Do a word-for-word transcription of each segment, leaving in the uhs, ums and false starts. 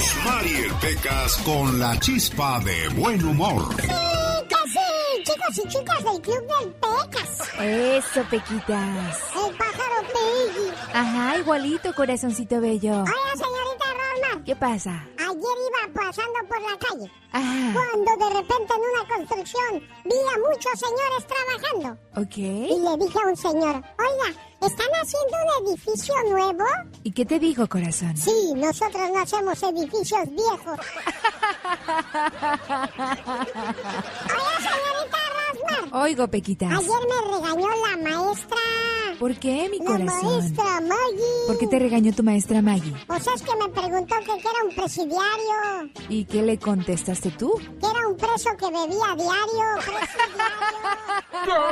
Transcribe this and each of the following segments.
Rosmarie Pecas con la chispa de buen humor. Sí, que sí, chicos y chicas del Club del Pecas. Eso, Pequitas. El pájaro Peggy. Ajá, igualito, corazoncito bello. Oiga, señorita Rosmar. ¿Qué pasa? Ayer iba pasando por la calle. Ajá. Cuando de repente en una construcción vi a muchos señores trabajando. Ok. Y le dije a un señor, oiga, ¿están haciendo un edificio nuevo? ¿Y qué te dijo, corazón? Sí, nosotros no hacemos edificios viejos. Oiga, señorita Rosmar. Oigo, Pequitas. Ayer me regañó la maestra. ¿Por qué, mi La corazón? maestra Maggie. ¿Por qué te regañó tu maestra Maggie? Pues es que me preguntó que, que era un presidiario. ¿Y qué le contestaste tú? Que era un preso que bebía a diario. Presidiario.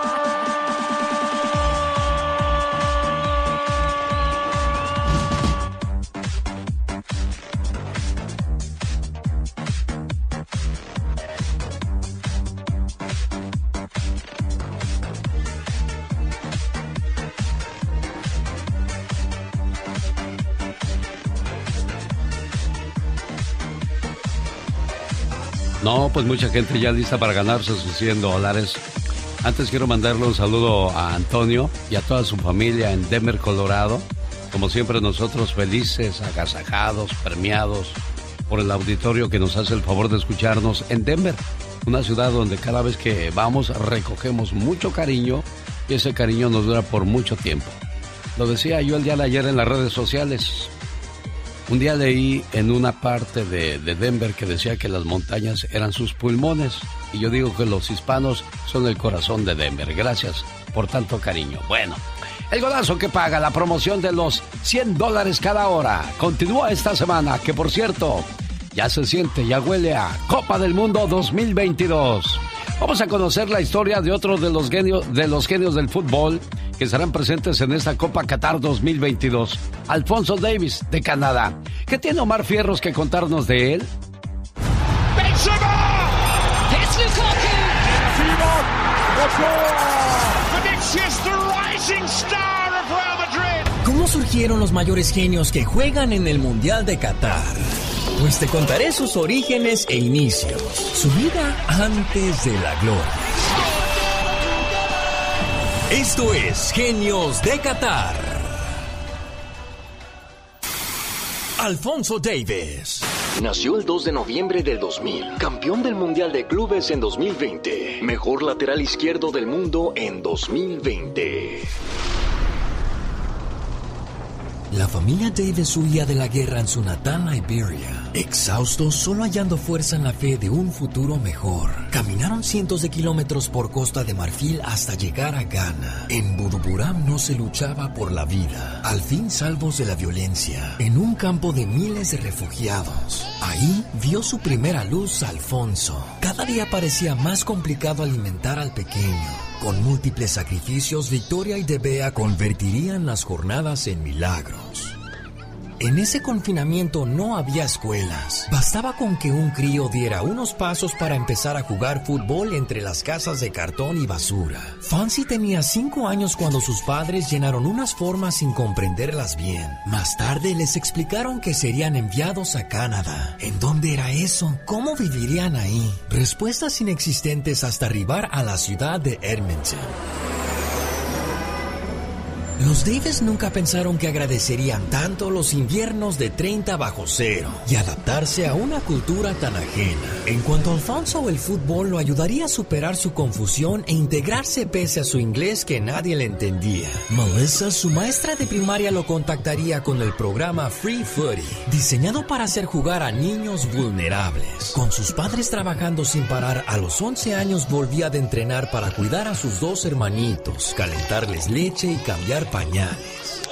No, pues mucha gente ya lista para ganarse sus cien dólares. Antes quiero mandarle un saludo a Antonio y a toda su familia en Denver, Colorado. Como siempre nosotros felices, agasajados, premiados por el auditorio que nos hace el favor de escucharnos en Denver. Una ciudad donde cada vez que vamos recogemos mucho cariño y ese cariño nos dura por mucho tiempo. Lo decía yo el día de ayer en las redes sociales. Un día leí en una parte de, de Denver que decía que las montañas eran sus pulmones. Y yo digo que los hispanos son el corazón de Denver. Gracias por tanto cariño. Bueno, el golazo que paga la promoción de los cien dólares cada hora continúa esta semana, que por cierto, ya se siente, ya huele a Copa del Mundo dos mil veintidós. Vamos a conocer la historia de otro de los genios, de los genios del fútbol que estarán presentes en esta Copa Qatar dos mil veintidós. Alfonso Davies, de Canadá. ¿Qué tiene Omar Fierros que contarnos de él? ¡Benzema! ¡Es Lukaku! ¡Vinicius, the rising star of Real Madrid! ¿Cómo surgieron los mayores genios que juegan en el Mundial de Qatar? Pues te contaré sus orígenes e inicios, su vida antes de la gloria. Esto es Genios de Qatar. Alfonso Davies. Nació el dos de noviembre del dos mil, campeón del Mundial de Clubes en dos mil veinte, mejor lateral izquierdo del mundo en dos mil veinte. La familia Davies huía de la guerra en su natal Liberia. Exhaustos, solo hallando fuerza en la fe de un futuro mejor. Caminaron cientos de kilómetros por Costa de Marfil hasta llegar a Ghana. En Buduburam no se luchaba por la vida. Al fin salvos de la violencia. En un campo de miles de refugiados. Ahí vio su primera luz Alfonso. Cada día parecía más complicado alimentar al pequeño. Con múltiples sacrificios, Victoria y Debea convertirían las jornadas en milagros. En ese confinamiento no había escuelas. Bastaba con que un crío diera unos pasos para empezar a jugar fútbol entre las casas de cartón y basura. Fancy tenía cinco años cuando sus padres llenaron unas formas sin comprenderlas bien. Más tarde les explicaron que serían enviados a Canadá. ¿En dónde era eso? ¿Cómo vivirían ahí? Respuestas inexistentes hasta arribar a la ciudad de Edmonton. Los Davies nunca pensaron que agradecerían tanto los inviernos de treinta bajo cero y adaptarse a una cultura tan ajena. En cuanto a Alfonso, el fútbol lo ayudaría a superar su confusión e integrarse pese a su inglés que nadie le entendía. Melissa, su maestra de primaria, lo contactaría con el programa Free Footy, diseñado para hacer jugar a niños vulnerables. Con sus padres trabajando sin parar, a los once años volvía de entrenar para cuidar a sus dos hermanitos, calentarles leche y cambiar pañales.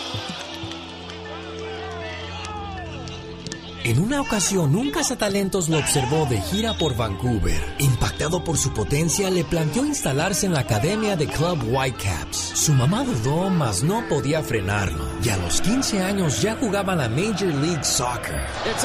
En una ocasión, un cazatalentos lo observó de gira por Vancouver. Impactado por su potencia, le planteó instalarse en la academia de Club Whitecaps. Su mamá dudó, mas no podía frenarlo. Y a los quince años ya jugaba la Major League Soccer.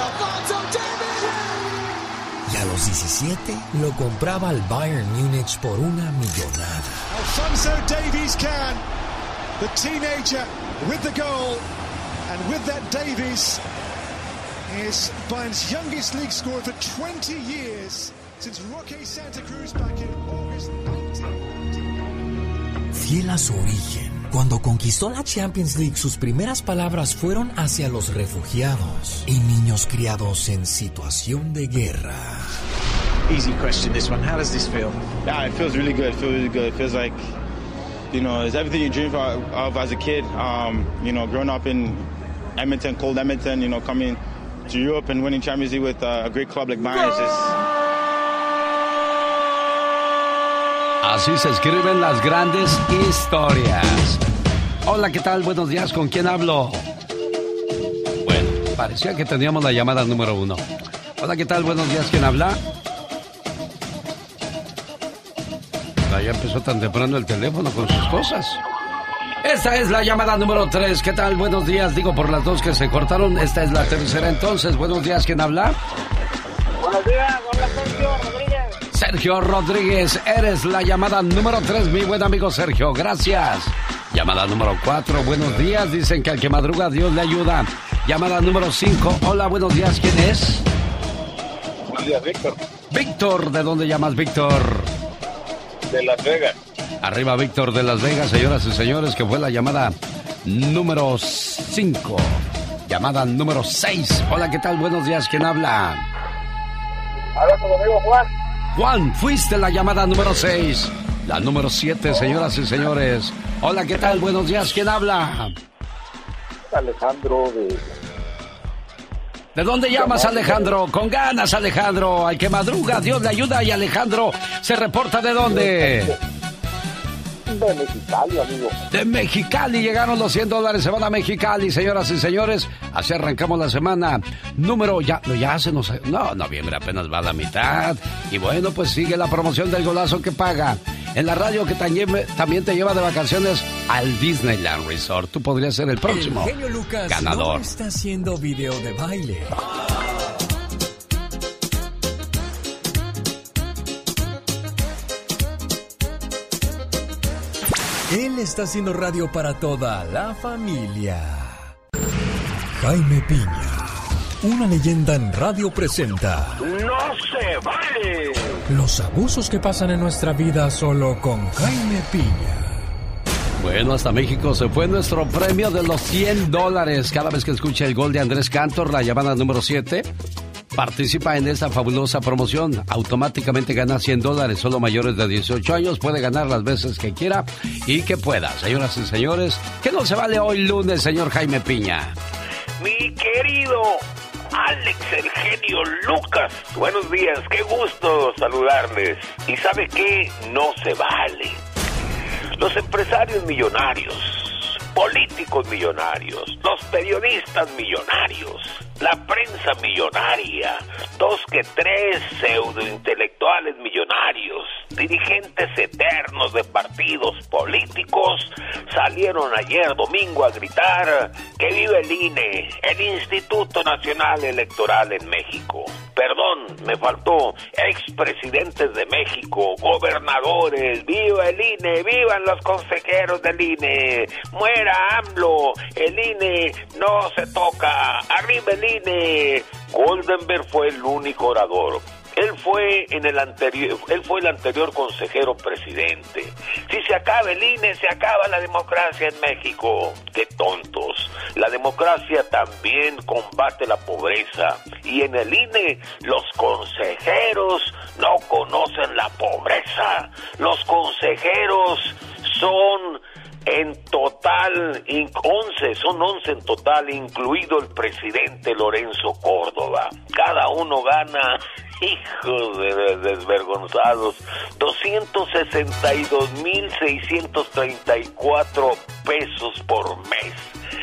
Y a los diecisiete lo compraba al Bayern Múnich por una millonada. Alfonso Davies can. The teenager with the goal, and with that Davies, is Bayern's youngest league scorer for twenty years since Roque Santa Cruz back in August nineteen. Fiel a su origen, cuando conquistó la Champions League, sus primeras palabras fueron hacia los refugiados y niños criados en situación de guerra. Easy question, this one. How does this feel? Yeah, it feels really good. It feels really good. It feels like, you know, it's everything you dream of as a kid. Um, you know, growing up in Edmonton, cold Edmonton, you know, coming to Europe and winning Champions League with uh, a great club like Bayern is just... Así se escriben las grandes historias. Hola, ¿qué tal? Buenos días, ¿con quién hablo? Bueno, parecía que teníamos la llamada número uno. Hola, ¿qué tal? Buenos días, ¿quién habla? Ya empezó tan temprano el teléfono con sus cosas. Esta es la llamada número tres. ¿Qué tal? Buenos días. Digo, por las dos que se cortaron, esta es la tercera entonces. Buenos días, ¿quién habla? Buenos días, habla Sergio Rodríguez. Sergio Rodríguez, eres la llamada número tres, mi buen amigo Sergio. Gracias. Llamada número cuatro, buenos días. Dicen que al que madruga Dios le ayuda. Llamada número cinco, hola, buenos días. ¿Quién es? Buenos días, Víctor. Víctor, ¿de dónde llamas, Víctor? De Las Vegas. Arriba, Víctor de Las Vegas, señoras y señores, que fue la llamada número cinco. Llamada número seis. Hola, ¿qué tal? Buenos días, ¿quién habla? Habla con mi amigo Juan. Juan, fuiste la llamada número seis. La número siete, señoras y señores. Hola, ¿qué tal? Buenos días, ¿quién habla? Alejandro de... ¿De dónde llamas, Alejandro? Con ganas, Alejandro. Al que madruga, Dios le ayuda. Y Alejandro se reporta ¿de dónde? De Mexicali, amigo. De Mexicali. Llegaron los cien dólares. Se van a Mexicali, señoras y señores. Así arrancamos la semana. Número ya, ya se nos... No, noviembre apenas va a la mitad. Y bueno, pues sigue la promoción del golazo que paga. En la radio que también, también te lleva de vacaciones al Disneyland Resort. Tú podrías ser el próximo el genio Lucas ganador. No está haciendo video de baile. Él está haciendo radio para toda la familia. Jaime Piña, una leyenda en radio presenta... ¡No se vale! Los abusos que pasan en nuestra vida solo con Jaime Piña. Bueno, hasta México se fue nuestro premio de los cien dólares. Cada vez que escuche el gol de Andrés Cantor, la llamada número siete, participa en esta fabulosa promoción. Automáticamente gana cien dólares. Solo mayores de dieciocho años puede ganar las veces que quiera y que pueda. Señoras y señores, ¿qué no se vale hoy lunes, señor Jaime Piña? Mi querido Alex, el genio Lucas. Buenos días, qué gusto saludarles. ¿Y sabe qué? No se vale. Los empresarios millonarios, políticos millonarios, los periodistas millonarios, la prensa millonaria, dos que tres pseudointelectuales millonarios, dirigentes eternos de partidos políticos, salieron ayer domingo a gritar que vive el I N E, el Instituto Nacional Electoral en México. Perdón, me faltó, expresidentes de México, gobernadores, viva el I N E, vivan los consejeros del I N E, muera AMLO, el I N E no se toca, arriba el I N E. Goldenberg fue el único orador. Él fue en el anterior, él fue el anterior consejero presidente. Si se acaba el I N E, se acaba la democracia en México. ¡Qué tontos! La democracia también combate la pobreza. Y en el I N E, los consejeros no conocen la pobreza. Los consejeros son... En total, once, son once en total, incluido el presidente Lorenzo Córdoba. Cada uno gana, hijos de desvergonzados, doscientos sesenta y dos mil seiscientos treinta y cuatro pesos por mes.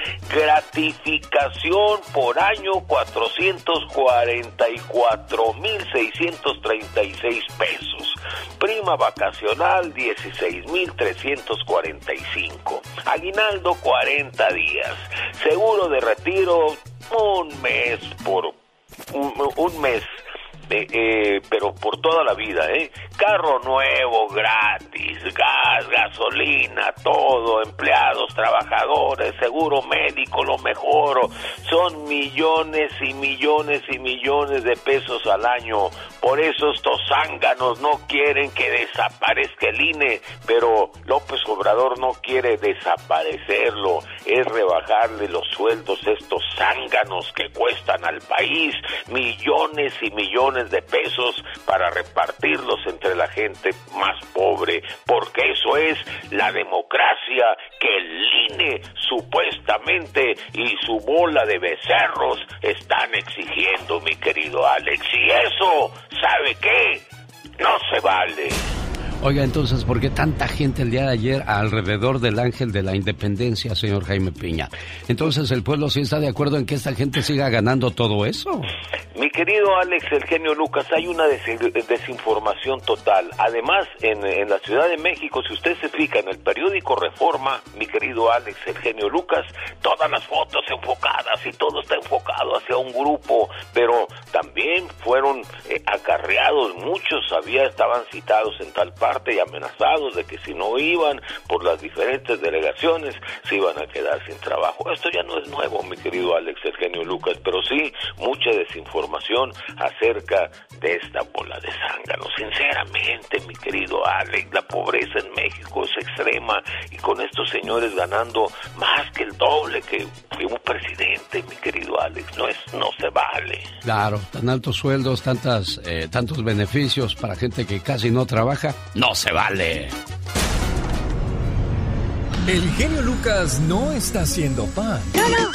Gratificación por año, cuatrocientos cuarenta y cuatro mil seiscientos treinta y seis pesos. Prima vacacional, dieciséis mil trescientos cuarenta y cinco. Aguinaldo, cuarenta días. Seguro de retiro, un mes por... un, un mes eh, eh, pero por toda la vida, ¿eh? Carro nuevo, gratis, gas, gasolina, todo, empleados, trabajadores, seguro médico, lo mejor. Son millones y millones y millones de pesos al año. Por eso estos zánganos no quieren que desaparezca el I N E, pero López Obrador no quiere desaparecerlo, es rebajarle los sueldos a estos zánganos que cuestan al país millones y millones de pesos para repartirlos entre la gente más pobre, porque eso es la democracia que el I N E supuestamente y su bola de becerros están exigiendo, mi querido Alex, y eso, ¿sabe qué? No se vale. Oiga, entonces, ¿por qué tanta gente el día de ayer alrededor del Ángel de la Independencia, señor Jaime Piña? Entonces, ¿el pueblo sí está de acuerdo en que esta gente siga ganando todo eso? Mi querido Alex, el genio Lucas, hay una des- desinformación total. Además, en, en la Ciudad de México, si usted se fija en el periódico Reforma, mi querido Alex, el genio Lucas, todas las fotos enfocadas y todo está enfocado hacia un grupo, pero también fueron eh, acarreados, muchos había, estaban citados en tal parte y amenazados de que si no iban por las diferentes delegaciones se iban a quedar sin trabajo. Esto ya no es nuevo, mi querido Alex, el genio Lucas, pero sí mucha desinformación acerca de esta bola de zánganos. Sinceramente, mi querido Alex, la pobreza en México es extrema y con estos señores ganando más que el doble que un presidente, mi querido Alex, no es, no se vale. Claro, tan altos sueldos, tantas, eh, tantos beneficios para gente que casi no trabaja. ¡No se vale! El genio Lucas no está haciendo pan. No, no.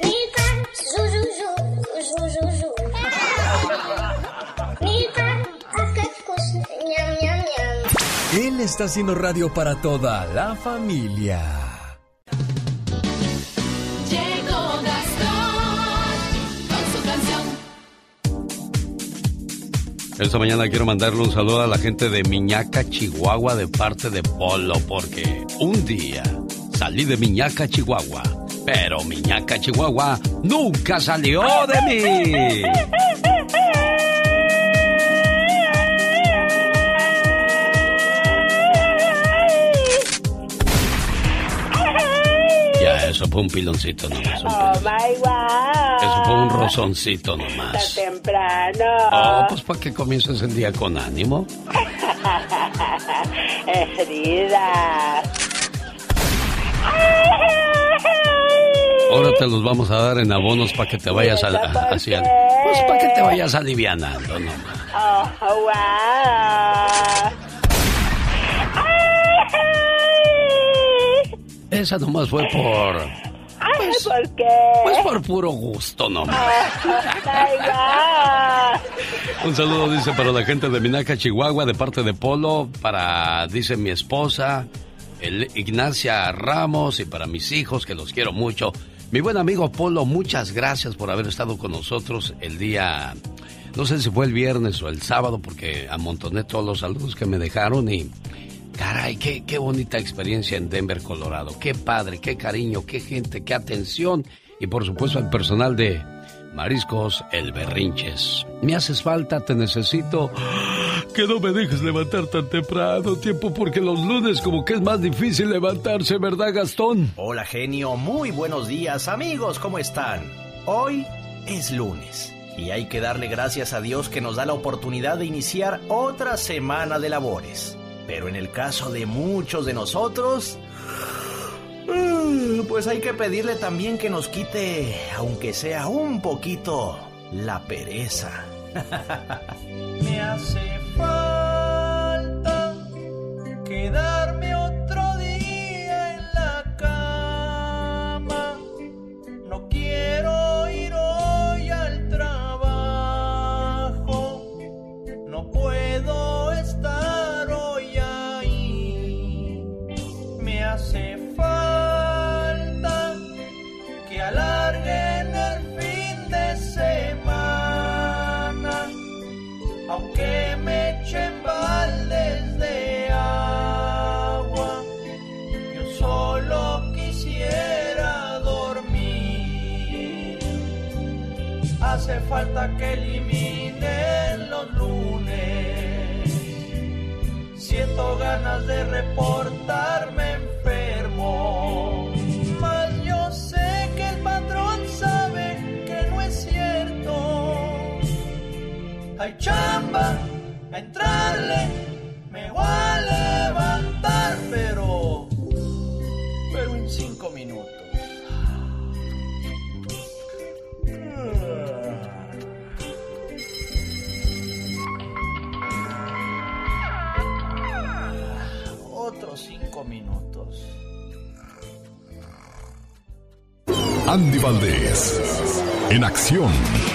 Él está haciendo radio para toda la familia. Llegó Gastón con su canción. Esta mañana quiero mandarle un saludo a la gente de Miñaca, Chihuahua, de parte de Polo, porque un día salí de Miñaca, Chihuahua, pero Miñaca, Chihuahua nunca salió de mí. Ya, eso fue un piloncito nomás. Un oh my God. Eso fue un rozoncito nomás. Está temprano. Oh, pues para que comiences el día con ánimo. Heridas. Ahora te los vamos a dar en abonos para que te vayas a, a, hacia, pues para que te vayas alivianando nomás. Oh, wow. Esa nomás fue por... Pues, ¿por qué? Pues por puro gusto nomás. Oh, un saludo, dice, para la gente de Minaca, Chihuahua, de parte de Polo, para, dice, mi esposa, el Ignacia Ramos, y para mis hijos, que los quiero mucho. Mi buen amigo Polo, muchas gracias por haber estado con nosotros el día... No sé si fue el viernes o el sábado, porque amontoné todos los saludos que me dejaron y... Caray, qué, qué bonita experiencia en Denver, Colorado. Qué padre, qué cariño, qué gente, qué atención. Y por supuesto al personal de Mariscos El Berrinches. Me haces falta, te necesito. Que no me dejes levantar tan temprano, tiempo, porque los lunes como que es más difícil levantarse, ¿verdad, Gastón? Hola, genio. Muy buenos días, amigos. ¿Cómo están? Hoy es lunes. Y hay que darle gracias a Dios que nos da la oportunidad de iniciar otra semana de labores. Pero en el caso de muchos de nosotros, pues hay que pedirle también que nos quite, aunque sea un poquito, la pereza. Me hace falta quedarme otro día en la cama. No quiero ir hoy al trabajo. No puedo estar hoy ahí. Me hace falta que alarguen el fin de semana, aunque me echen baldes de agua. falta que eliminen los lunes. Siento ganas de reportarme enfermo, mas yo sé que el patrón sabe que no es cierto. Hay chamba, a entrarle, me voy a levantar, pero, pero en cinco minutos. Otros cinco minutos. Andy Valdés, en acción.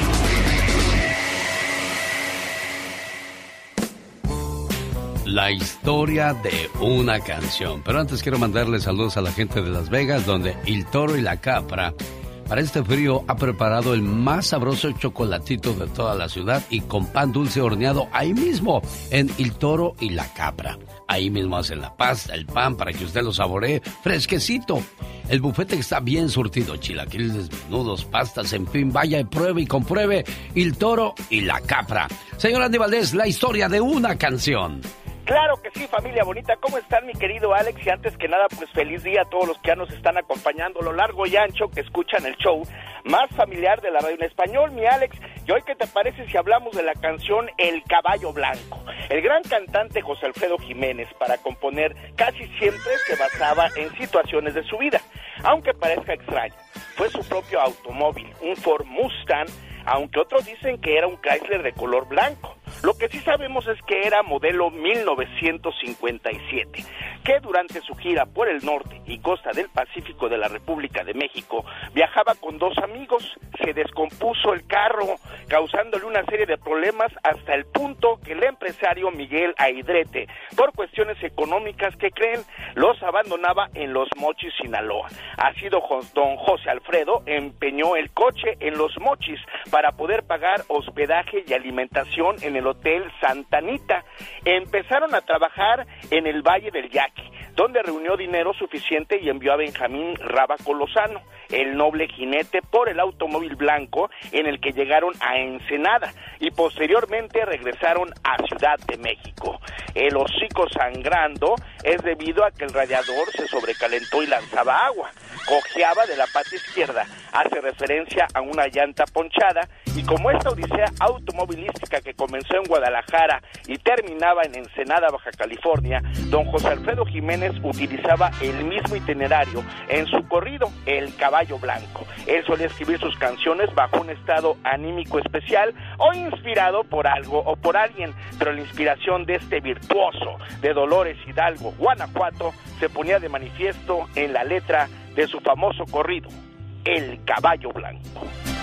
La historia de una canción. Pero antes quiero mandarle saludos a la gente de Las Vegas, donde El Toro y la Capra, para este frío, ha preparado el más sabroso chocolatito de toda la ciudad y con pan dulce horneado ahí mismo, en El Toro y la Capra. Ahí mismo hacen la pasta, el pan, para que usted lo saboree fresquecito. El bufete está bien surtido, chilaquiles, menudos, pastas, en fin, vaya y pruebe y compruebe El Toro y la Capra. Señor Andy Valdés, la historia de una canción. Claro que sí, familia bonita. ¿Cómo están, mi querido Alex? Y antes que nada, pues feliz día a todos los que ya nos están acompañando a lo largo y ancho, que escuchan el show más familiar de la radio en español, mi Alex. ¿Y hoy qué te parece si hablamos de la canción El Caballo Blanco? El gran cantante José Alfredo Jiménez, para componer, casi siempre se basaba en situaciones de su vida. Aunque parezca extraño, fue su propio automóvil, un Ford Mustang, aunque otros dicen que era un Chrysler de color blanco. Lo que sí sabemos es que era modelo mil novecientos cincuenta y siete, que durante su gira por el norte y costa del Pacífico de la República de México viajaba con dos amigos. Se descompuso el carro, causándole una serie de problemas hasta el punto que el empresario Miguel Aidrete, por cuestiones económicas, que creen, los abandonaba en Los Mochis, Sinaloa. Así don José Alfredo empeñó el coche en Los Mochis para poder pagar hospedaje y alimentación en el Hotel Santa Anita. Empezaron a trabajar en el Valle del Yaqui, donde reunió dinero suficiente y envió a Benjamín Rábaco Lozano, el noble jinete, por el automóvil blanco en el que llegaron a Ensenada y posteriormente regresaron a Ciudad de México. El hocico sangrando es debido a que el radiador se sobrecalentó y lanzaba agua. Cojeaba de la pata izquierda, hace referencia a una llanta ponchada, y como esta odisea automovilística que comenzó en Guadalajara y terminaba en Ensenada, Baja California, don José Alfredo Jiménez utilizaba el mismo itinerario en su corrido, El Caballo Blanco. Él solía escribir sus canciones bajo un estado anímico especial o inspirado por algo o por alguien, pero la inspiración de este virtuoso de Dolores Hidalgo, Guanajuato, se ponía de manifiesto en la letra de su famoso corrido, El Caballo Blanco.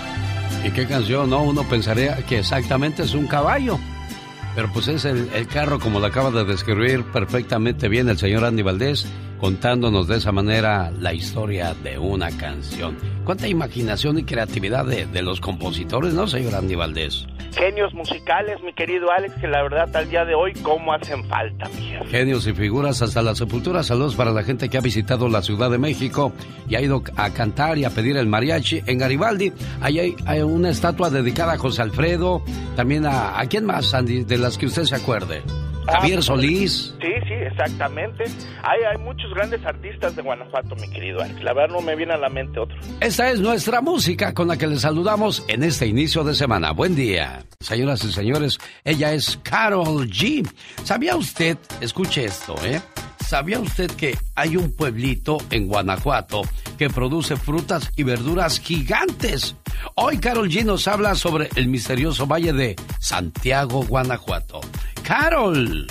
¿Y qué canción, no? Uno pensaría que exactamente es un caballo, pero pues es el, el carro, como lo acaba de describir perfectamente bien el señor Andy Valdés, contándonos de esa manera la historia de una canción. Cuánta imaginación y creatividad de, de los compositores, ¿no, señor Andy Valdés? Genios musicales, mi querido Alex, que la verdad al día de hoy, ¿cómo hacen falta, mi jefe? Genios y figuras hasta la sepultura. Saludos para la gente que ha visitado la Ciudad de México y ha ido a cantar y a pedir el mariachi en Garibaldi. Ahí hay, hay una estatua dedicada a José Alfredo, también a... ¿A quién más, Andy, de las que usted se acuerde? Javier Solís. Sí, sí, exactamente. Hay, hay muchos grandes artistas de Guanajuato, mi querido Alex. La verdad no me viene a la mente otro. Esta es nuestra música con la que les saludamos en este inicio de semana. Buen día. Señoras y señores, ella es Karol G. ¿Sabía usted, escuche esto, eh? ¿Sabía usted que hay un pueblito en Guanajuato que produce frutas y verduras gigantes? Hoy Karol G nos habla sobre el misterioso valle de Santiago, Guanajuato. ¡Karol!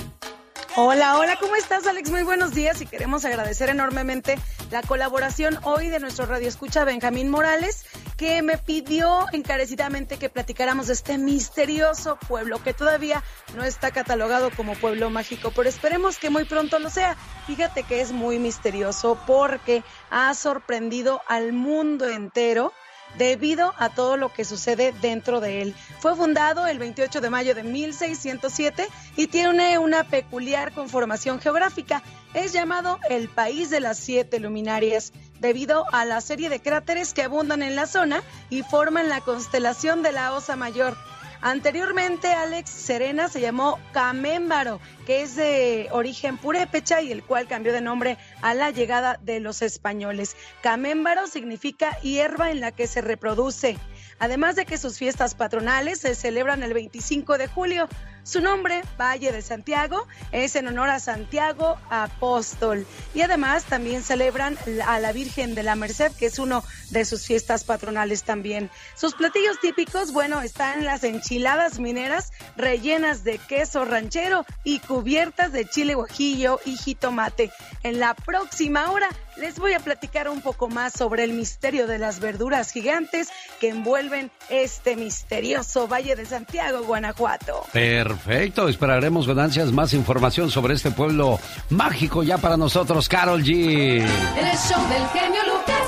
Hola, hola, ¿cómo estás, Alex? Muy buenos días y queremos agradecer enormemente la colaboración hoy de nuestro radioescucha Benjamín Morales, que me pidió encarecidamente que platicáramos de este misterioso pueblo que todavía no está catalogado como pueblo mágico, pero esperemos que muy pronto lo sea. Fíjate que es muy misterioso porque ha sorprendido al mundo entero debido a todo lo que sucede dentro de él. Fue fundado el veintiocho de mayo de mil seiscientos siete y tiene una peculiar conformación geográfica. Es llamado el País de las Siete Luminarias. debido a la serie de cráteres que abundan en la zona y forman la constelación de la Osa Mayor. Anteriormente, Alex, Serena se llamó Camémbaro, que es de origen purépecha y el cual cambió de nombre a la llegada de los españoles. Camémbaro significa hierba en la que se reproduce. Además de que sus fiestas patronales se celebran el veinticinco de julio. Su nombre, Valle de Santiago, es en honor a Santiago Apóstol. Y además también celebran a la Virgen de la Merced, que es uno de sus fiestas patronales también. Sus platillos típicos, bueno, están las enchiladas mineras rellenas de queso ranchero y cubiertas de chile guajillo y jitomate. En la próxima hora les voy a platicar un poco más sobre el misterio de las verduras gigantes que envuelven este misterioso Valle de Santiago, Guanajuato. Perfecto, esperaremos con ansias más información sobre este pueblo mágico ya para nosotros, Karol G. El show del genio Lucas.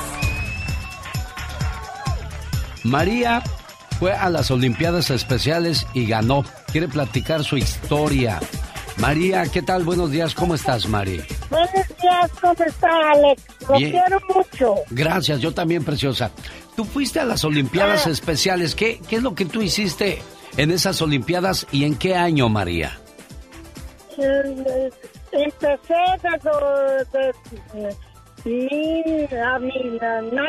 María fue a las Olimpiadas Especiales y ganó. Quiere platicar su historia. María, ¿qué tal? Buenos días, ¿cómo estás, Mari? Buenos días, ¿cómo está, Alex? Lo Bien. quiero mucho. Gracias, yo también, preciosa. Tú fuiste a las Olimpiadas ah. Especiales. ¿Qué, ¿Qué es lo que tú hiciste en esas Olimpiadas y en qué año, María? Eh, empecé desde mil, a mil,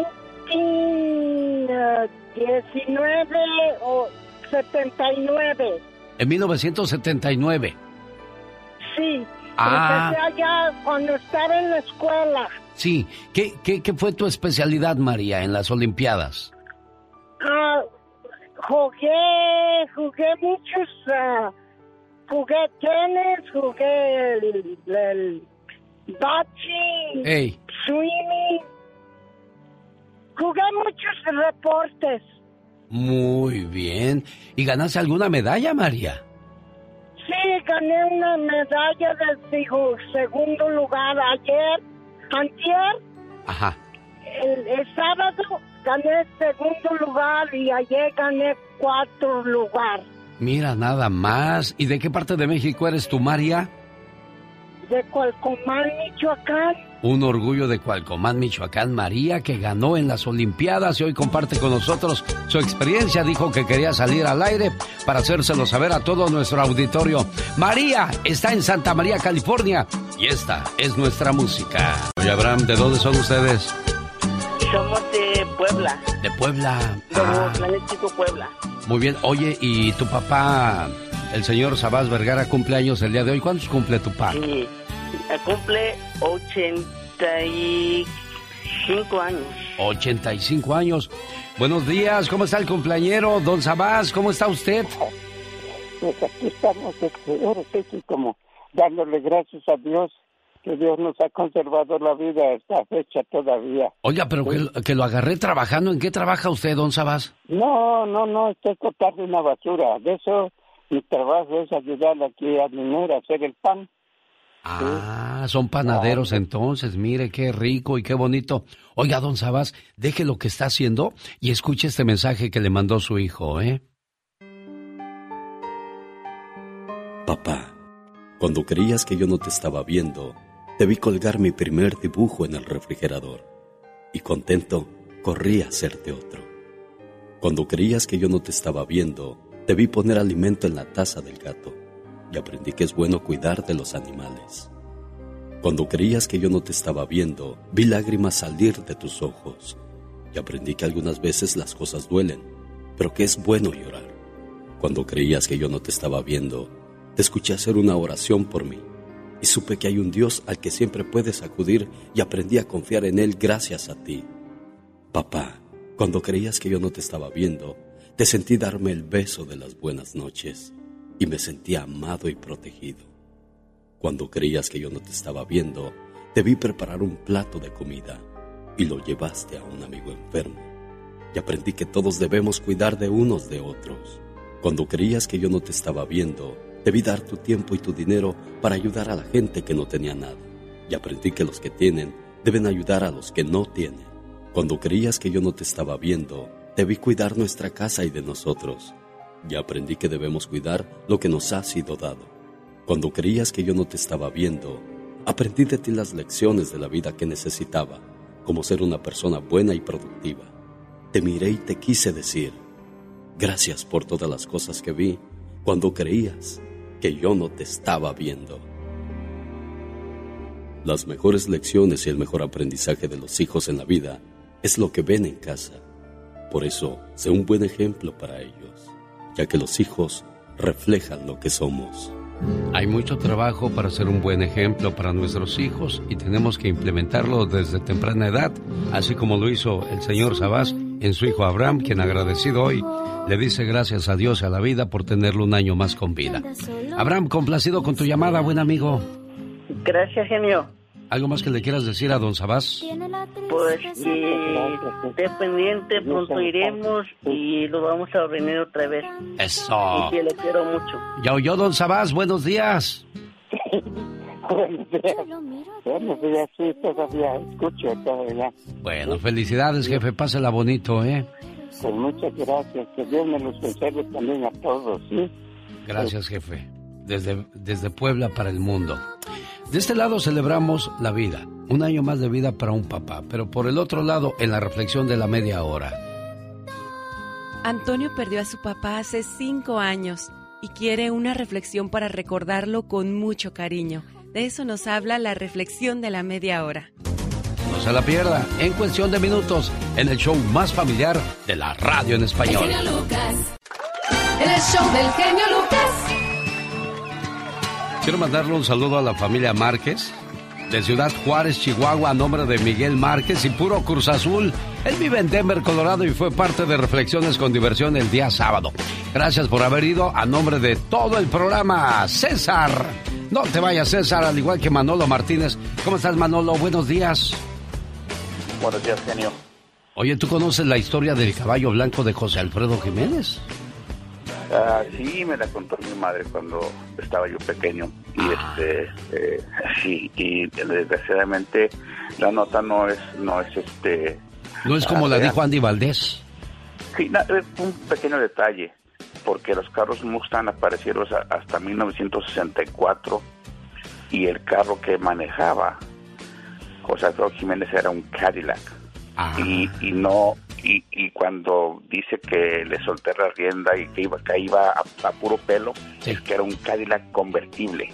diecinueve o setenta y nueve. En mil novecientos setenta y nueve. Sí, ah. empecé allá cuando estaba en la escuela. Sí, ¿Qué, qué, qué fue tu especialidad, María, en las Olimpiadas? Ah, jugué, jugué muchos, uh, jugué tenis, jugué el, el bocce, hey. swimming, jugué muchos deportes. Muy bien. ¿Y ganaste alguna medalla, María? Sí, gané una medalla del segundo lugar ayer, antier. Ajá. El, el sábado gané segundo lugar y ayer gané cuarto lugar. Mira, nada más. ¿Y de qué parte de México eres tú, María? De Cualcomán, Michoacán. Un orgullo de Cualcomán, Michoacán, María, que ganó en las Olimpiadas y hoy comparte con nosotros su experiencia. Dijo que quería salir al aire para hacérselo saber a todo nuestro auditorio. María está en Santa María, California, y esta es nuestra música. Oye, Abraham, ¿de dónde son ustedes? Somos de Puebla. De Puebla. De Ah, Atlético Puebla. muy bien. Oye, ¿y tu papá, el señor Sabás Vergara, cumple años el día de hoy? ¿Cuántos cumple tu papá? Sí, cumple ochenta y cinco años. ochenta y cinco años. Buenos días, ¿cómo está el cumpleañero? Don Sabás, ¿cómo está usted? Pues aquí estamos, este, ahora sí que como dándole gracias a Dios, que Dios nos ha conservado la vida a esta fecha todavía. Oiga, pero Sí. que, que lo agarré trabajando. ¿En qué trabaja usted, don Sabás? No, no, no, estoy cortando una basura. De eso, mi trabajo es ayudar aquí a mi nuera a hacer el pan. Ah, son panaderos entonces. Mire, qué rico y qué bonito. Oiga, don Sabás, deje lo que está haciendo y escuche este mensaje que le mandó su hijo, ¿eh? Papá, cuando creías que yo no te estaba viendo, te vi colgar mi primer dibujo en el refrigerador y contento corrí a hacerte otro. Cuando creías que yo no te estaba viendo, te vi poner alimento en la taza del gato y aprendí que es bueno cuidar de los animales. Cuando creías que yo no te estaba viendo, vi lágrimas salir de tus ojos y aprendí que algunas veces las cosas duelen, pero que es bueno llorar. Cuando creías que yo no te estaba viendo, te escuché hacer una oración por mí y supe que hay un Dios al que siempre puedes acudir y aprendí a confiar en Él gracias a ti. Papá, cuando creías que yo no te estaba viendo, te sentí darme el beso de las buenas noches y me sentí amado y protegido. Cuando creías que yo no te estaba viendo, te vi preparar un plato de comida y lo llevaste a un amigo enfermo y aprendí que todos debemos cuidar de unos de otros. Cuando creías que yo no te estaba viendo, te vi dar tu tiempo y tu dinero para ayudar a la gente que no tenía nada y aprendí que los que tienen deben ayudar a los que no tienen. Cuando creías que yo no te estaba viendo, te vi cuidar nuestra casa y de nosotros y aprendí que debemos cuidar lo que nos ha sido dado. Cuando creías que yo no te estaba viendo, aprendí de ti las lecciones de la vida que necesitaba, como ser una persona buena y productiva. Te miré y te quise decir, gracias por todas las cosas que vi cuando creías que yo no te estaba viendo. Las mejores lecciones y el mejor aprendizaje de los hijos en la vida es lo que ven en casa. Por eso, sé un buen ejemplo para ellos, ya que los hijos reflejan lo que somos. Hay mucho trabajo para ser un buen ejemplo para nuestros hijos y tenemos que implementarlo desde temprana edad, así como lo hizo el señor Sabás en su hijo Abraham, quien agradecido hoy le dice gracias a Dios y a la vida por tenerlo un año más con vida. Abraham, complacido con tu llamada, buen amigo. Gracias, genio. ¿Algo más que le quieras decir a don Sabás? Pues que esté pendiente, pronto iremos y lo vamos a venir otra vez. Eso. Y que le quiero mucho. Ya oyó, don Sabás, buenos días. Buenos días. Buenos días, sí, todavía escucho todavía. Bueno, felicidades, jefe, pásela bonito, ¿eh? Pues muchas gracias, que Dios me los conserve también a todos, ¿sí? Gracias, jefe. Desde, desde Puebla para el mundo. De este lado celebramos la vida, un año más de vida para un papá, pero por el otro lado, en la reflexión de la media hora. Antonio perdió a su papá hace cinco años y quiere una reflexión para recordarlo con mucho cariño. De eso nos habla la reflexión de la media hora. No se la pierda, en cuestión de minutos, en el show más familiar de la radio en español. El genio Lucas. En el show del genio Lucas. Quiero mandarle un saludo a la familia Márquez, de Ciudad Juárez, Chihuahua, a nombre de Miguel Márquez y puro Cruz Azul. Él vive en Denver, Colorado, y fue parte de Reflexiones con Diversión el día sábado. Gracias por haber ido a nombre de todo el programa. César, no te vayas, César, al igual que Manolo Martínez. ¿Cómo estás, Manolo? Buenos días. Buenos días, genio. Oye, ¿tú conoces la historia del caballo blanco de José Alfredo Jiménez? Uh, sí, me la contó mi madre cuando estaba yo pequeño. Y ah. este, eh, sí, y desgraciadamente la nota no es, no es este. No es como uh, la dijo Andy Valdés. Sí, no, es un pequeño detalle, porque los carros Mustang aparecieron hasta mil novecientos sesenta y cuatro y el carro que manejaba José Alfredo Jiménez era un Cadillac. Ah. Y, y no. Y, y cuando dice que le solté la rienda y que iba, que iba a, a puro pelo, sí. Es que era un Cadillac convertible.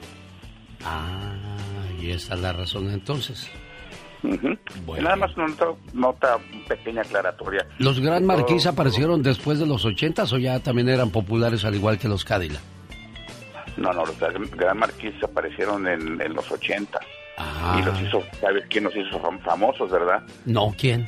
Ah, y esa es la razón entonces. Uh-huh. Bueno. Nada más una nota, nota pequeña aclaratoria. ¿Los Gran Marquis oh, aparecieron después de los ochentas o ya también eran populares al igual que los Cadillac? No, no, los Gran Marquis aparecieron en, en los ochenta. Ah. Y los hizo, ¿sabes quién los hizo famosos, verdad? No, ¿quién?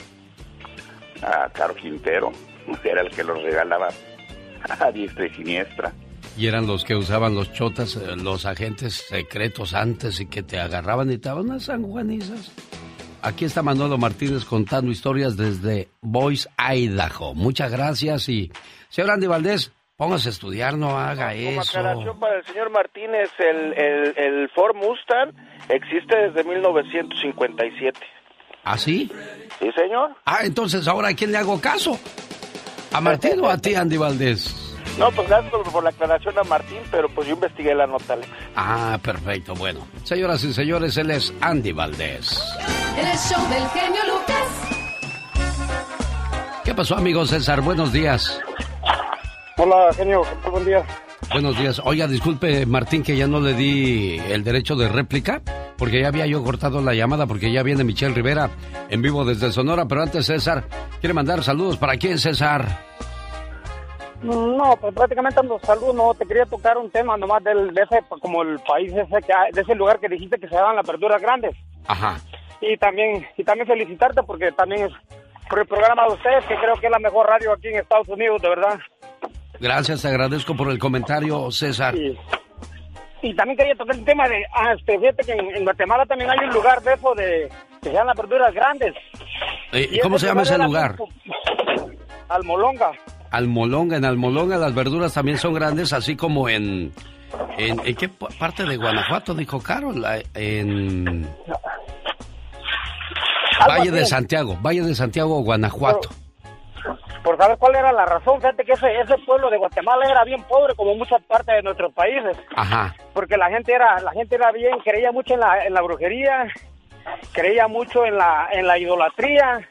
A Caro Quintero, era el que los regalaba a diestra y siniestra. Y eran los que usaban los chotas, los agentes secretos antes y que te agarraban y te daban unas sanjuanizas. Aquí está Manolo Martínez contando historias desde Boise, Idaho. Muchas gracias y, señor Andy Valdés, póngase a estudiar, no haga Como eso. Como aclaración para el señor Martínez, el, el, el Ford Mustang existe desde mil novecientos cincuenta y siete. ¿Ah, sí? Sí, señor. Ah, entonces, ¿ahora a quién le hago caso? ¿A Martín o a ti, Andy Valdés? No, pues gracias por, por la aclaración a Martín, pero pues yo investigué la nota, Alex. Ah, perfecto, bueno. Señoras y señores, él es Andy Valdés. En el show del genio Lucas. ¿Qué pasó, amigo César? Buenos días. Hola, genio, buen día. Buenos días. Oiga, disculpe, Martín, que ya no le di el derecho de réplica, porque ya había yo cortado la llamada, porque ya viene Michelle Rivera en vivo desde Sonora, pero antes César quiere mandar saludos. ¿Para quién, César? No, pues prácticamente los saludos, no, te quería tocar un tema nomás del, de ese, como el país ese, que hay, de ese lugar que dijiste que se daban las verduras grandes. Ajá. Y también, y también felicitarte porque también es por el programa de ustedes, que creo que es la mejor radio aquí en Estados Unidos, de verdad. Gracias, te agradezco por el comentario, César. Sí. Y también quería tocar el tema de, ah, este, fíjate que en, en Guatemala también hay un lugar de eso, de que se llaman las verduras grandes. Eh, ¿Y cómo se llama ese lugar? Almolonga. Almolonga, en Almolonga las verduras también son grandes, así como en... ¿En, en qué parte de Guanajuato, dijo Carol? En... Valle de Santiago, Valle de Santiago, Guanajuato. Pero, por saber cuál era la razón, fíjate que ese, ese pueblo de Guatemala era bien pobre, como muchas partes de nuestros países. Ajá. Porque la gente era, la gente era bien, creía mucho en la, en la brujería, creía mucho en la en la idolatría,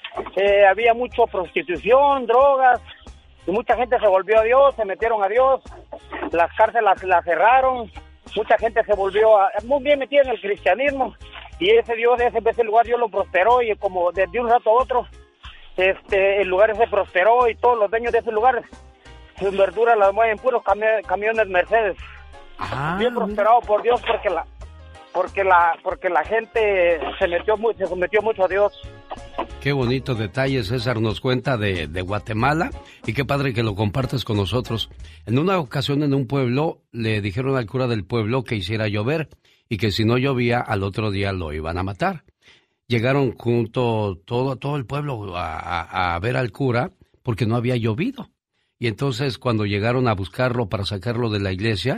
eh, había mucha prostitución, drogas, y mucha gente se volvió a Dios, se metieron a Dios, las cárceles las, las cerraron, mucha gente se volvió a, muy bien metida en el cristianismo, y ese Dios, ese, ese lugar Dios lo prosperó, y como de, de un rato a otro, este el lugar se prosperó, y todos los dueños de ese lugar, sus verduras las mueven puros cami- camiones Mercedes. Ah, bien prosperado por Dios, porque la porque la porque la gente se metió muy, se sometió mucho a Dios. Qué bonito detalle, César nos cuenta de, de Guatemala, y qué padre que lo compartes con nosotros. En una ocasión en un pueblo le dijeron al cura del pueblo que hiciera llover y que si no llovía al otro día lo iban a matar. Llegaron junto todo todo el pueblo a, a, a ver al cura porque no había llovido. Y entonces cuando llegaron a buscarlo para sacarlo de la iglesia,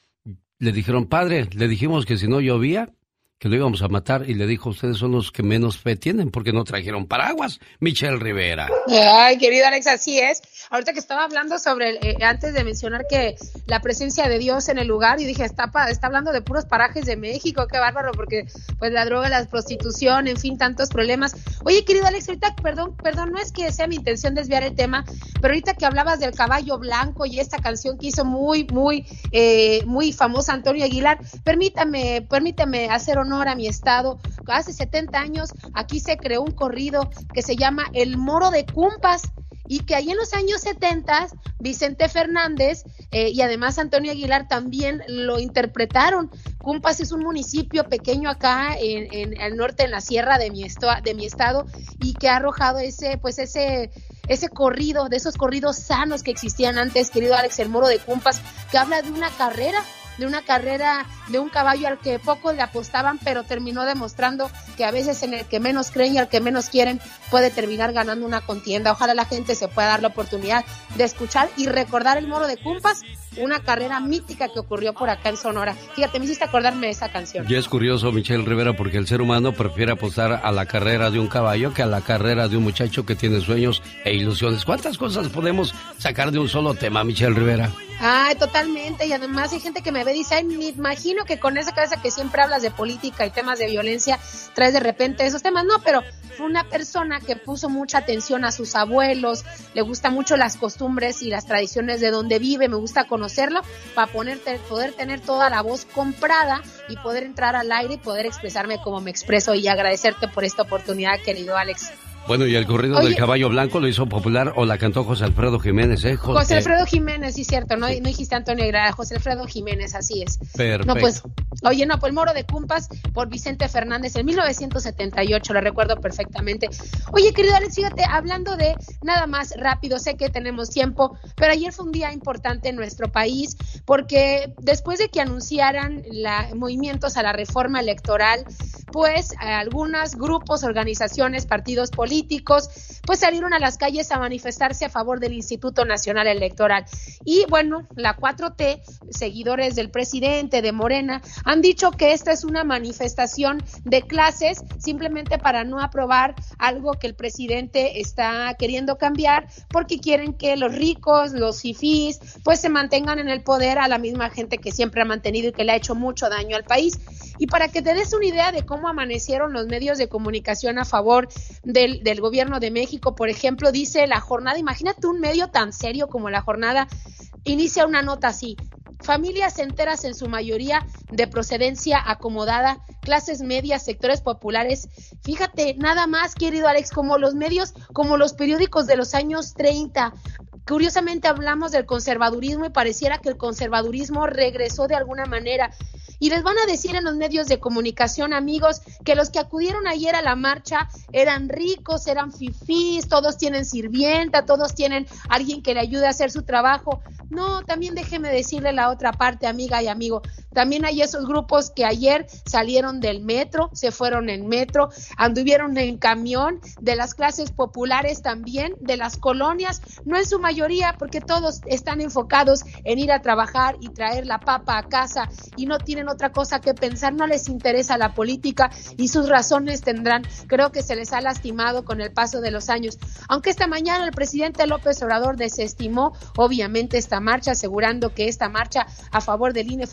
le dijeron, padre, le dijimos que si no llovía, que lo íbamos a matar, y le dijo, ustedes son los que menos fe tienen porque no trajeron paraguas, Michelle Rivera. Ay, querido Alex, así es. Ahorita que estaba hablando sobre, eh, antes de mencionar que la presencia de Dios en el lugar, y dije, está, pa, está hablando de puros parajes de México, qué bárbaro, porque pues la droga, la prostitución, en fin, tantos problemas. Oye, querido Alex, ahorita, perdón, perdón, no es que sea mi intención desviar el tema, pero ahorita que hablabas del caballo blanco y esta canción que hizo muy, muy, eh, muy famosa Antonio Aguilar, permítame, permítame hacer honor a mi estado. Hace setenta años aquí se creó un corrido que se llama El Moro de Cumpas, y que ahí en los años setenta Vicente Fernández eh, y además Antonio Aguilar también lo interpretaron. Cumpas es un municipio pequeño acá en, en el norte, en la sierra de mi, esto, de mi estado, y que ha arrojado ese, pues ese ese corrido, de esos corridos sanos que existían antes, querido Alex, El Moro de Cumpas, que habla de una carrera de una carrera de un caballo al que pocos le apostaban, pero terminó demostrando que a veces en el que menos creen y al que menos quieren puede terminar ganando una contienda. Ojalá la gente se pueda dar la oportunidad de escuchar y recordar El Moro de Cumpas, una carrera mítica que ocurrió por acá en Sonora. Fíjate, me hiciste acordarme de esa canción. Y es curioso, Michelle Rivera, porque el ser humano prefiere apostar a la carrera de un caballo que a la carrera de un muchacho que tiene sueños e ilusiones. ¿Cuántas cosas podemos sacar de un solo tema, Michelle Rivera? Ay, totalmente, y además hay gente que me ve y dice, ay, me imagino que con esa cabeza que siempre hablas de política y temas de violencia, traes de repente esos temas. No, pero fue una persona que puso mucha atención a sus abuelos, le gusta mucho las costumbres y las tradiciones de donde vive, me gusta conocerlo, para ponerte, poder tener toda la voz comprada y poder entrar al aire y poder expresarme como me expreso, y agradecerte por esta oportunidad, querido Alex. Bueno, y el corrido Oye, del caballo blanco lo hizo popular o la cantó José Alfredo Jiménez, ¿eh? José, José Alfredo Jiménez, sí, cierto, no, no dijiste Antonio Aguilar, José Alfredo Jiménez, así es. Perfecto. No, pues, oye, no, pues El Moro de Cumpas por Vicente Fernández en mil novecientos setenta y ocho, lo recuerdo perfectamente. Oye, querido Alex, fíjate, hablando de nada más rápido, sé que tenemos tiempo, pero ayer fue un día importante en nuestro país, porque después de que anunciaran la, movimientos a la reforma electoral, pues algunos grupos, organizaciones, partidos políticos, pues salieron a las calles a manifestarse a favor del Instituto Nacional Electoral. Y bueno, la cuatro T, seguidores del presidente, de Morena, han dicho que esta es una manifestación de clases, simplemente para no aprobar algo que el presidente está queriendo cambiar, porque quieren que los ricos, los fifís, pues se mantengan en el poder a la misma gente que siempre ha mantenido y que le ha hecho mucho daño al país. Y para que te des una idea de cómo amanecieron los medios de comunicación a favor del, del gobierno de México, por ejemplo, dice La Jornada, imagínate un medio tan serio como La Jornada, inicia una nota así: familias enteras, en su mayoría de procedencia acomodada, clases medias, sectores populares. Fíjate, nada más, querido Alex, como los medios, como los periódicos de los años treinta. Curiosamente hablamos del conservadurismo y pareciera que el conservadurismo regresó de alguna manera. Y les van a decir en los medios de comunicación, amigos, que los que acudieron ayer a la marcha eran ricos, eran fifís, todos tienen sirvienta, todos tienen alguien que le ayude a hacer su trabajo. No, también déjeme decirle la otra parte, amiga y amigo. También hay esos grupos que ayer salieron del metro, se fueron en metro, anduvieron en camión, de las clases populares también, de las colonias, no en su mayoría, porque todos están enfocados en ir a trabajar y traer la papa a casa y no tienen otra cosa que pensar, no les interesa la política y sus razones tendrán. Creo que se les ha lastimado con el paso de los años. Aunque esta mañana el presidente López Obrador desestimó obviamente esta marcha, asegurando que esta marcha a favor del I N E fue un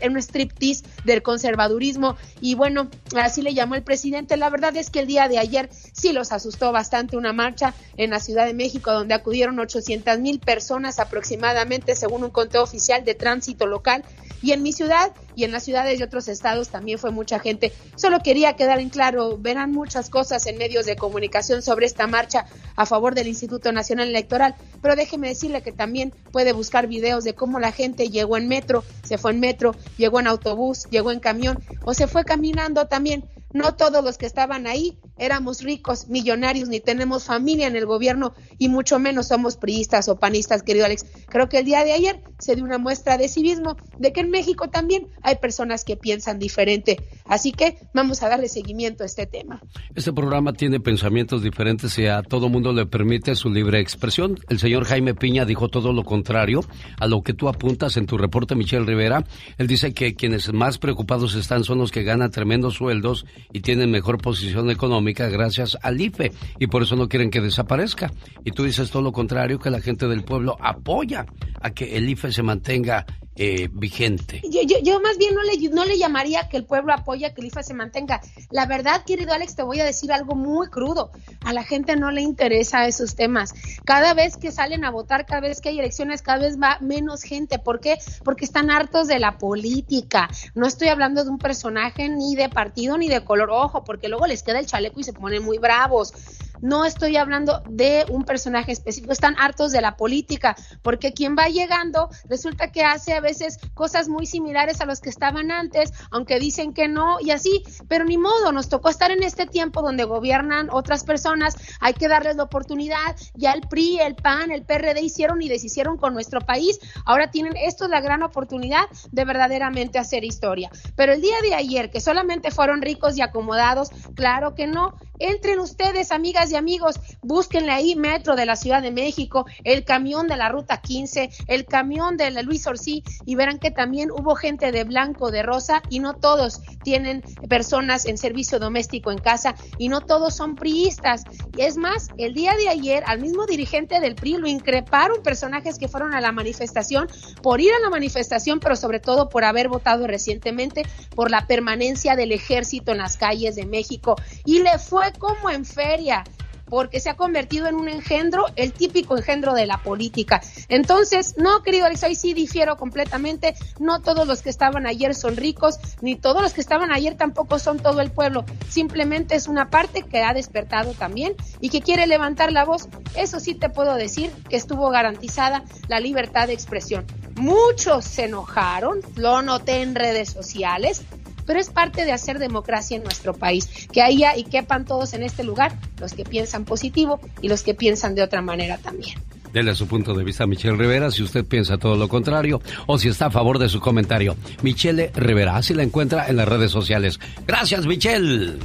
en un striptease del conservadurismo, y bueno, así le llamó el presidente. La verdad es que el día de ayer sí los asustó bastante una marcha en la Ciudad de México, donde acudieron ochocientas mil personas aproximadamente, según un conteo oficial de tránsito local, y en mi ciudad y en las ciudades de otros estados también fue mucha gente. Solo quería quedar en claro, verán muchas cosas en medios de comunicación sobre esta marcha a favor del Instituto Nacional Electoral, pero déjeme decirle que también puede buscar videos de cómo la gente llegó en metro, se fue en metro, llegó en autobús, llegó en camión o se fue caminando también. No todos los que estaban ahí éramos ricos, millonarios, ni tenemos familia en el gobierno y mucho menos somos priistas o panistas, querido Alex. Creo que el día de ayer se dio una muestra de civismo, de que en México también hay personas que piensan diferente. Así que vamos a darle seguimiento a este tema. Este programa tiene pensamientos diferentes y a todo mundo le permite su libre expresión. El señor Jaime Piña dijo todo lo contrario a lo que tú apuntas en tu reporte, Michelle Rivera. Él dice que quienes más preocupados están son los que ganan tremendos sueldos y tienen mejor posición económica gracias al I F E, y por eso no quieren que desaparezca. Y tú dices todo lo contrario, que la gente del pueblo apoya a que el I F E se mantenga eh, vigente. Yo, yo, yo más bien no le, no le llamaría que el pueblo apoya que el I F E se mantenga. La verdad, querido Alex, te voy a decir algo muy crudo. A la gente no le interesa esos temas. Cada vez que salen a votar, cada vez que hay elecciones, cada vez va menos gente. ¿Por qué? Porque están hartos de la política. No estoy hablando de un personaje ni de partido ni de color, ojo, porque luego les queda el chaleco y se ponen muy bravos. No estoy hablando de un personaje específico, están hartos de la política, porque quien va llegando resulta que hace a veces cosas muy similares a los que estaban antes, aunque dicen que no y así, pero ni modo, nos tocó estar en este tiempo donde gobiernan otras personas, hay que darles la oportunidad. Ya el P R I, el P A N, el P R D hicieron y deshicieron con nuestro país, ahora tienen, esto es la gran oportunidad de verdaderamente hacer historia. Pero el día de ayer, que solamente fueron ricos y acomodados, claro que no. Entren ustedes, amigas y amigos, búsquenle ahí Metro de la Ciudad de México, el camión de la Ruta quince, el camión de la Luis Orsi, y verán que también hubo gente de blanco, de rosa, y no todos tienen personas en servicio doméstico en casa, y no todos son priistas. Y es más, el día de ayer al mismo dirigente del P R I lo increparon personajes que fueron a la manifestación por ir a la manifestación, pero sobre todo por haber votado recientemente por la permanencia del ejército en las calles de México, y le fue como en feria, porque se ha convertido en un engendro, el típico engendro de la política. Entonces, no, querido Alex, hoy sí difiero completamente. No todos los que estaban ayer son ricos, ni todos los que estaban ayer tampoco son todo el pueblo. Simplemente es una parte que ha despertado también y que quiere levantar la voz. Eso sí te puedo decir, que estuvo garantizada la libertad de expresión. Muchos se enojaron, lo noté en redes sociales, pero es parte de hacer democracia en nuestro país, que haya y quepan todos en este lugar, los que piensan positivo y los que piensan de otra manera también. Dele su punto de vista a Michelle Rivera si usted piensa todo lo contrario o si está a favor de su comentario. Michelle Rivera, así la encuentra en las redes sociales. Gracias, Michelle.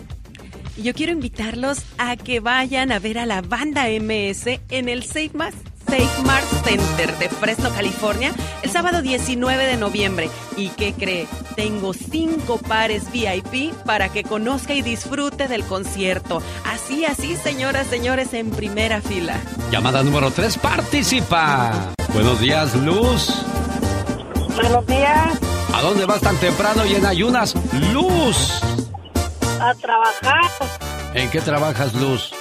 Yo quiero invitarlos a que vayan a ver a la banda M S en el Save Mart Center de Fresno, California, el sábado diecinueve de noviembre. ¿Y qué cree? Tengo cinco pares V I P para que conozca y disfrute del concierto. Así, así, señoras, señores, en primera fila. Llamada número tres, participa. Buenos días, Luz. Buenos días. ¿A dónde vas tan temprano y en ayunas, Luz? A trabajar. ¿En qué trabajas, Luz?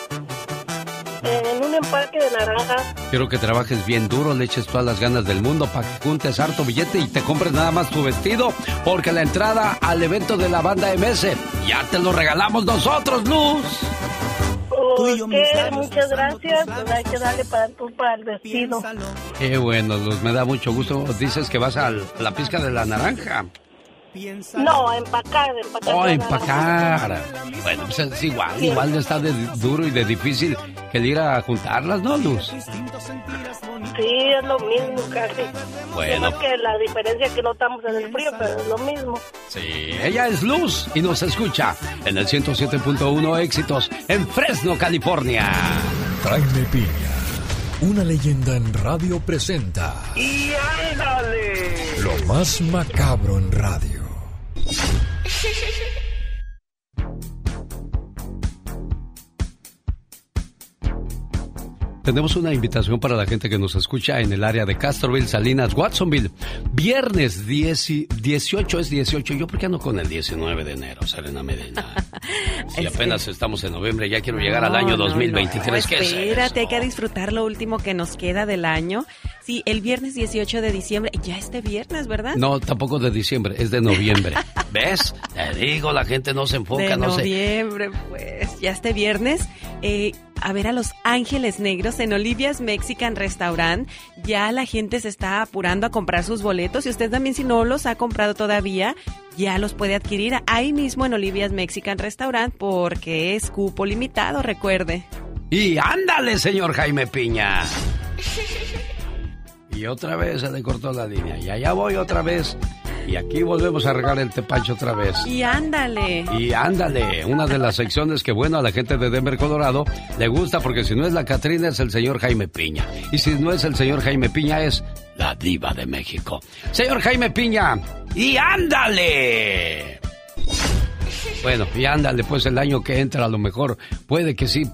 En un empaque de naranjas. Quiero que trabajes bien duro, le eches todas las ganas del mundo para que juntes harto billete y te compres nada más tu vestido, porque la entrada al evento de la banda M S ya te lo regalamos nosotros, Luz. Okay, muchas gracias. Pues hay que darle para, para el vestido. Qué bueno, Luz, me da mucho gusto. Dices que vas a la pizca de la naranja. No, a empacar, empacar. Oh, empacar. Bueno, pues es igual, sí. Igual está de duro y de difícil que el ir a juntarlas, ¿no, Luz? Sí, es lo mismo casi. Bueno. Es que la diferencia es que no estamos en el frío, pero es lo mismo. Sí, ella es Luz y nos escucha en el ciento siete punto uno Éxitos en Fresno, California. Jaime Piña, una leyenda en radio presenta. ¡Y ándale! Lo más macabro en radio. tenemos una invitación para la gente que nos escucha en el área de Castroville, Salinas, Watsonville. Viernes diez, dieciocho es dieciocho. ¿Yo por qué ando con el diecinueve de enero, Serena Medina? Si apenas que... estamos en noviembre, ya quiero llegar no, al año dos mil veintitrés. No, no. ¿Qué es espérate, eso? Hay que disfrutar lo último que nos queda del año. Sí, el viernes dieciocho de diciembre, ya este viernes, ¿verdad? No, tampoco de diciembre, es de noviembre. ¿Ves? Te digo, la gente no se enfoca, de no sé. De noviembre, pues, ya este viernes, eh, a ver a Los Ángeles Negros en Olivia's Mexican Restaurant. Ya la gente se está apurando a comprar sus boletos y usted también, si no los ha comprado todavía, ya los puede adquirir ahí mismo en Olivia's Mexican Restaurant porque es cupo limitado, recuerde. Y ándale, señor Jaime Piña. Y otra vez se le cortó la línea. Y allá voy otra vez. Y aquí volvemos a regar el tepache otra vez. Y ándale. Y ándale. Una de las secciones que, bueno, a la gente de Denver, Colorado, le gusta porque si no es la Catrina, es el señor Jaime Piña. Y si no es el señor Jaime Piña, es la diva de México. Señor Jaime Piña. Y ándale. Bueno, y ándale, pues el año que entra a lo mejor puede que sí.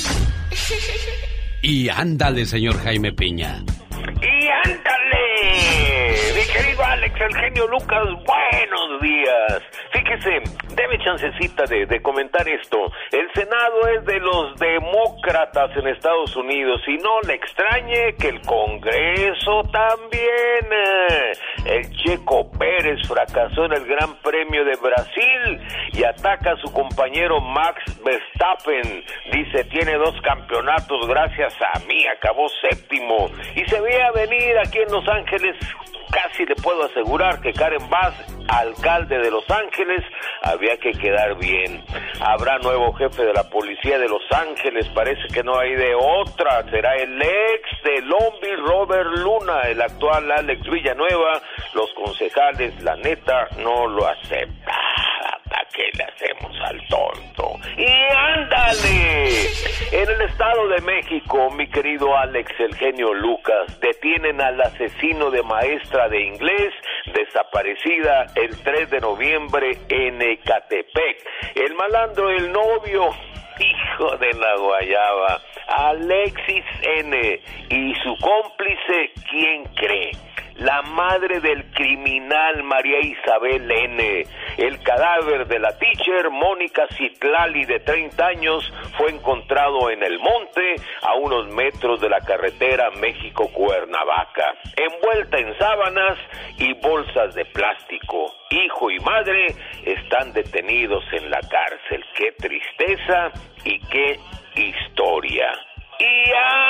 Y ándale, señor Jaime Piña. ¡Y ándale! Mi querido Alex, el genio Lucas, buenos días. Fíjese, deme chancecita de, de comentar esto. El Senado es de los demócratas en Estados Unidos y no le extrañe que el Congreso también. El Checo Pérez fracasó en el Gran Premio de Brasil y ataca a su compañero Max Verstappen. Dice, tiene dos campeonatos gracias a mí, acabó séptimo. Y se veía venir aquí en Los Ángeles, casi le puedo asegurar que Karen Bass, alcalde de Los Ángeles, había que quedar bien. Habrá nuevo jefe de la policía de Los Ángeles, parece que no hay de otra. Será el ex de Lombi, Robert Luna, el actual Alex Villanueva. Los concejales, la neta, no lo aceptan. ¿Para qué le hacemos al tonto? ¡Y ándale! En el Estado de México, mi querido Alex, el genio Lucas, detienen al asesino de maestra de inglés desaparecida el tres de noviembre en Ecatepec. El malandro, el novio, hijo de la guayaba, Alexis N. y su cómplice, ¿quién cree? La madre del criminal, María Isabel N. El cadáver de la teacher, Mónica Citlali, de treinta años, fue encontrado en el monte, a unos metros de la carretera México-Cuernavaca, envuelta en sábanas y bolsas de plástico. Hijo y madre están detenidos en la cárcel. ¡Qué tristeza y qué historia! ¡Y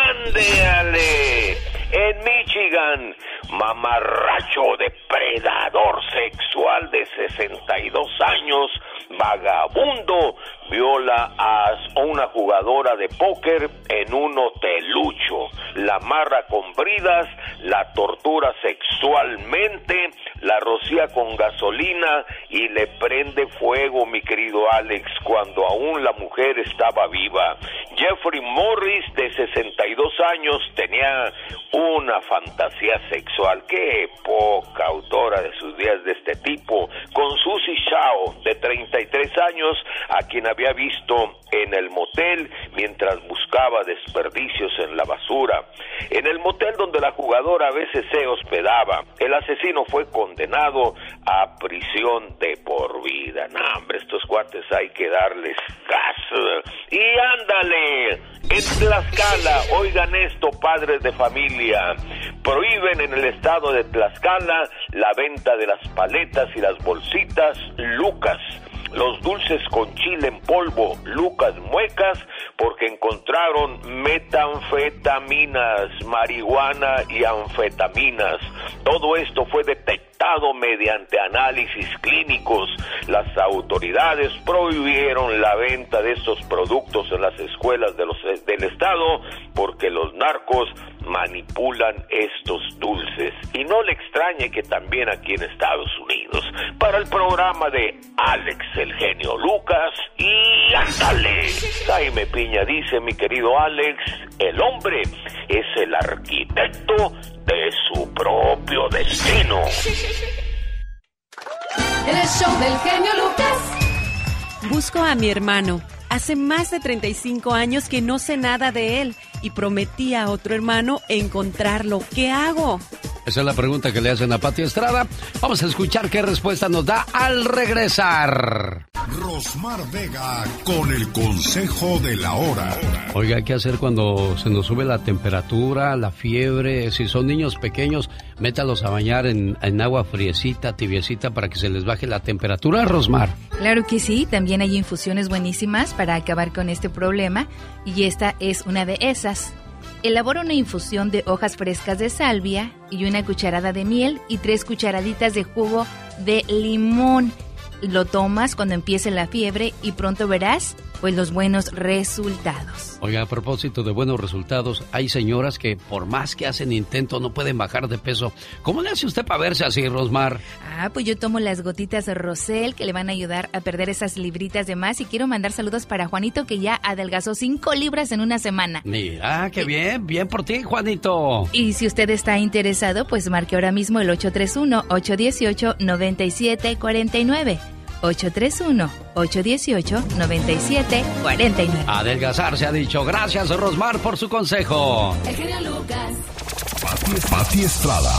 ándale! En Michigan, mamarracho depredador sexual de sesenta y dos años, vagabundo, viola a una jugadora de póker en un hotelucho. La amarra con bridas, la tortura sexualmente, la rocía con gasolina y le prende fuego, mi querido Alex, cuando aún la mujer estaba viva. Jeffrey Morris, de sesenta y dos años, tenía una fantasía sexual. Qué poca autora de sus días de este tipo, con Susie Shao, de treinta y tres años, a quien había visto en el motel mientras buscaba desperdicios en la basura. En el motel donde la jugadora a veces se hospedaba, el asesino fue condenado a prisión de por vida. No, hombre, estos cuates hay que darles gas. Y ándale, en Tlaxcala, oigan esto, padres de familia, prohíben en el estado de Tlaxcala la venta de las paletas y las bolsitas Lucas, los dulces con chile en polvo Lucas Muecas, porque encontraron metanfetaminas, marihuana y anfetaminas. Todo esto fue detectado mediante análisis clínicos. Las autoridades prohibieron la venta de estos productos en las escuelas de los, del estado porque los narcos manipulan estos dulces. Y no le extrañe que también aquí en Estados Unidos. Para el programa de Alex, el genio Lucas, y ándale, Jaime Piña dice, mi querido Alex, el hombre es el arquitecto de su propio destino. El show del genio Lucas. Busco a mi hermano. Hace más de treinta y cinco años que no sé nada de él. y prometí a otro hermano encontrarlo. ¿Qué hago? Esa es la pregunta que le hacen a Pati Estrada. Vamos a escuchar qué respuesta nos da al regresar. Rosmar Vega con el consejo de la hora. Oiga, ¿qué hacer cuando se nos sube la temperatura, la fiebre? Si son niños pequeños, métalos a bañar en, en agua friecita, tibiecita, para que se les baje la temperatura, Rosmar. Claro que sí, también hay infusiones buenísimas para acabar con este problema y esta es una de esas. Elabora una infusión de hojas frescas de salvia y una cucharada de miel y tres cucharaditas de jugo de limón. Lo tomas cuando empiece la fiebre y pronto verás pues los buenos resultados. Oiga, a propósito de buenos resultados, hay señoras que por más que hacen intento no pueden bajar de peso. ¿Cómo le hace usted para verse así, Rosmar? Ah, pues yo tomo las gotitas de Rosel que le van a ayudar a perder esas libritas de más y quiero mandar saludos para Juanito que ya adelgazó cinco libras en una semana. Mira, qué bien, bien por ti, Juanito. Y si usted está interesado, pues marque ahora mismo el ocho tres uno, ocho uno ocho, nueve siete cuatro nueve. ocho tres uno, ocho uno ocho, nueve siete cuatro nueve. Adelgazar se ha dicho. Gracias, Rosmar, por su consejo. El genio Lucas. Pati, Pati Estrada.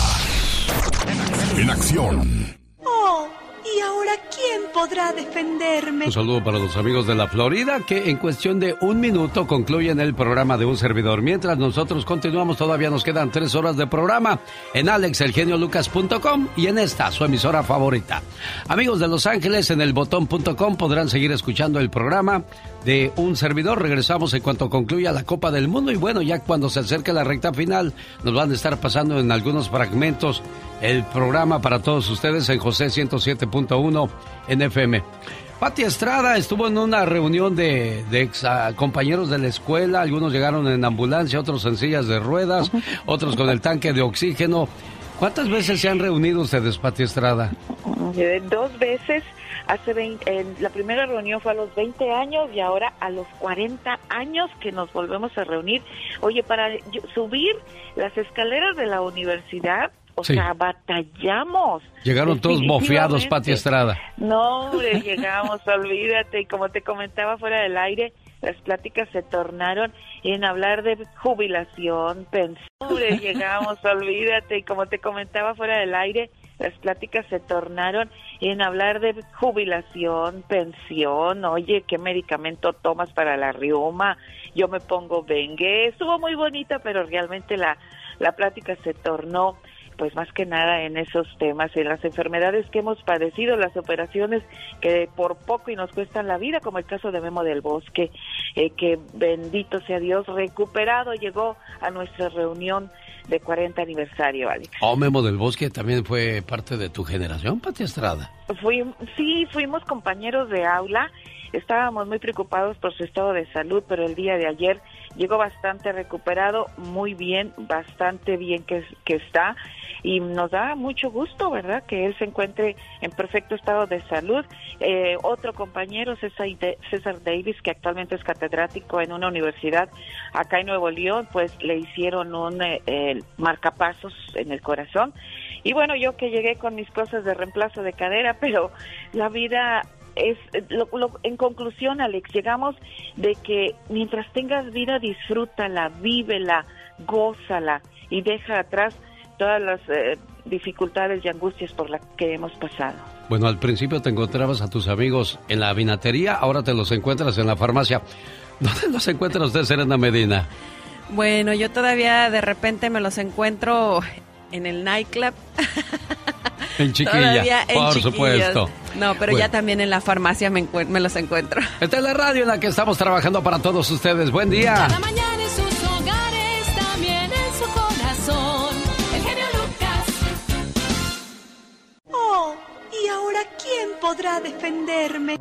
En acción. Oh, ¿y ahora quién podrá defenderme? Un saludo para los amigos de la Florida que en cuestión de un minuto concluyen el programa de un servidor. Mientras nosotros continuamos, todavía nos quedan tres horas de programa en alex el genio lucas punto com y en esta, su emisora favorita. Amigos de Los Ángeles, en el botón punto com podrán seguir escuchando el programa de un servidor. Regresamos en cuanto concluya la Copa del Mundo y bueno, ya cuando se acerque la recta final, nos van a estar pasando en algunos fragmentos el programa para todos ustedes en José ciento siete punto uno en F M. Pati Estrada estuvo en una reunión de, de ex uh, compañeros de la escuela. Algunos llegaron en ambulancia, otros en sillas de ruedas, otros con el tanque de oxígeno. ¿Cuántas veces se han reunido ustedes, Pati Estrada? Eh, dos veces. Hace veinte, eh, la primera reunión fue a los veinte años y ahora a los cuarenta años que nos volvemos a reunir. Oye, para yo, subir las escaleras de la universidad, o sí. sea, batallamos. Llegaron todos bofeados, Pati Estrada. No, hombre, llegamos, olvídate, y como te comentaba fuera del aire, las pláticas se tornaron en hablar de jubilación, pensión. Hombre, llegamos, olvídate, y como te comentaba fuera del aire, las pláticas se tornaron en hablar de jubilación, pensión, oye, ¿qué medicamento tomas para la riuma? Yo me pongo Bengue. Estuvo muy bonita, pero realmente la, la plática se tornó, pues más que nada en esos temas, en las enfermedades que hemos padecido, las operaciones que por poco y nos cuestan la vida, como el caso de Memo del Bosque, eh, que bendito sea Dios, recuperado, llegó a nuestra reunión de cuarenta aniversario, Alex. Oh, Memo del Bosque también fue parte de tu generación, Pati Estrada. Fui, sí, fuimos compañeros de aula, estábamos muy preocupados por su estado de salud, pero el día de ayer llegó bastante recuperado, muy bien, bastante bien que, que está, y nos da mucho gusto, ¿verdad?, que él se encuentre en perfecto estado de salud. Eh, otro compañero, César, César Davis, que actualmente es catedrático en una universidad acá en Nuevo León, pues le hicieron un eh, eh, marcapasos en el corazón. Y bueno, yo que llegué con mis cosas de reemplazo de cadera, pero la vida es, lo, lo, en conclusión, Alex, llegamos de que mientras tengas vida, disfrútala, vívela, gózala y deja atrás todas las eh, dificultades y angustias por las que hemos pasado. Bueno, al principio te encontrabas a tus amigos en la vinatería, ahora te los encuentras en la farmacia. ¿Dónde los encuentra usted, Serena Medina? Bueno, yo todavía de repente me los encuentro en el nightclub. En Chiquilla, en por Chiquillas. Supuesto. No, pero bueno, ya también en la farmacia me, encu- me los encuentro. Esta es la radio en la que estamos trabajando para todos ustedes. Buen día. Cada mañana en sus hogares, también en su corazón. El genio Lucas. Oh, ¿y ahora quién podrá defenderme?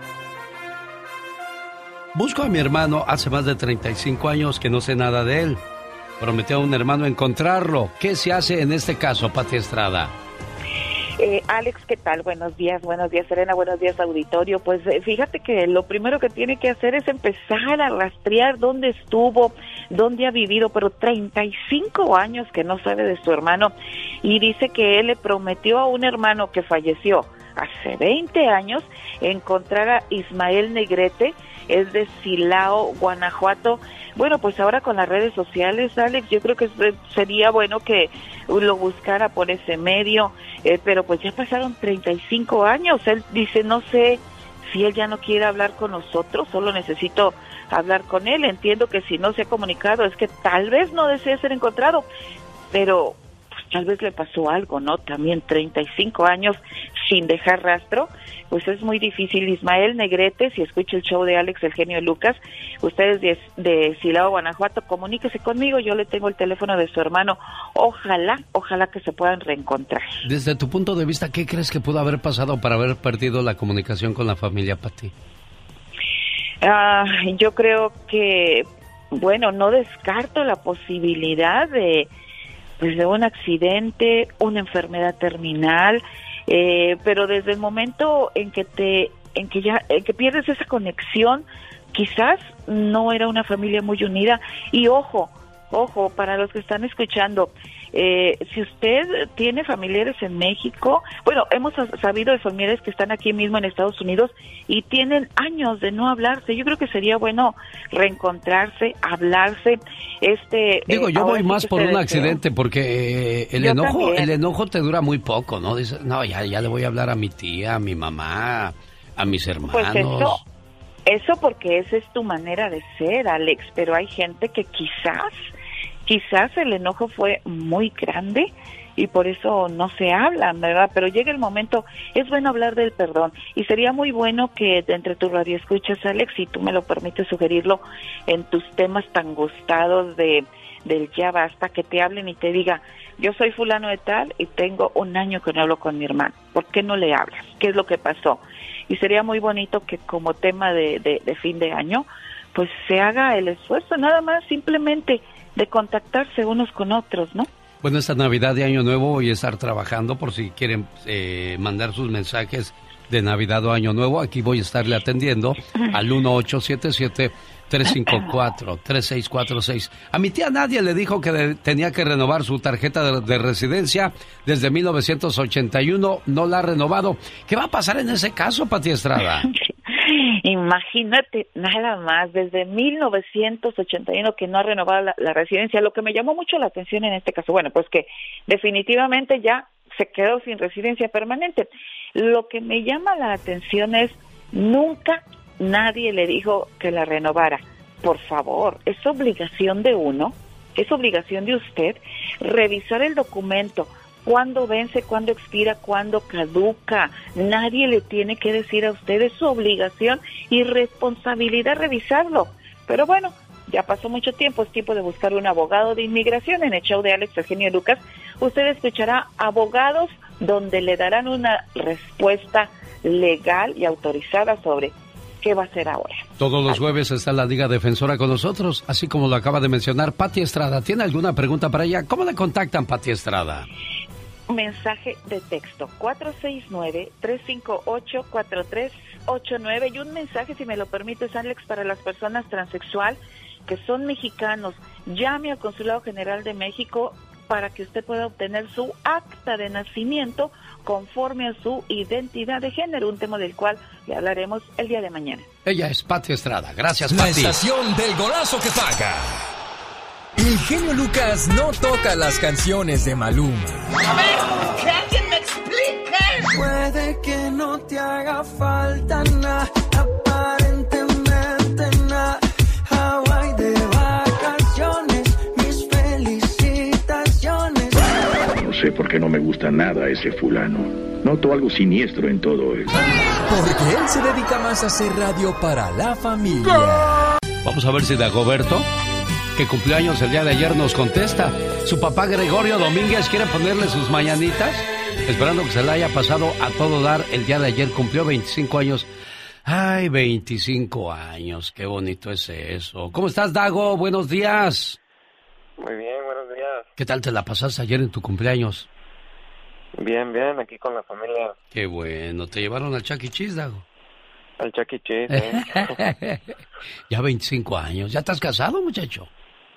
Busco a mi hermano hace más de treinta y cinco años que no sé nada de él. Prometió a un hermano encontrarlo. ¿Qué se hace en este caso, Pati Estrada? Eh, Alex, ¿qué tal? Buenos días, buenos días, Serena, buenos días, auditorio. Pues eh, fíjate que lo primero que tiene que hacer es empezar a rastrear dónde estuvo, dónde ha vivido, pero treinta y cinco años que no sabe de su hermano y dice que él le prometió a un hermano que falleció hace veinte años, encontrar a Ismael Negrete, es de Silao, Guanajuato. Bueno, pues ahora con las redes sociales, Alex, yo creo que sería bueno que lo buscara por ese medio, eh, pero pues ya pasaron treinta y cinco años. Él dice, no sé si él ya no quiere hablar con nosotros, solo necesito hablar con él. Entiendo que si no se ha comunicado es que tal vez no desee ser encontrado, pero pues tal vez le pasó algo, ¿no? También treinta y cinco años sin dejar rastro, pues es muy difícil. Ismael Negrete, si escucha el show de Alex, el genio Lucas, ustedes de, de Silao, Guanajuato, comuníquese conmigo, yo le tengo el teléfono de su hermano, ojalá, ojalá que se puedan reencontrar. Desde tu punto de vista, ¿qué crees que pudo haber pasado para haber perdido la comunicación con la familia, Pati? Ah, yo creo que, bueno, no descarto la posibilidad de, pues, de un accidente, una enfermedad terminal, eh, pero desde el momento en que te, en que ya, en que pierdes esa conexión, quizás no era una familia muy unida. Y ojo, ojo, para los que están escuchando, eh, si usted tiene familiares en México, bueno, hemos sabido de familiares que están aquí mismo en Estados Unidos y tienen años de no hablarse. Yo creo que sería bueno reencontrarse, hablarse. Este, Digo, eh, yo voy sí más que por se un desea. accidente porque eh, el Yo enojo, también. el enojo te dura muy poco, ¿no? Dices, no, ya, ya le voy a hablar a mi tía, a mi mamá, a mis hermanos. Pues eso, eso porque esa es tu manera de ser, Alex, pero hay gente que quizás, quizás el enojo fue muy grande y por eso no se hablan, ¿verdad? Pero llega el momento, es bueno hablar del perdón y sería muy bueno que de entre tus radioescuchas, Alex, si tú me lo permites sugerirlo en tus temas tan gustados de del ya basta, que te hablen y te diga, yo soy fulano de tal y tengo un año que no hablo con mi hermano, ¿por qué no le hablas? ¿Qué es lo que pasó? Y sería muy bonito que como tema de, de, de fin de año, pues se haga el esfuerzo nada más simplemente de contactarse unos con otros, ¿no? Bueno, esta Navidad y Año Nuevo voy a estar trabajando por si quieren eh, mandar sus mensajes de Navidad o Año Nuevo. Aquí voy a estarle atendiendo al uno ocho siete siete, tres cinco cuatro, tres seis cuatro seis. A mi tía Nadia le dijo que de, tenía que renovar su tarjeta de, de residencia desde mil novecientos ochenta y uno, no la ha renovado. ¿Qué va a pasar en ese caso, Pati Estrada? Imagínate, nada más, desde mil novecientos ochenta y uno que no ha renovado la, la residencia. Lo que me llamó mucho la atención en este caso, bueno, pues que definitivamente ya se quedó sin residencia permanente. Lo que me llama la atención es, nunca nadie le dijo que la renovara. Por favor, es obligación de uno, es obligación de usted revisar el documento. ¿Cuándo vence, cuándo expira, cuándo caduca? Nadie le tiene que decir a usted, es su obligación y responsabilidad revisarlo. Pero bueno, ya pasó mucho tiempo, es tiempo de buscar un abogado de inmigración. En el show de Alex, el genio Lucas, usted escuchará abogados donde le darán una respuesta legal y autorizada sobre qué va a hacer ahora. Todos los jueves está la Liga Defensora con nosotros, así como lo acaba de mencionar Pati Estrada. ¿Tiene alguna pregunta para ella? ¿Cómo le contactan, Pati Estrada? Mensaje de texto cuatro seis nueve, tres cinco ocho, cuatro tres ocho nueve y un mensaje, si me lo permites, Alex, para las personas transexual que son mexicanos. Llame al Consulado General de México para que usted pueda obtener su acta de nacimiento conforme a su identidad de género, un tema del cual le hablaremos el día de mañana. Ella es Pati Estrada. Gracias, La Pati. estación del golazo que paga. El genio Lucas no toca las canciones de Maluma. A ver, que alguien me explique. Puede que no te haga falta nada, aparentemente nada. Hawaii de vacaciones, mis felicitaciones. No sé por qué no me gusta nada ese fulano. Noto algo siniestro en todo eso. Porque él se dedica más a hacer radio para la familia. Vamos a ver si Dagoberto, que cumplió años el día de ayer, nos contesta. Su papá Gregorio Domínguez quiere ponerle sus mañanitas, esperando que se la haya pasado a todo dar. El día de ayer cumplió veinticinco años. Ay, veinticinco años, qué bonito es eso. ¿Cómo estás, Dago? Buenos días. Muy bien, buenos días. ¿Qué tal te la pasaste ayer en tu cumpleaños? Bien, bien, aquí con la familia. Qué bueno. ¿Te llevaron al Chuck E. Cheese, Dago? Al Chuck E. Cheese, ¿eh? Ya veinticinco años. ¿Ya estás casado, muchacho?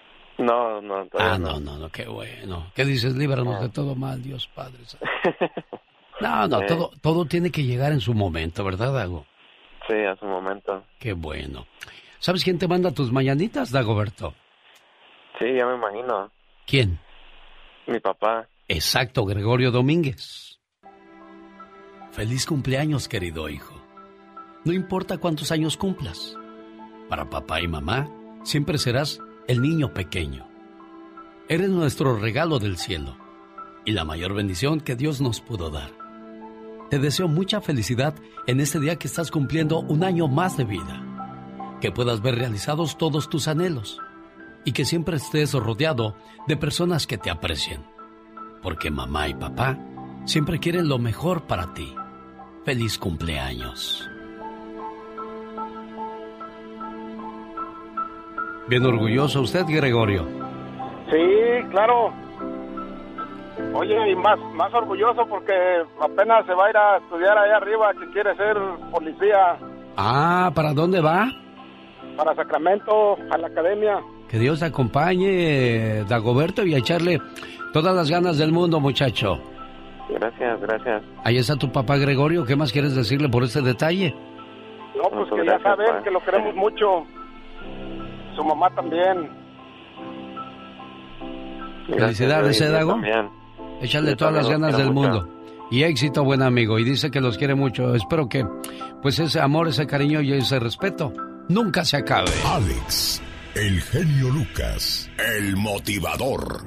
No, no, todavía Ah, no, no, no, qué bueno. ¿Qué dices? Líbranos no. de todo mal, Dios Padre. No, no, Eh. todo, todo tiene que llegar en su momento, ¿verdad, Dago? Sí, a su momento. Qué bueno. ¿Sabes quién te manda tus mañanitas, Dagoberto? Sí, ya me imagino. ¿Quién? Mi papá. Exacto, Gregorio Domínguez. Feliz cumpleaños, querido hijo. No importa cuántos años cumplas. Para papá y mamá, siempre serás el niño pequeño. Eres nuestro regalo del cielo y la mayor bendición que Dios nos pudo dar. Te deseo mucha felicidad en este día que estás cumpliendo un año más de vida. Que puedas ver realizados todos tus anhelos y que siempre estés rodeado de personas que te aprecien. Porque mamá y papá siempre quieren lo mejor para ti. Feliz cumpleaños. Bien orgulloso usted, Gregorio. Sí, claro. Oye, y más, más orgulloso porque apenas se va a ir a estudiar allá arriba, que quiere ser policía Ah, ¿para dónde va? para Sacramento, a la academia. Que Dios te acompañe, Dagoberto, y a echarle todas las ganas del mundo, muchacho. Gracias, gracias. Ahí está tu papá, Gregorio. ¿Qué más quieres decirle por este detalle? No, pues Muchas que ya gracias, saben pa. que lo queremos mucho. Su mamá también. Felicidades, ¿eh, Dago? También. Échale Yo todas las también los ganas del quiero mundo. Y éxito, buen amigo. Y dice que los quiere mucho. Espero que, pues, ese amor, ese cariño y ese respeto nunca se acabe. Alex, el genio Lucas, el motivador.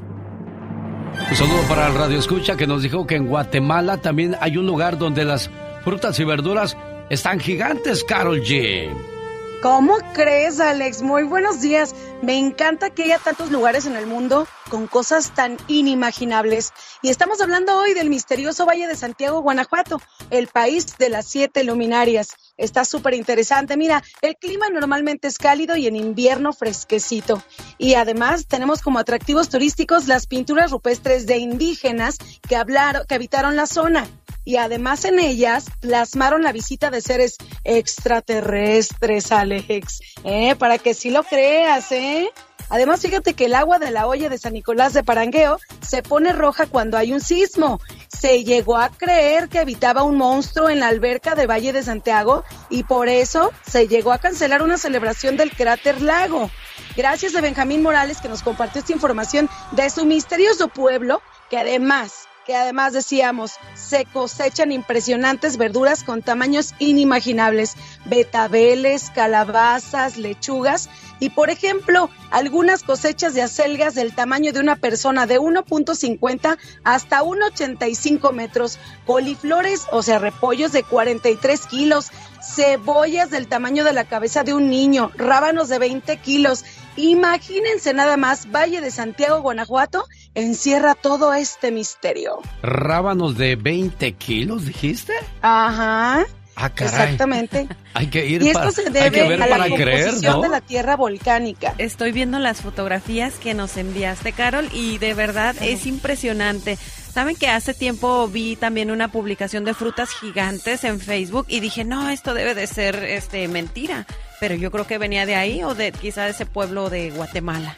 Un saludo para el Radio Escucha que nos dijo que en Guatemala también hay un lugar donde las frutas y verduras están gigantes, Karol G. ¿Cómo crees, Alex? Muy buenos días. Me encanta que haya tantos lugares en el mundo con cosas tan inimaginables. Y estamos hablando hoy del misterioso Valle de Santiago, Guanajuato, el país de las siete luminarias. Está súper interesante. Mira, el clima normalmente es cálido y en invierno fresquecito. Y además tenemos como atractivos turísticos las pinturas rupestres de indígenas que hablaron, que habitaron la zona. Y además en ellas plasmaron la visita de seres extraterrestres, Alex, ¿eh? Para que sí lo creas, ¿eh? Además, fíjate que el agua de la olla de San Nicolás de Parangueo se pone roja cuando hay un sismo. Se llegó a creer que habitaba un monstruo en la alberca de Valle de Santiago y por eso se llegó a cancelar una celebración del cráter lago. Gracias a Benjamín Morales que nos compartió esta información de su misterioso pueblo, que además... que además decíamos, se cosechan impresionantes verduras con tamaños inimaginables, betabeles, calabazas, lechugas y, por ejemplo, algunas cosechas de acelgas del tamaño de una persona de uno punto cincuenta hasta uno punto ochenta y cinco metros, coliflores, o sea, repollos de cuarenta y tres kilos, cebollas del tamaño de la cabeza de un niño, rábanos de veinte kilos. Imagínense nada más, Valle de Santiago, Guanajuato, encierra todo este misterio. ¿Rábanos de veinte kilos, dijiste? Ajá. Ah, caray. Exactamente. Hay que ir Y esto para, se hay que debe ver a la para creer, composición ¿no? de la tierra volcánica. Estoy viendo las fotografías que nos enviaste, Carol, y de verdad es impresionante. Saben que hace tiempo vi también una publicación de frutas gigantes en Facebook y dije, no, esto debe de ser este mentira. Pero yo creo que venía de ahí o de quizá de ese pueblo de Guatemala.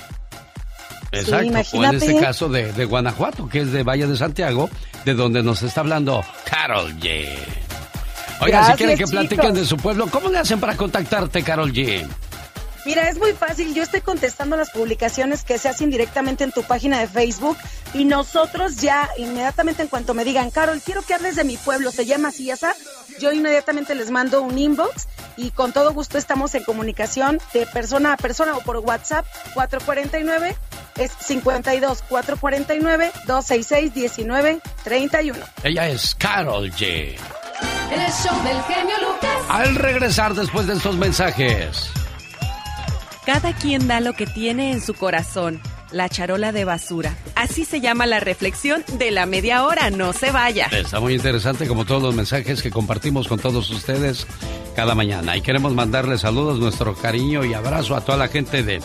Exacto, Sí, o en este imagínate. caso de, de Guanajuato, que es de Valle de Santiago, de donde nos está hablando Karol G. Oiga, si Gracias, quieren que platiquen chicos. de su pueblo, ¿cómo le hacen para contactarte, Karol G? Mira, es muy fácil. Yo estoy contestando las publicaciones que se hacen directamente en tu página de Facebook y nosotros ya inmediatamente en cuanto me digan, Carol, quiero que hables de mi pueblo, se llama así, ya sabes, yo inmediatamente les mando un inbox y con todo gusto estamos en comunicación de persona a persona o por WhatsApp cuatro cuatro nueve es cincuenta y dos, cuatro cuatro nueve, dos seis seis, diecinueve treinta y uno. Ella es Karol G. El show del genio Lucas. Al regresar después de estos mensajes. Cada quien da lo que tiene en su corazón. La charola de basura. Así se llama la reflexión de la media hora. No se vaya. Está muy interesante como todos los mensajes que compartimos con todos ustedes cada mañana. Y queremos mandarles saludos, nuestro cariño y abrazo a toda la gente de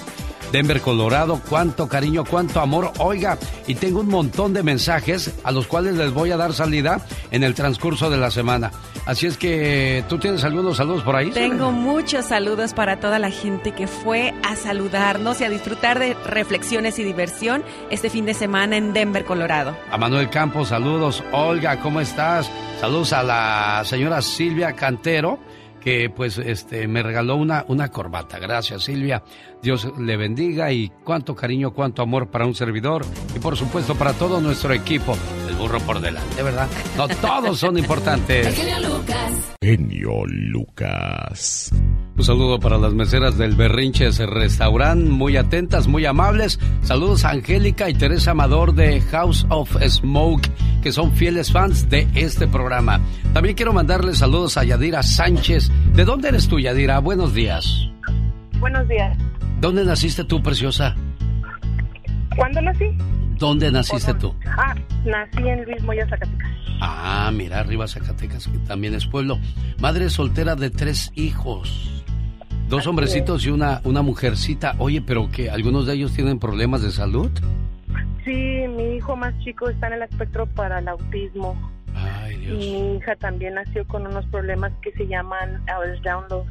Denver, Colorado. Cuánto cariño, cuánto amor. Oiga, y tengo un montón de mensajes a los cuales les voy a dar salida en el transcurso de la semana. Así es que, ¿tú tienes algunos saludos por ahí? Tengo muchos saludos para toda la gente que fue a saludarnos y a disfrutar de reflexiones y diversión este fin de semana en Denver, Colorado. A Manuel Campos, saludos. Olga, ¿cómo estás? Saludos a la señora Silvia Cantero, que pues este me regaló una, una corbata. Gracias, Silvia. Dios le bendiga y cuánto cariño, cuánto amor para un servidor y por supuesto para todo nuestro equipo. El burro por delante, ¿verdad? No todos son importantes. El genio Lucas. Genio Lucas. Un saludo para las meseras del Berrinches Restaurant, muy atentas, muy amables. Saludos a Angélica y Teresa Amador de House of Smoke, que son fieles fans de este programa. También quiero mandarles saludos a Yadira Sánchez. ¿De dónde eres tú, Yadira? Buenos días. Buenos días. ¿Dónde naciste tú, preciosa? ¿Cuándo nací? ¿Dónde naciste tú? Ah, nací en Luis Moya, Zacatecas. Ah, mira, arriba Zacatecas, que también es pueblo. Madre soltera de tres hijos. Dos Así hombrecitos es. y una, una mujercita. Oye, ¿pero qué? ¿Algunos de ellos tienen problemas de salud? Sí, mi hijo más chico está en el espectro para el autismo. Ay, Dios. Y mi hija también nació con unos problemas que se llaman Ehlers-Danlos.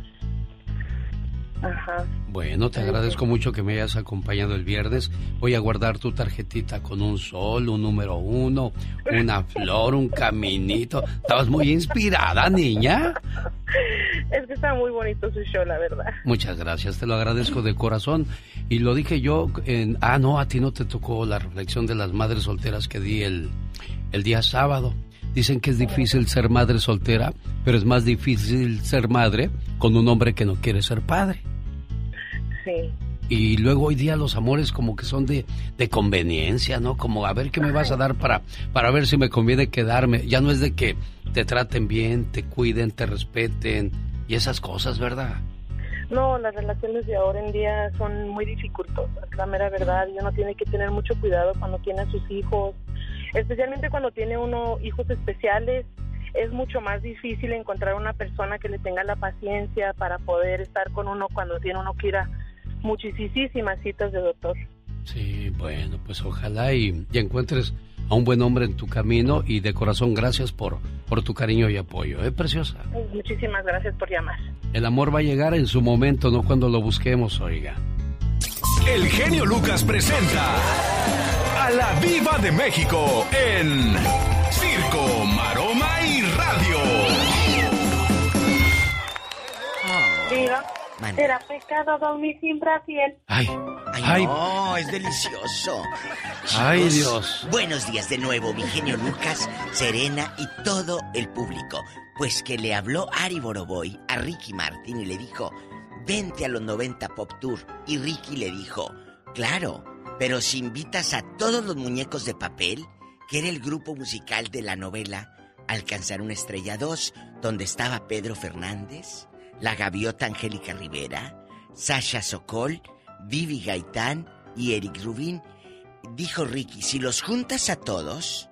Ajá. Bueno, te agradezco mucho que me hayas acompañado el viernes. Voy a guardar tu tarjetita con un sol, un número uno, una flor, un caminito. Estabas muy inspirada, niña. Es que está muy bonito su show, la verdad. Muchas gracias, te lo agradezco de corazón. Y lo dije yo en... Ah, no, a ti no te tocó la reflexión de las madres solteras que di el, el día sábado. Dicen que es difícil ser madre soltera, pero es más difícil ser madre con un hombre que no quiere ser padre. Sí. Y luego hoy día los amores como que son de, de conveniencia, ¿no? Como a ver qué me vas a dar para, para ver si me conviene quedarme. Ya no es de que te traten bien, te cuiden, te respeten y esas cosas, ¿verdad? No, las relaciones de ahora en día son muy dificultosas, la mera verdad. Y uno tiene que tener mucho cuidado cuando tiene a sus hijos, especialmente cuando tiene uno hijos especiales. Es mucho más difícil encontrar una persona que le tenga la paciencia para poder estar con uno cuando tiene uno que ir a muchísimas citas de doctor. Sí, bueno, pues ojalá y, y encuentres a un buen hombre en tu camino y de corazón gracias por, por tu cariño y apoyo, ¿eh, preciosa? Muchísimas gracias por llamar. El amor va a llegar en su momento, no cuando lo busquemos, oiga. El genio Lucas presenta a la Diva de México en Circo, Maroma y Radio. Diva, ¿será pecado dormir sin brasier? Ay, ay, ay, no, es delicioso. Ay, Chicos, Dios. Buenos días de nuevo, mi genio Lucas, Serena y todo el público. Pues que le habló Ari Boroboy a Ricky Martin y le dijo, vente a los noventa Pop Tour. Y Ricky le dijo, claro, pero si invitas a todos los muñecos de papel, que era el grupo musical de la novela Alcanzar una estrella dos, donde estaba Pedro Fernández, la gaviota Angélica Rivera, Sasha Sokol, Vivi Gaitán y Eric Rubin. Dijo Ricky, si los juntas a todos,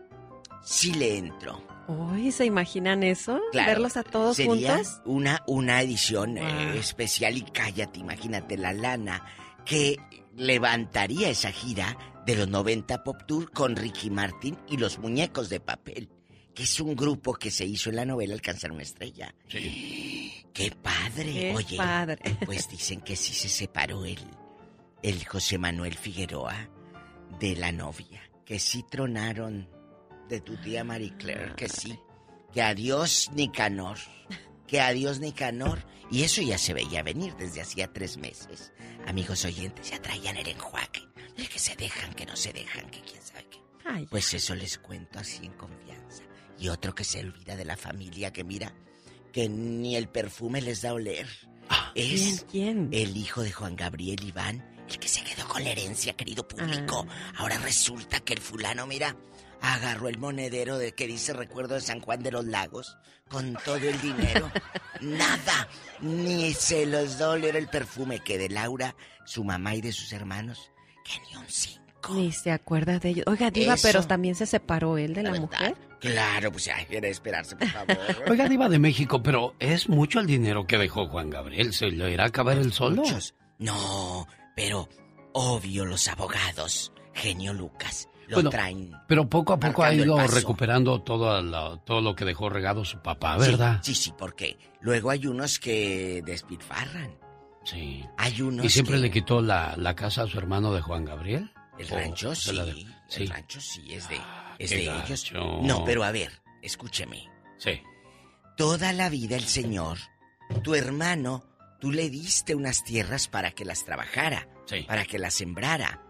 sí le entro. Uy, ¿se imaginan eso? Claro, ¿verlos a todos sería juntos? Una, una edición wow. eh, especial y cállate, imagínate la lana que levantaría esa gira de los noventa Pop Tour con Ricky Martin y los muñecos de papel, que es un grupo que se hizo en la novela Alcanzar una estrella. Sí. ¡Qué padre! Qué Oye, padre. pues dicen que sí se separó el, el José Manuel Figueroa de la novia, que sí tronaron de tu tía Marie Claire, que sí, que adiós Nicanor, que adiós Nicanor, y eso ya se veía venir desde hacía tres meses. Amigos oyentes, ya traían el enjuague, el que se dejan, que no se dejan, que quién sabe qué. Ay. Pues eso les cuento así en confianza. Y otro que se olvida de la familia, que mira, que ni el perfume les da a oler. Ah, es ¿quién, quién? El hijo de Juan Gabriel Iván, el que se quedó con la herencia, querido público. Ah. Ahora resulta que el fulano, mira, agarró el monedero de que dice recuerdo de San Juan de los Lagos con todo el dinero. Nada, ni se los da a oler el perfume que de Laura, su mamá y de sus hermanos, que ni un cinco. Ni se acuerda de ellos. Oiga, Diva, Eso. pero también se separó él de la, la mujer. Claro, pues ya era esperarse, por favor. Oiga, Diva de México, pero es mucho el dinero que dejó Juan Gabriel. ¿Se lo irá a acabar él solo? Muchos. No, Pero, obvio, los abogados, genio Lucas, lo bueno, traen. Pero poco a poco ha marcando ido el paso. recuperando todo lo, todo lo que dejó regado su papá, ¿verdad? Sí, sí, sí, porque luego hay unos que despilfarran. Sí. Hay unos ¿Y siempre que... le quitó la, la casa a su hermano de Juan Gabriel? El ¿O rancho se sí, la de- sí. el rancho sí, es de, es qué de gacho. ellos. No, pero a ver, escúcheme. Sí. Toda la vida el señor, tu hermano, tú le diste unas tierras para que las trabajara, sí. para que las sembrara.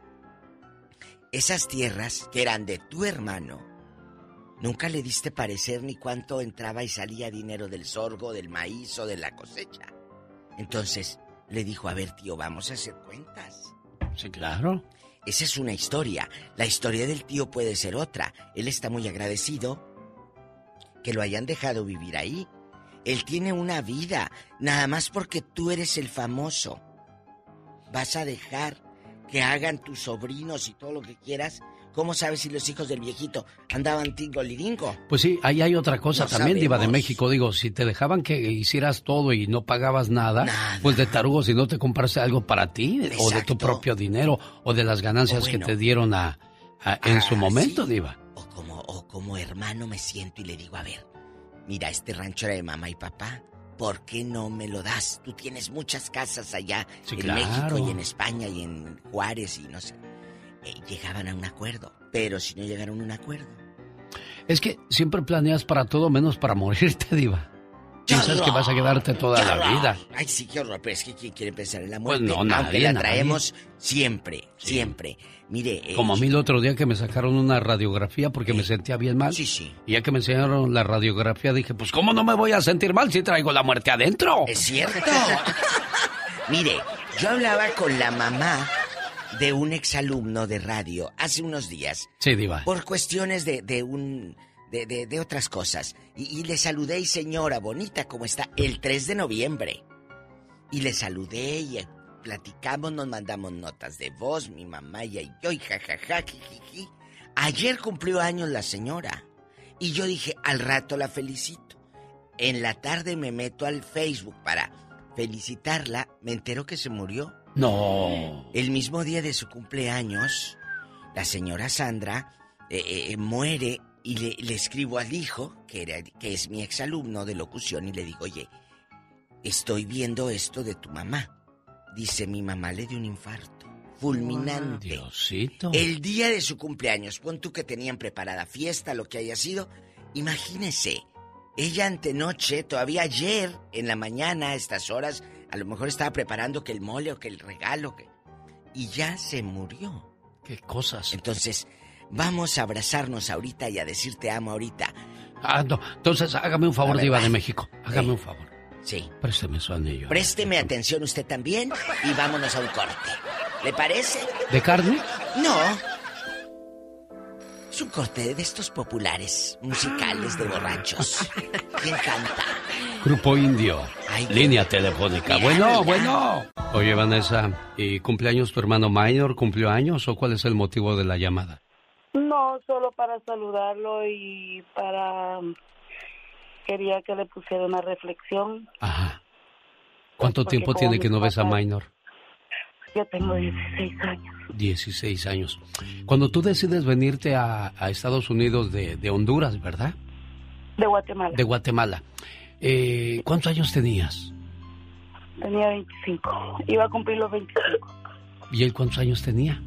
Esas tierras que eran de tu hermano, nunca le diste parecer ni cuánto entraba y salía dinero del sorgo, del maíz o de la cosecha. Entonces le dijo, a ver tío, vamos a hacer cuentas. Sí, claro. Esa es una historia. La historia del tío puede ser otra. Él está muy agradecido que lo hayan dejado vivir ahí. Él tiene una vida, nada más porque tú eres el famoso. Vas a dejar que hagan tus sobrinos y todo lo que quieras. ¿Cómo sabes si los hijos del viejito andaban tingoliringo? Pues sí, ahí hay otra cosa No también, Diva de sabemos. México. Digo, si te dejaban que hicieras todo y no pagabas nada, Nada. pues de tarugo si no te compraste algo para ti, o de tu Exacto. propio dinero, o de las ganancias O bueno. que te dieron a, a- en Ah, su momento, sí. Diva. O como, o como hermano me siento y le digo, a ver, mira, este rancho era de mamá y papá. ¿Por qué no me lo das? Tú tienes muchas casas allá Sí, en claro. México y en España y en Juárez y no sé. Eh, llegaban a un acuerdo, pero si no llegaron a un acuerdo. Es que siempre planeas para todo menos para morirte, Diva. Piensas que vas a quedarte toda ¡Qué la horror! vida. Ay, sí, qué horror, pero es que ¿quién quiere pensar en la Pues muerte? no, nadie, Aunque la nadie. traemos siempre, siempre. Mire, eh, Como a mí el otro día que me sacaron una radiografía porque me sentía bien mal. Sí, sí. Y ya que me enseñaron la radiografía dije, pues ¿cómo no me voy a sentir mal si traigo la muerte adentro? Es cierto. Mire, yo hablaba con la mamá de un exalumno de radio hace unos días. Sí, Diva. Por cuestiones de, de un... De, de, de otras cosas. Y, y le saludé y señora, bonita, ¿cómo está? El tres de noviembre. Y le saludé y eh, platicamos, nos mandamos notas de voz, mi mamá y yo, y jajaja, jijiji. Ayer cumplió años la señora. Y yo dije, al rato la felicito. En la tarde me meto al Facebook para felicitarla. Me entero que se murió. No. El mismo día de su cumpleaños, la señora Sandra eh, eh, muere y le, le escribo al hijo, que, era, que es mi exalumno de locución, y le digo, oye, estoy viendo esto de tu mamá. Dice, mi mamá le dio un infarto fulminante. Diosito. El día de su cumpleaños, pon tú que tenían preparada fiesta, lo que haya sido. Imagínese, ella antenoche, todavía ayer, en la mañana, a estas horas, a lo mejor estaba preparando que el mole o que el regalo, que... y ya se murió. ¿Qué cosas? Entonces, vamos a abrazarnos ahorita y a decir te amo ahorita. Ah, no. Entonces, hágame un favor, A ver, Diva va. de México. Hágame Sí. un favor. Sí. Présteme su anillo. Présteme atención usted también y vámonos a un corte. ¿Le parece? ¿De carne? No. Es un corte de estos populares, musicales de borrachos. ¿Quién canta? Grupo Indio. Ay, Línea telefónica. mira, Bueno, mira. bueno. Oye, Vanessa, ¿y cumpleaños tu hermano Minor? ¿Cumplió años o cuál es el motivo de la llamada? No, solo para saludarlo y para... Quería que le pusiera una reflexión. Ajá. ¿Cuánto Porque tiempo como tiene mis que no ves a papás- Minor? Yo tengo dieciséis años. dieciséis años. Cuando tú decides venirte a, a Estados Unidos de, de Honduras, ¿verdad? De Guatemala. De Guatemala. Eh, ¿Cuántos años tenías? Tenía veinticinco. Iba a cumplir los veinticinco. ¿Y él cuántos años tenía?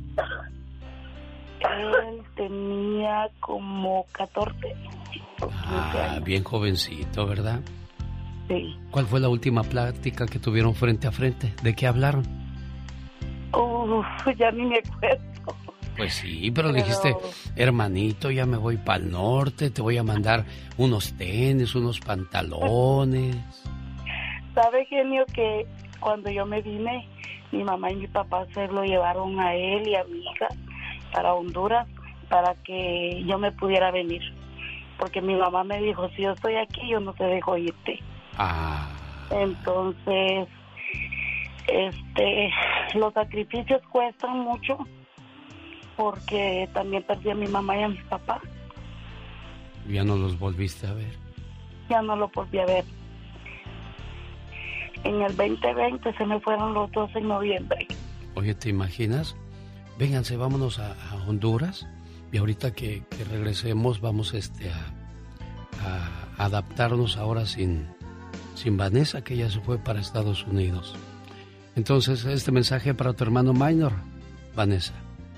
Él tenía como catorce. Ah, bien jovencito, ¿verdad? Sí. ¿Cuál fue la última plática que tuvieron frente a frente? ¿De qué hablaron? Uf, ya ni me acuerdo. Pues sí, pero le Pero- dijiste, hermanito, ya me voy para el norte, te voy a mandar unos tenis, unos pantalones. ¿Sabe, genio, que cuando yo me vine, mi mamá y mi papá se lo llevaron a él y a mi hija para Honduras para que yo me pudiera venir? Porque mi mamá me dijo, si yo estoy aquí, yo no te dejo irte. Ah, Entonces, este, los sacrificios cuestan mucho porque también perdí a mi mamá y a mi papá. ya no los volviste a ver. Ya no lo volví a ver. En el veinte veinte se me fueron los dos en noviembre. Oye, ¿te imaginas? Vénganse, vámonos a, a Honduras y ahorita que, que regresemos vamos este a, a adaptarnos ahora sin, sin Vanessa, que ya se fue para Estados Unidos. Entonces, este mensaje para tu hermano minor, Vanessa.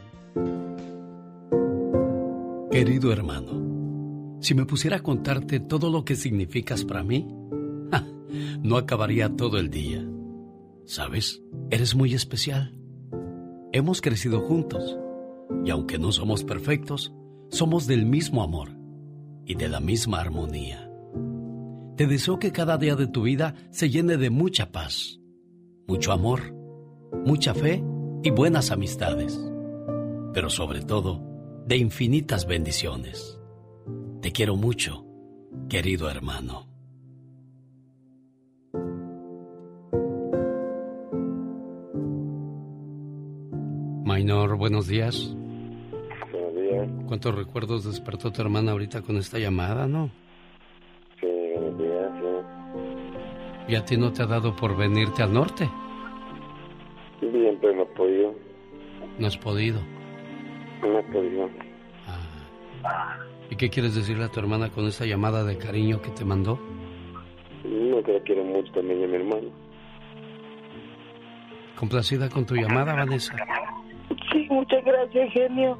Querido hermano, si me pusiera a contarte todo lo que significas para mí, ¡ja!, no acabaría todo el día. ¿Sabes? Eres muy especial. Hemos crecido juntos y aunque no somos perfectos, somos del mismo amor y de la misma armonía. Te deseo que cada día de tu vida se llene de mucha paz, mucho amor, mucha fe y buenas amistades, pero sobre todo, de infinitas bendiciones. Te quiero mucho, querido hermano. Minor, buenos días. Buenos días. ¿Cuántos recuerdos despertó tu hermana ahorita con esta llamada, no? Sí, buenos días, sí. ¿Y a ti no te ha dado por venirte al norte? Bien, pero no he podido. No has podido. No he podido. Ah. ¿Y qué quieres decirle a tu hermana con esta llamada de cariño que te mandó? No, que la quiero mucho también a mi hermano. ¿Complacida con tu llamada, Vanessa? Sí, muchas gracias, genio.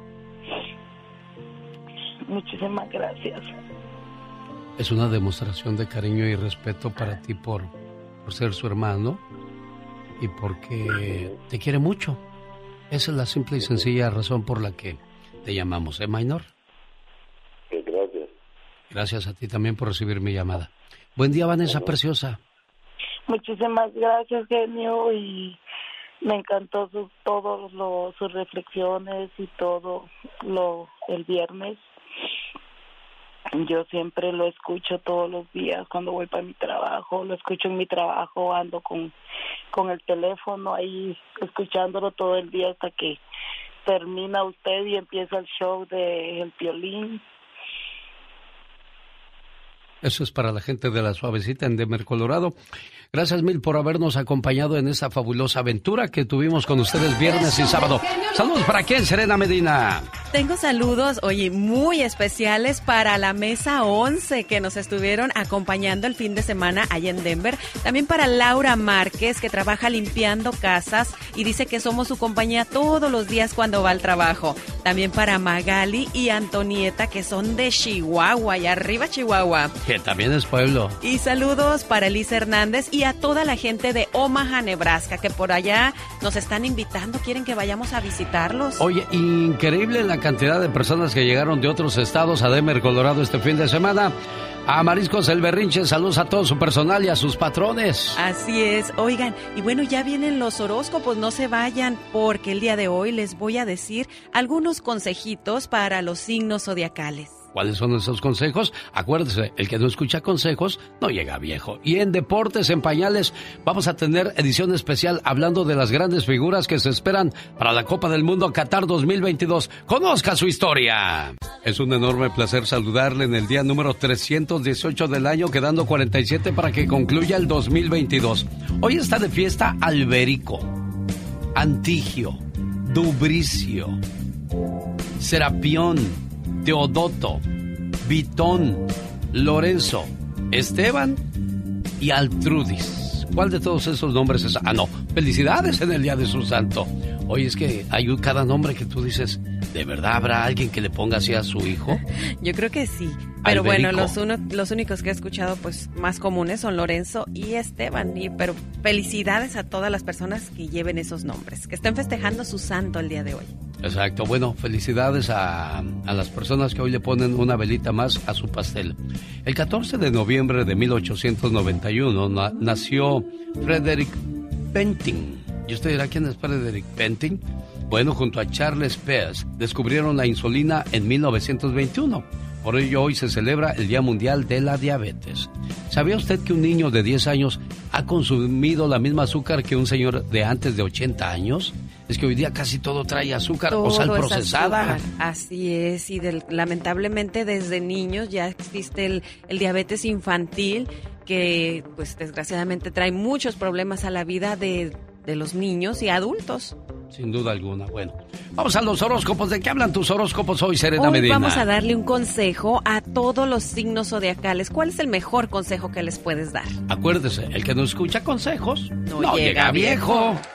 Muchísimas gracias. Es una demostración de cariño y respeto para ti por, por ser su hermano y porque te quiere mucho. Esa es la simple y sencilla razón por la que te llamamos, ¿eh, Minor? Sí, gracias. Gracias a ti también por recibir mi llamada. Buen día, Vanessa, preciosa. Muchísimas gracias, genio, y me encantó su, todos lo, sus reflexiones y todo lo el viernes. Yo siempre lo escucho todos los días cuando voy para mi trabajo, lo escucho en mi trabajo, ando con, con el teléfono ahí escuchándolo todo el día hasta que termina usted y empieza el show de El Piolín. Eso es para la gente de La Suavecita en Denver, Colorado. Gracias mil por habernos acompañado en esta fabulosa aventura que tuvimos con ustedes viernes y sábado. Saludos para quién, Serena Medina. Tengo saludos, oye, muy especiales para la mesa once que nos estuvieron acompañando el fin de semana allá en Denver. También para Laura Márquez, que trabaja limpiando casas y dice que somos su compañía todos los días cuando va al trabajo. También para Magali y Antonieta, que son de Chihuahua, y arriba Chihuahua. Que también es pueblo. Y saludos para Elisa Hernández y a toda la gente de Omaha, Nebraska, que por allá nos están invitando, quieren que vayamos a visitarlos. Oye, increíble la cantidad de personas que llegaron de otros estados a Denver, Colorado este fin de semana. A Mariscos El Berrinche, saludos a todo su personal y a sus patrones. Así es, oigan, y bueno, ya vienen los horóscopos, no se vayan, porque el día de hoy les voy a decir algunos consejitos para los signos zodiacales. ¿Cuáles son esos consejos? Acuérdese, el que no escucha consejos no llega viejo. Y en Deportes en Pañales vamos a tener edición especial hablando de las grandes figuras que se esperan para la Copa del Mundo Qatar dos mil veintidós. ¡Conozca su historia! Es un enorme placer saludarle en el día número trescientos dieciocho del año, quedando cuarenta y siete para que concluya el dos mil veintidós. Hoy está de fiesta Alberico, Antigio, Dubricio, Serapión, Teodoto, Vitón, Lorenzo, Esteban y Altrudis. ¿Cuál de todos esos nombres es? Ah, no, felicidades en el día de su santo. Oye, es que hay cada nombre que tú dices, ¿de verdad habrá alguien que le ponga así a su hijo? Yo creo que sí. Pero Alberico. Bueno, los, uno, los únicos que he escuchado pues más comunes son Lorenzo y Esteban. Y, pero felicidades a todas las personas que lleven esos nombres, que estén festejando su santo el día de hoy. Exacto, bueno, felicidades a, a las personas que hoy le ponen una velita más a su pastel. El catorce de noviembre de mil ochocientos noventa y uno na, nació Frederick Banting. ¿Y usted dirá quién es Frederick Banting? Bueno, junto a Charles Peirce descubrieron la insulina en mil novecientos veintiuno. Por ello hoy se celebra el Día Mundial de la Diabetes. ¿Sabía usted que un niño de diez años ha consumido la misma azúcar que un señor de antes de ochenta años? Es que hoy día casi todo trae azúcar todo o sal procesada. Azúcar. Así es, y del, lamentablemente desde niños ya existe el, el diabetes infantil, que pues desgraciadamente trae muchos problemas a la vida de, de los niños y adultos. Sin duda alguna. Bueno, vamos a los horóscopos. ¿De qué hablan tus horóscopos hoy, Serena Hoy Medina? Vamos a darle un consejo a todos los signos zodiacales. ¿Cuál es el mejor consejo que les puedes dar? Acuérdese, el que no escucha consejos no, no llega, llega viejo. viejo.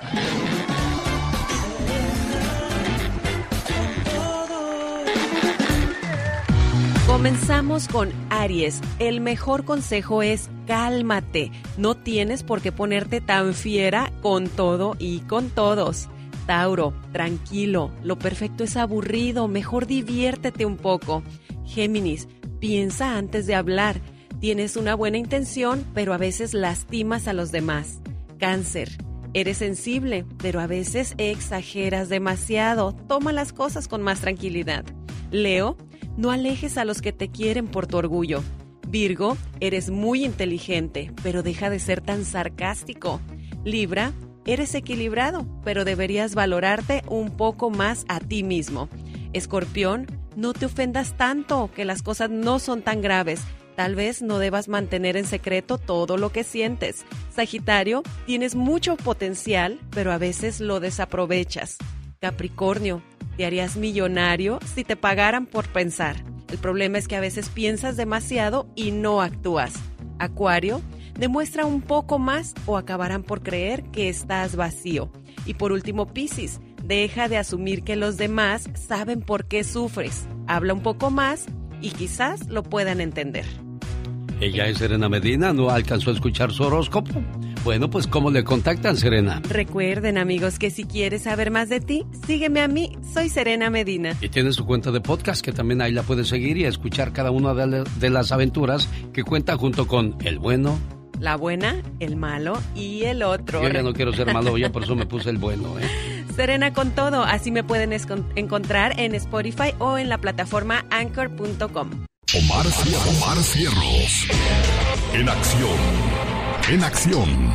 Comenzamos con Aries. El mejor consejo es cálmate. No tienes por qué ponerte tan fiera con todo y con todos. Tauro, tranquilo. Lo perfecto es aburrido. Mejor diviértete un poco. Géminis, piensa antes de hablar. Tienes una buena intención, pero a veces lastimas a los demás. Cáncer, eres sensible, pero a veces exageras demasiado. Toma las cosas con más tranquilidad. Leo, no alejes a los que te quieren por tu orgullo. Virgo, eres muy inteligente, pero deja de ser tan sarcástico. Libra, eres equilibrado, pero deberías valorarte un poco más a ti mismo. Escorpión, no te ofendas tanto, que las cosas no son tan graves. Tal vez no debas mantener en secreto todo lo que sientes. Sagitario, tienes mucho potencial, pero a veces lo desaprovechas. Capricornio, te harías millonario si te pagaran por pensar. El problema es que a veces piensas demasiado y no actúas. Acuario, demuestra un poco más o acabarán por creer que estás vacío. Y por último, Piscis, deja de asumir que los demás saben por qué sufres. Habla un poco más y quizás lo puedan entender. Ella es Serena Medina, ¿no alcanzó a escuchar su horóscopo? Bueno, pues ¿cómo le contactan, Serena? Recuerden, amigos, que si quieres saber más de ti, sígueme a mí, soy Serena Medina. Y tiene su cuenta de podcast, que también ahí la puedes seguir y escuchar cada una de, la, de las aventuras que cuenta junto con el bueno, la buena, el malo y el otro. Yo ya no quiero ser malo, ya por eso me puse el bueno, ¿eh? Serena con todo, así me pueden encontrar en Spotify o en la plataforma anchor punto com. Omar Cierros. Omar Cierros. En acción. En acción.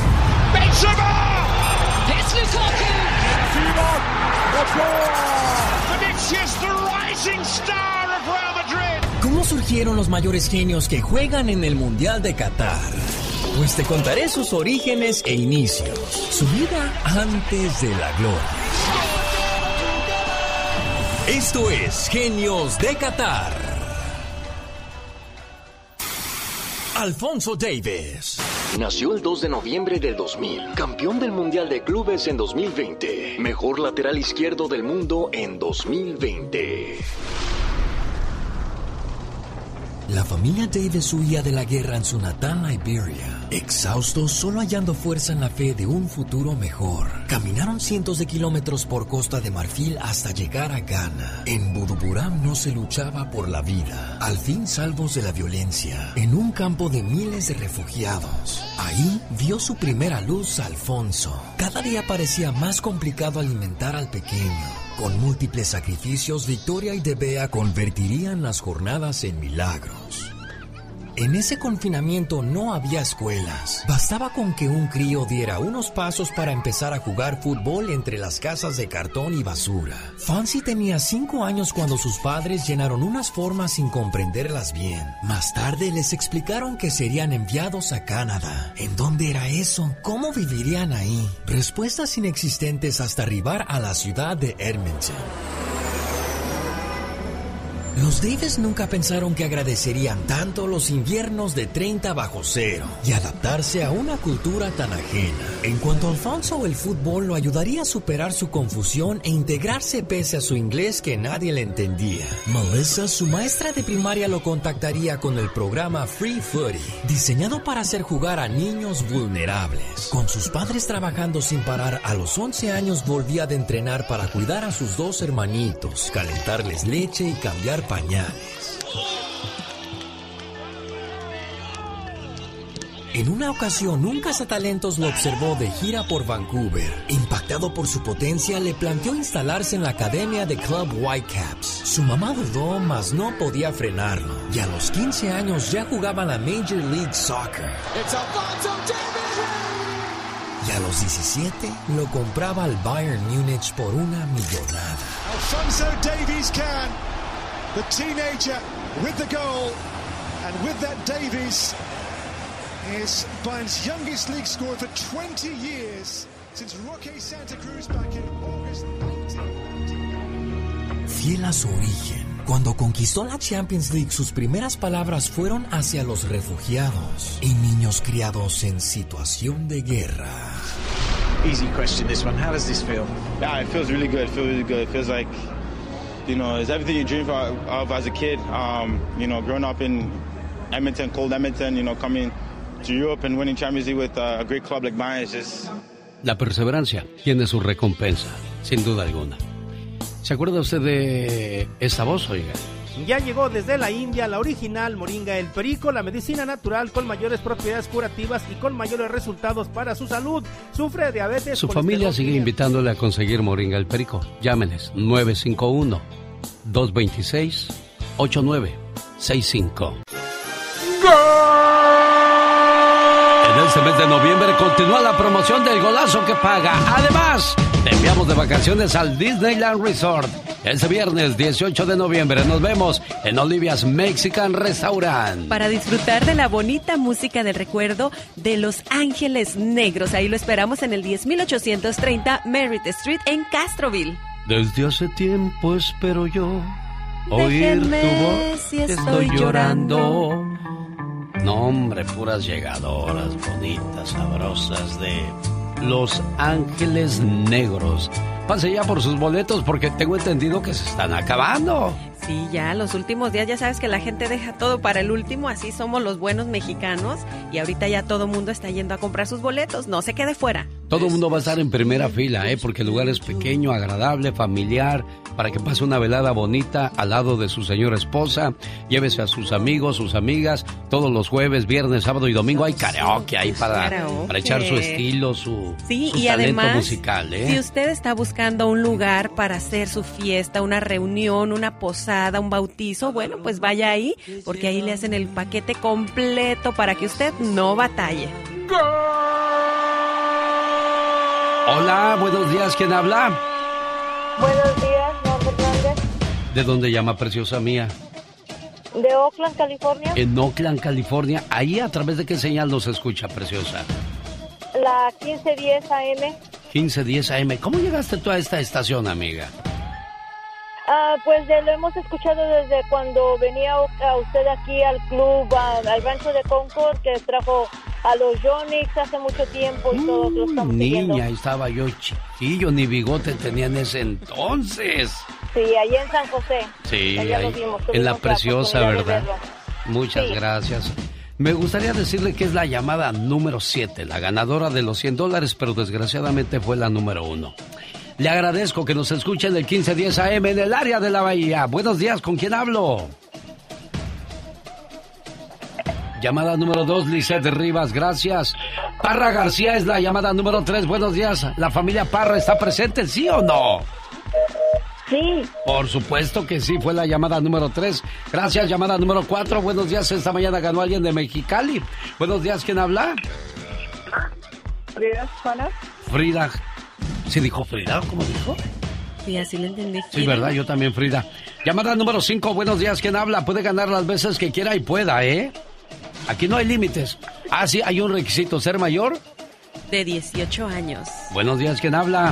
¡Benzema! ¡Es Lukaku! ¡Vinicius, the rising star of Real Madrid! ¿Cómo surgieron los mayores genios que juegan en el Mundial de Qatar? Pues te contaré sus orígenes e inicios, su vida antes de la gloria. Esto es Genios de Qatar. Alfonso Davis. Nació el dos de noviembre del dos mil, campeón del Mundial de Clubes en dos mil veinte, mejor lateral izquierdo del mundo en dos mil veinte. La familia Davis huía de la guerra en su natal Liberia. Exhaustos, solo hallando fuerza en la fe de un futuro mejor. Caminaron cientos de kilómetros por Costa de Marfil hasta llegar a Ghana. En Buduburam no se luchaba por la vida. Al fin salvos de la violencia, en un campo de miles de refugiados. Ahí vio su primera luz Alfonso. Cada día parecía más complicado alimentar al pequeño. Con múltiples sacrificios, Victoria y Debea convertirían las jornadas en milagros. En ese confinamiento no había escuelas. Bastaba con que un crío diera unos pasos para empezar a jugar fútbol entre las casas de cartón y basura. Fancy tenía cinco años cuando sus padres llenaron unas formas sin comprenderlas bien. Más tarde les explicaron que serían enviados a Canadá. ¿En dónde era eso? ¿Cómo vivirían ahí? Respuestas inexistentes hasta arribar a la ciudad de Edmonton. Los Davis nunca pensaron que agradecerían tanto los inviernos de treinta bajo cero y adaptarse a una cultura tan ajena. En cuanto a Alfonso, el fútbol lo ayudaría a superar su confusión e integrarse pese a su inglés que nadie le entendía. Melissa, su maestra de primaria, lo contactaría con el programa Free Footy, diseñado para hacer jugar a niños vulnerables. Con sus padres trabajando sin parar, a los once años volvía de entrenar para cuidar a sus dos hermanitos, calentarles leche y cambiar pañales. En una ocasión, un cazatalentos lo observó de gira por Vancouver. Impactado por su potencia, le planteó instalarse en la academia de Club Whitecaps. Su mamá dudó, mas no podía frenarlo. Y a los quince años ya jugaba la Major League Soccer. Y a los diecisiete lo compraba al Bayern Múnich por una millonada. Alfonso Davies can. The teenager with the goal, and with that Davies is Bayern's youngest league scorer for twenty years. since Roque Santa Cruz back in August. Fiel a su origen, cuando conquistó la Champions League, sus primeras palabras fueron hacia los refugiados y niños criados en situación de guerra. Easy question, this one. How does this feel? Yeah, it feels really good. It feels really good. It feels like, you know, it's everything you dream of as a kid. Um, you know, growing up in Edmonton, cold Edmonton, you know, coming to Europe and winning Champions League with a great club like mine is just... La perseverancia tiene su recompensa, sin duda alguna. ¿Se acuerda usted de esta voz, oiga? Ya llegó desde la India la original Moringa El Perico, la medicina natural con mayores propiedades curativas y con mayores resultados para su salud. Sufre de diabetes. Su familia sigue invitándole a conseguir Moringa El Perico. Llámenes nueve cinco uno, dos dos seis, ocho nueve seis cinco. En este mes de noviembre continúa la promoción del golazo que paga. Además, te enviamos de vacaciones al Disneyland Resort. Este viernes dieciocho de noviembre nos vemos en Olivia's Mexican Restaurant. Para disfrutar de la bonita música del recuerdo de Los Ángeles Negros. Ahí lo esperamos en el diez mil ochocientos treinta Merritt Street en Castroville. Desde hace tiempo espero yo oír Déjenme tu voz. si estoy llorando. No, hombre, puras llegadoras, bonitas, sabrosas de Los Ángeles Negros. Pase ya por sus boletos porque tengo entendido que se están acabando. Sí, ya los últimos días, ya sabes que la gente deja todo para el último, así somos los buenos mexicanos y ahorita ya todo el mundo está yendo a comprar sus boletos, no se quede fuera. Todo el mundo va a estar en primera fila, ¿eh? Porque el lugar es pequeño, agradable, familiar, para que pase una velada bonita al lado de su señora esposa. Llévese a sus amigos, sus amigas. Todos los jueves, viernes, sábado y domingo hay karaoke ahí para, Karaoke. para echar su estilo, su, Sí, su y talento además, musical, ¿eh? si usted está buscando un lugar para hacer su fiesta, una reunión, una posada, un bautizo, bueno, pues vaya ahí, porque ahí le hacen el paquete completo para que usted no batalle. Hola, buenos días, ¿quién habla? Buenos días, Juan Fernández. ¿De dónde llama, preciosa mía? De Oakland, California. En Oakland, California. Ahí, ¿a través de qué señal nos escucha, preciosa? La quince diez A M. quince diez A M. ¿Cómo llegaste tú a esta estación, amiga? Ah, pues de- lo hemos escuchado desde cuando venía a usted aquí al club, a- al rancho de Concord, que trajo a los Yonix hace mucho tiempo y todos lo estamos siguiendo. Niña, ahí estaba yo chiquillo, ni bigote tenía en ese entonces. Sí, allí en San José. Sí, Allá ahí, los vimos, en tuvimos la la preciosa, oportunidad de ¿verdad? verlo. Muchas Sí. gracias. Me gustaría decirle que es la llamada número siete, la ganadora de los cien dólares, pero desgraciadamente fue la número uno. Le agradezco que nos escuchen el quince diez A M en el área de la Bahía. Buenos días, ¿con quién hablo? Llamada número dos, Lisette Rivas, gracias. Parra García es la llamada número tres. Buenos días, ¿la familia Parra está presente, sí o no? Sí. Por supuesto que sí, fue la llamada número tres. Gracias, llamada número cuatro. Buenos días, esta mañana ganó alguien de Mexicali. Buenos días, ¿quién habla? Frida Juana. Frida. ¿Sí dijo Frida? ¿Cómo dijo? Sí, así lo entendí. Sí, verdad, yo también, Frida. Llamada número cinco, buenos días, ¿quién habla? Puede ganar las veces que quiera y pueda, ¿eh? Aquí no hay límites. Ah, sí, hay un requisito, ser mayor. De dieciocho años. Buenos días, ¿quién habla?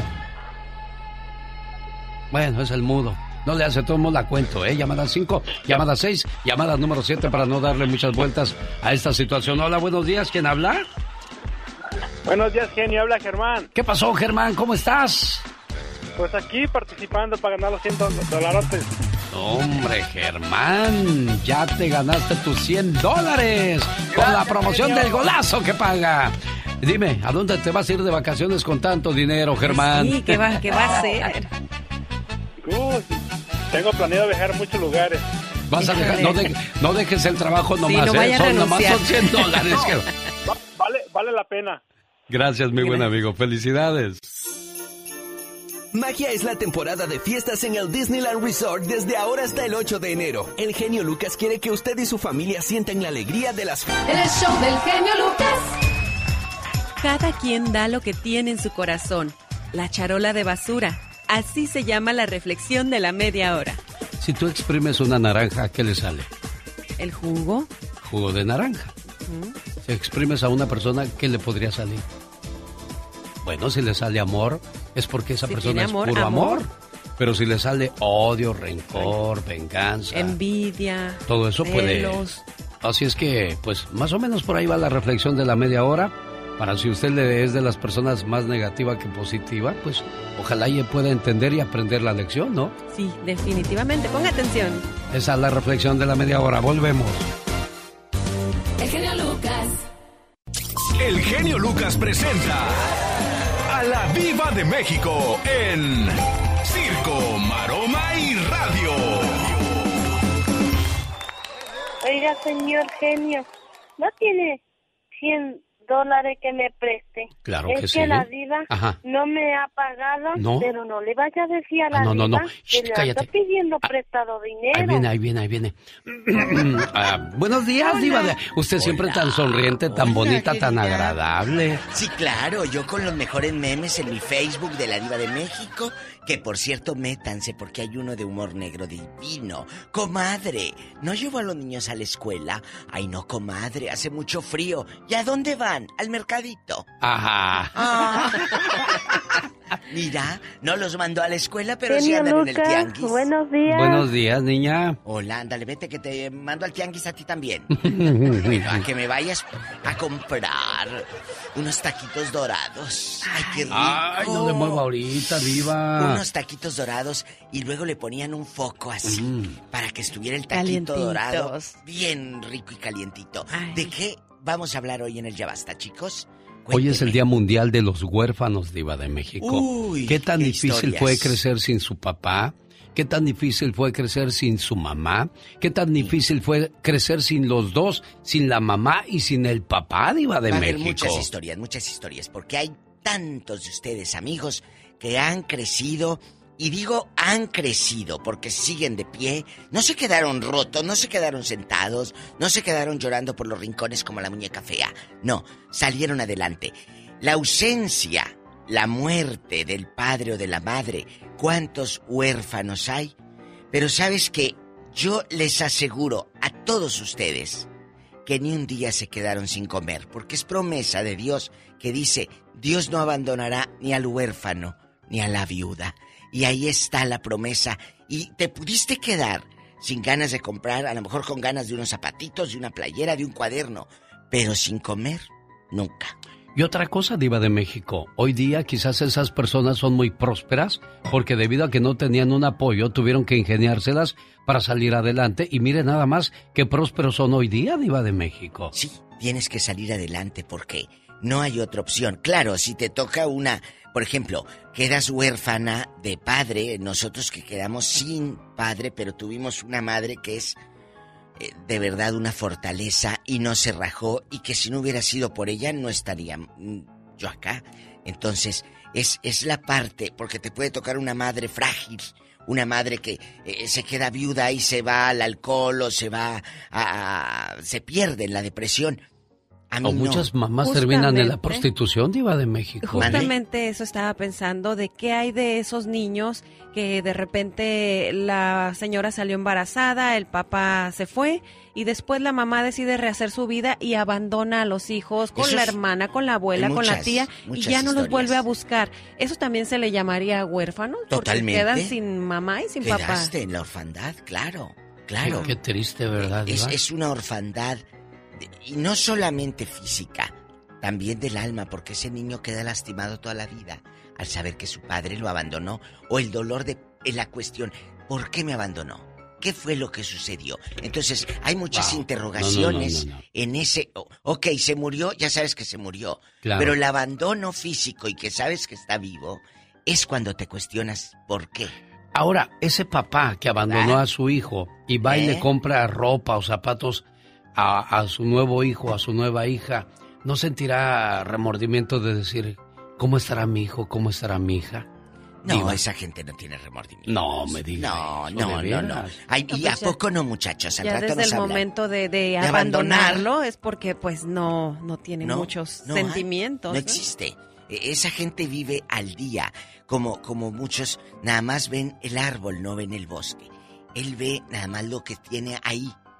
Bueno, es el mudo. No le hace, todo la cuento, ¿eh? Llamada cinco, llamada seis, llamada número siete para no darle muchas vueltas a esta situación. Hola, buenos días, ¿quién habla? Buenos días, genio. Habla Germán. ¿Qué pasó, Germán? ¿Cómo estás? Pues aquí participando para ganar los cien dolarotes. Hombre, Germán, ya te ganaste tus cien dólares con la promoción del golazo que paga. Dime, ¿a dónde te vas a ir de vacaciones con tanto dinero, Germán? Sí, ¿qué va, qué va a hacer? Uh, tengo planeado viajar a muchos lugares. Vas a dejar, no, de- no dejes el trabajo nomás, no ¿eh? vaya a Son, nomás renunciar. son cien dólares. que- Va- vale, vale la pena. Gracias, mi buen amigo. Felicidades. Magia es la temporada de fiestas en el Disneyland Resort desde ahora hasta el ocho de enero. El genio Lucas quiere que usted y su familia sientan la alegría de las... El show del genio Lucas. Cada quien da lo que tiene en su corazón. La charola de basura. Así se llama la reflexión de la media hora. Si tú exprimes una naranja, ¿qué le sale? ¿El jugo? Jugo de naranja. Si exprimes a una persona, ¿qué le podría salir? Bueno, si le sale amor, es porque esa Si persona tiene es amor, puro amor. amor. Pero si le sale odio, rencor, venganza, envidia, todo eso puede... celos. Así es que, pues, más o menos por ahí va la reflexión de la media hora. Para si usted le es de las personas más negativa que positiva, pues, ojalá ella pueda entender y aprender la lección, ¿no? Sí, definitivamente. Ponga atención. Esa es la reflexión de la media hora. Volvemos. El genio Lucas. El genio Lucas presenta a la Diva de México en Circo, Maroma y Radio. Oiga, señor genio, ¿no tiene cien dólares que me preste? Claro es que que sí. la diva Ajá. no me ha pagado, ¿No? pero no le vaya a decir a la Ah, no, no, diva no. que Shh, le cállate. está pidiendo prestado dinero. Ahí viene, ahí viene, ahí viene. Ah, buenos días, Hola. Diva. de- Usted siempre tan sonriente, tan Hola, bonita, tan querida. agradable. Sí, claro, yo con los mejores memes en mi Facebook de la Diva de México, que por cierto, métanse porque hay uno de humor negro divino. Comadre, ¿no llevo a los niños a la escuela? Ay, no, comadre, hace mucho frío. ¿Y a dónde van? ¿Al mercadito? Ajá. Ah. Mira, no los mandó a la escuela, pero sí Genio andan en el Lucas, tianguis. buenos días. Buenos días, niña. Hola, ándale, vete que te mando al tianguis a ti también. Bueno, a que me vayas a comprar unos taquitos dorados. Ay, qué rico. Ay, no le mueva ahorita, Diva. Unos taquitos dorados y luego le ponían un foco así Mm. para que estuviera el taquito Calientitos. dorado bien rico y calientito. Ay. ¿De qué vamos a hablar hoy en el Ya Basta, chicos? Hoy es el Cuénteme. Día Mundial de los Huérfanos, Diva de México. Uy, ¿Qué tan qué difícil historias. fue crecer sin su papá? ¿Qué tan difícil fue crecer sin su mamá? ¿Qué tan difícil fue crecer sin los dos, sin la mamá y sin el papá, Diva de Va a haber México? muchas historias, muchas historias, porque hay tantos de ustedes, amigos, que han crecido, y digo han crecido porque siguen de pie, no se quedaron rotos, no se quedaron sentados, no se quedaron llorando por los rincones como la muñeca fea, no, salieron adelante. La ausencia, la muerte del padre o de la madre, ¿cuántos huérfanos hay? Pero ¿sabes qué? Yo les aseguro a todos ustedes que ni un día se quedaron sin comer, porque es promesa de Dios que dice, Dios no abandonará ni al huérfano ni a la viuda. Y ahí está la promesa. Y te pudiste quedar sin ganas de comprar, a lo mejor con ganas de unos zapatitos, de una playera, de un cuaderno, pero sin comer, nunca. Y otra cosa, Diva de México, hoy día quizás esas personas son muy prósperas porque debido a que no tenían un apoyo tuvieron que ingeniárselas para salir adelante y mire nada más qué prósperos son hoy día, Diva de México. Sí, tienes que salir adelante porque no hay otra opción. Claro, si te toca una, por ejemplo, quedas huérfana de padre, nosotros que quedamos sin padre, pero tuvimos una madre que es eh, de verdad una fortaleza y no se rajó y que si no hubiera sido por ella no estaría mm, yo acá. Entonces, es, es la parte, porque te puede tocar una madre frágil, una madre que eh, se queda viuda y se va al alcohol o se va a... a se pierde en la depresión. A mí O no. muchas mamás terminan en la Justamente. prostitución, Diva de México. Justamente eso estaba pensando, de qué hay de esos niños que de repente la señora salió embarazada, el papá se fue y después la mamá decide rehacer su vida y abandona a los hijos con Eso la es- hermana, con la abuela, hay con la muchas, tía y muchas ya no los historias. vuelve a buscar. ¿Eso también se le llamaría huérfanos? Totalmente. Porque quedan sin mamá y sin papá. Quedaste en la orfandad, claro, claro. Qué, qué triste, ¿verdad, Es, Diva? es una orfandad, de- y no solamente física, también del alma, porque ese niño queda lastimado toda la vida al saber que su padre lo abandonó, o el dolor de en la cuestión, ¿por qué me abandonó? ¿Qué fue lo que sucedió? Entonces, hay muchas Wow. interrogaciones No, no, no, no, no. en ese... oh, ok, se murió, ya sabes que se murió, Claro. pero el abandono físico y que sabes que está vivo, es cuando te cuestionas ¿por qué? Ahora, ese papá que abandonó ¿Ah? a su hijo y va y ¿Eh? le compra ropa o zapatos a, a su nuevo hijo, a su nueva hija, ¿no sentirá remordimiento de decir, ¿cómo estará mi hijo? ¿Cómo estará mi hija? No, Diva. esa gente no tiene remordimiento. No, me diga No, eso, no, ¿de no, no. veras? Ay, No, ¿y pues a ya- poco no, muchachos? Al Ya rato desde nos el hablan. momento de, de abandonar. abandonarlo es porque pues no, no tiene No, muchos no hay, sentimientos. No ¿no? existe. E- Esa gente vive al día, como, como muchos nada más ven el árbol, no ven el bosque. Él ve nada más lo que tiene ahí,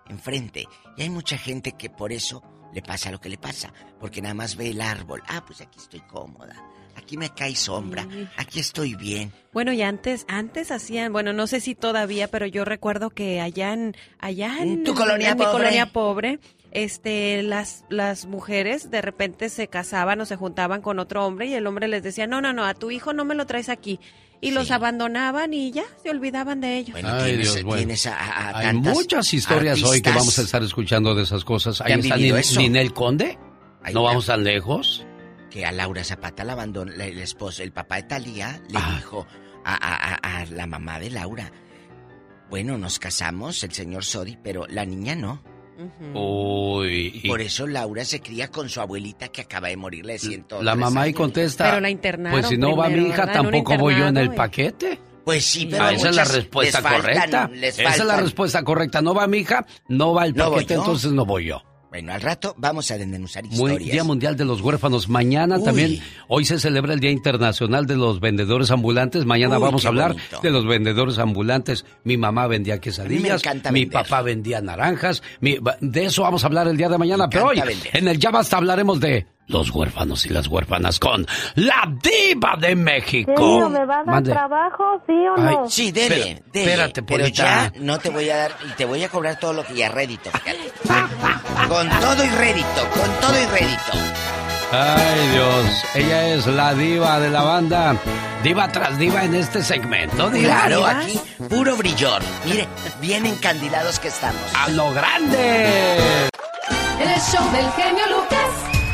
enfrente. Y hay mucha gente que por eso le pasa lo que le pasa, porque nada más ve el árbol. Ah, pues aquí estoy cómoda, aquí me cae sombra, sí. Aquí estoy bien. Bueno, y antes, antes hacían, bueno, no sé si todavía, pero yo recuerdo que allá en, allá en, ¿Tu colonia en pobre? mi colonia pobre, este, las, las mujeres de repente se casaban o se juntaban con otro hombre y el hombre les decía, no, no, no, a tu hijo no me lo traes aquí. Y sí. Los abandonaban y ya, se olvidaban de ellos. Bueno, Ay, tienes, Dios, bueno. tienes a, a Hay muchas historias hoy que vamos a estar escuchando de esas cosas. Ahí está Nin, Ninel Conde. Ahí no vamos tan lejos. Que a Laura Zapata la abandonó, el, el esposo, el papá de Talía, le ah. dijo a, a, a, a la mamá de Laura, bueno, nos casamos, el señor Sodi, pero la niña no. Uh-huh. Uy. Y por eso Laura se cría con su abuelita que acaba de morir de ciento. La mamá ahí contesta. Pero la internaron. Pues si no primero, va mi hija, ¿verdad? tampoco voy yo en el paquete. Pues sí, pero ah, esa es la respuesta faltan, correcta. Esa es la respuesta correcta. No va mi hija, no va el no paquete, entonces no voy yo. Bueno, al rato vamos a denunciar historias. Muy Día Mundial de los Huérfanos. Mañana Uy. también, hoy se celebra el Día Internacional de los Vendedores Ambulantes. Mañana Uy, vamos a hablar bonito. de los vendedores ambulantes. Mi mamá vendía quesadillas, mi vender. papá vendía naranjas. Mi, de eso vamos a hablar el día de mañana. Pero hoy, vender. en el Ya Basta, hablaremos de los huérfanos y las huérfanas con la Diva de México. Sí, ¿me va a dar Mande. trabajo, sí o no? Ay, sí, dele, Espera, dele. Espérate, pero Polita. ya no te voy a dar, y te voy a cobrar todo lo que ya rédito, fíjate. Con todo y rédito, con todo y rédito. Ay, Dios. Ella es la diva de la banda. Diva tras diva en este segmento. ¿Diva? Claro, aquí puro brillón. Mire, bien encandilados que estamos. ¡A lo grande! El show del genio Lucas.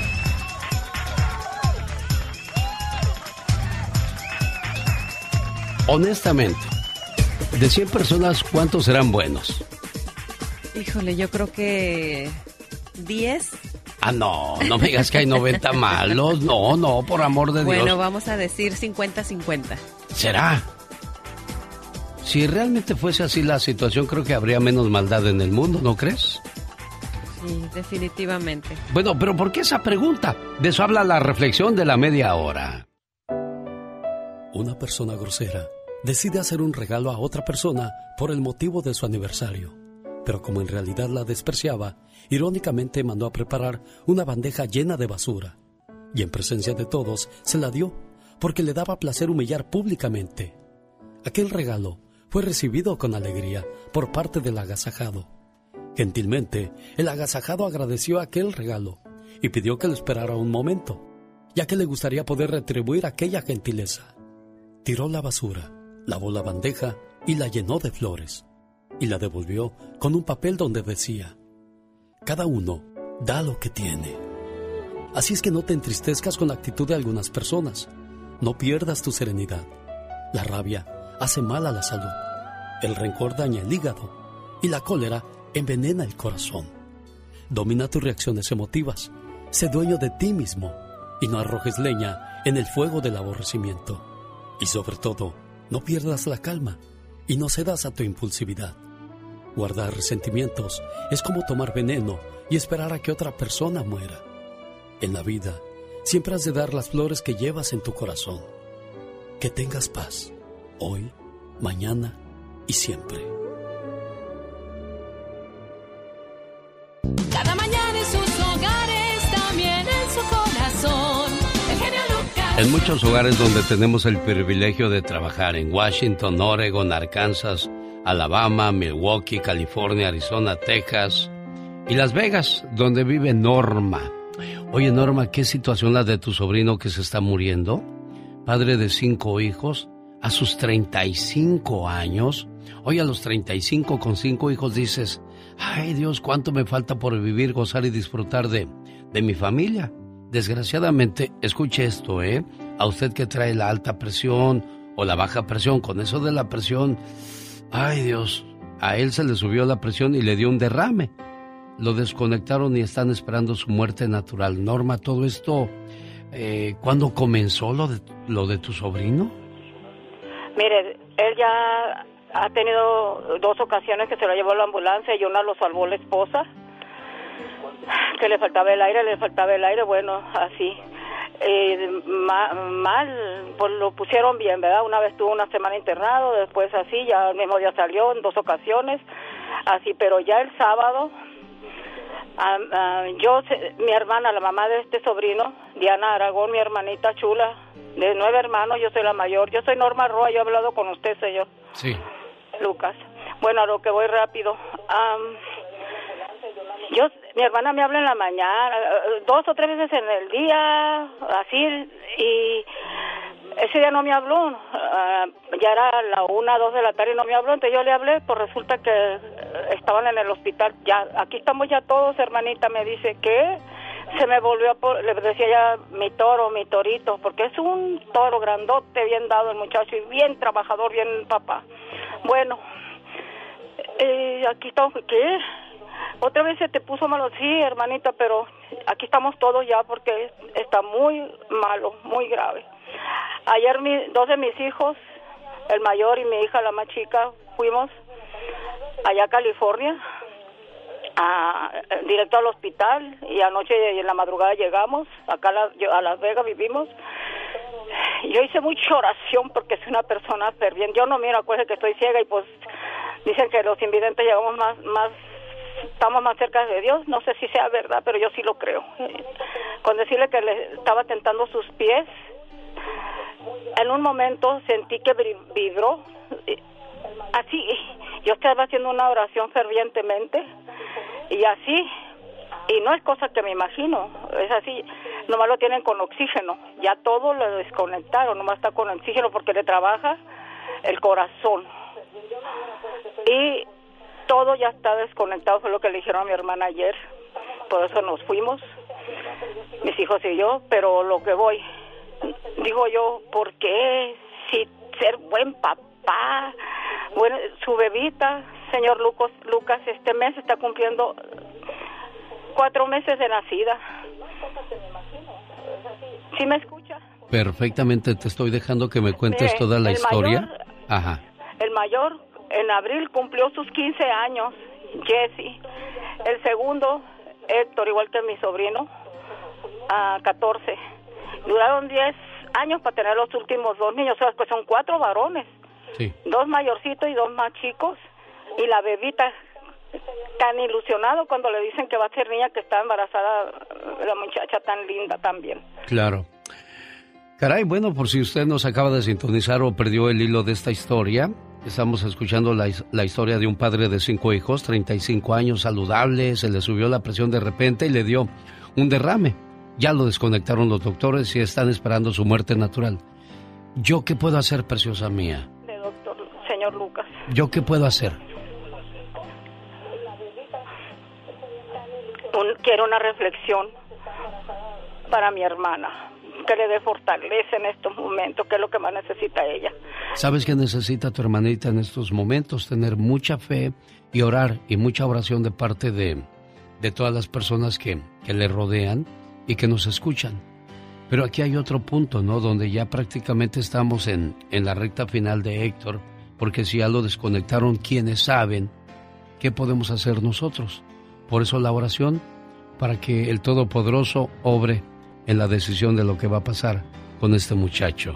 Honestamente, de cien personas, ¿cuántos serán buenos? Híjole, yo creo que diez. Ah, no, no me digas que hay noventa malos. No, no, por amor de bueno, Dios. Bueno, vamos a decir cincuenta cincuenta. ¿Será? Si realmente fuese así la situación, creo que habría menos maldad en el mundo, ¿no crees? Sí, definitivamente. Bueno, pero ¿por qué esa pregunta? De eso habla la reflexión de la media hora. Una persona grosera decide hacer un regalo a otra persona por el motivo de su aniversario. Pero como en realidad la despreciaba, irónicamente mandó a preparar una bandeja llena de basura. Y en presencia de todos se la dio, porque le daba placer humillar públicamente. Aquel regalo fue recibido con alegría por parte del agasajado. Gentilmente, el agasajado agradeció aquel regalo y pidió que lo esperara un momento, ya que le gustaría poder retribuir aquella gentileza. Tiró la basura, lavó la bandeja y la llenó de flores. Y la devolvió con un papel donde decía: cada uno da lo que tiene. Así es que no te entristezcas con la actitud de algunas personas. No pierdas tu serenidad. La rabia hace mal a la salud. El rencor daña el hígado. Y la cólera envenena el corazón. Domina tus reacciones emotivas. Sé dueño de ti mismo. Y no arrojes leña en el fuego del aborrecimiento. Y sobre todo, no pierdas la calma y no cedas a tu impulsividad. Guardar resentimientos es como tomar veneno y esperar a que otra persona muera. En la vida, siempre has de dar las flores que llevas en tu corazón. Que tengas paz, hoy, mañana y siempre. Cada mañana en sus hogares, también en su corazón. El genio Lucas. En muchos hogares donde tenemos el privilegio de trabajar, en Washington, Oregon, Arkansas, Alabama, Milwaukee, California, Arizona, Texas y Las Vegas, donde vive Norma. Oye, Norma, ¿qué situación la de tu sobrino que se está muriendo? Padre de cinco hijos, a sus treinta y cinco años. Oye, a los treinta y cinco con cinco hijos dices: ay, Dios, cuánto me falta por vivir, gozar y disfrutar de, de mi familia. Desgraciadamente, escuche esto, ¿eh? A usted que trae la alta presión o la baja presión, con eso de la presión, ay, Dios, a él se le subió la presión y le dio un derrame. Lo desconectaron y están esperando su muerte natural. Norma, todo esto, eh, ¿cuándo comenzó lo de, lo de tu sobrino? Mire, él ya ha tenido dos ocasiones que se lo llevó a la ambulancia y una lo salvó la esposa, que le faltaba el aire, le faltaba el aire, bueno, así. Eh, ma, mal, pues lo pusieron bien, ¿verdad? Una vez tuvo una semana internado, después así, ya el mismo día salió en dos ocasiones. así, pero ya el sábado, uh, uh, yo, mi hermana, la mamá de este sobrino, Diana Aragón, mi hermanita chula, de nueve hermanos, yo soy la mayor, yo soy Norma Roa, yo he hablado con usted, señor. Sí. Lucas. Bueno, a lo que voy rápido. Um, yo, mi hermana me habla en la mañana, dos o tres veces en el día, así, y ese día no me habló, uh, ya era la una, dos de la tarde y no me habló, entonces yo le hablé, pues resulta que estaban en el hospital, ya, aquí estamos ya todos, hermanita, me dice que se me volvió a, por, le decía ya mi toro, mi torito, porque es un toro grandote, bien dado el muchacho, y bien trabajador, bien papá. Bueno, eh, aquí estamos, ¿qué? Otra vez se te puso malo, sí, hermanita, pero aquí estamos todos ya porque está muy malo, muy grave. Ayer mi, dos de mis hijos, el mayor y mi hija, la más chica, fuimos allá a California, a, directo al hospital, y anoche y en la madrugada llegamos, acá a, la, a Las Vegas vivimos. Yo hice mucha oración porque soy una persona ferviente. Yo no miro, acuérdense que estoy ciega y pues dicen que los invidentes llegamos más, más, estamos más cerca de Dios. No sé si sea verdad, pero yo sí lo creo. Con decirle que le estaba tentando sus pies, en un momento sentí que vibró, así, yo estaba haciendo una oración fervientemente, y así, y no es cosa que me imagino, es así, nomás lo tienen con oxígeno, ya todo lo desconectaron, nomás está con oxígeno porque le trabaja el corazón, y todo ya está desconectado, fue lo que le dijeron a mi hermana ayer, por eso nos fuimos, mis hijos y yo, pero lo que voy, digo yo, ¿por qué? Si ser buen papá, bueno, su bebita, señor Lucas, Lucas, este mes está cumpliendo cuatro meses de nacida. ¿Sí me escucha? Perfectamente, te estoy dejando que me cuentes Mire, toda la historia. Mayor, Ajá. El mayor en abril cumplió sus quince años, Jesse. El segundo, Héctor, igual que mi sobrino, a catorce. Duraron diez años para tener los últimos dos niños, o sea, pues son cuatro varones. Sí. Dos mayorcitos y dos más chicos. Y la bebita tan ilusionado cuando le dicen que va a ser niña, que está embarazada, la muchacha tan linda también. Claro. Caray, bueno, por si usted nos acaba de sintonizar o perdió el hilo de esta historia, estamos escuchando la, la historia de un padre de cinco hijos, treinta y cinco años, saludable, se le subió la presión de repente y le dio un derrame. Ya lo desconectaron los doctores y están esperando su muerte natural. ¿Yo qué puedo hacer, preciosa mía? De doctor, señor Lucas. ¿Yo qué puedo hacer? Un, quiero una reflexión para mi hermana, que le dé fortaleza en estos momentos, que es lo que más necesita ella. ¿Sabes qué necesita tu hermanita en estos momentos? Tener mucha fe y orar, y mucha oración de parte de, de todas las personas que, que le rodean y que nos escuchan. Pero aquí hay otro punto, ¿no? Donde ya prácticamente estamos en, en la recta final de Héctor, porque si ya lo desconectaron, ¿quiénes saben qué podemos hacer nosotros? Por eso la oración, para que el Todopoderoso obre en la decisión de lo que va a pasar con este muchacho.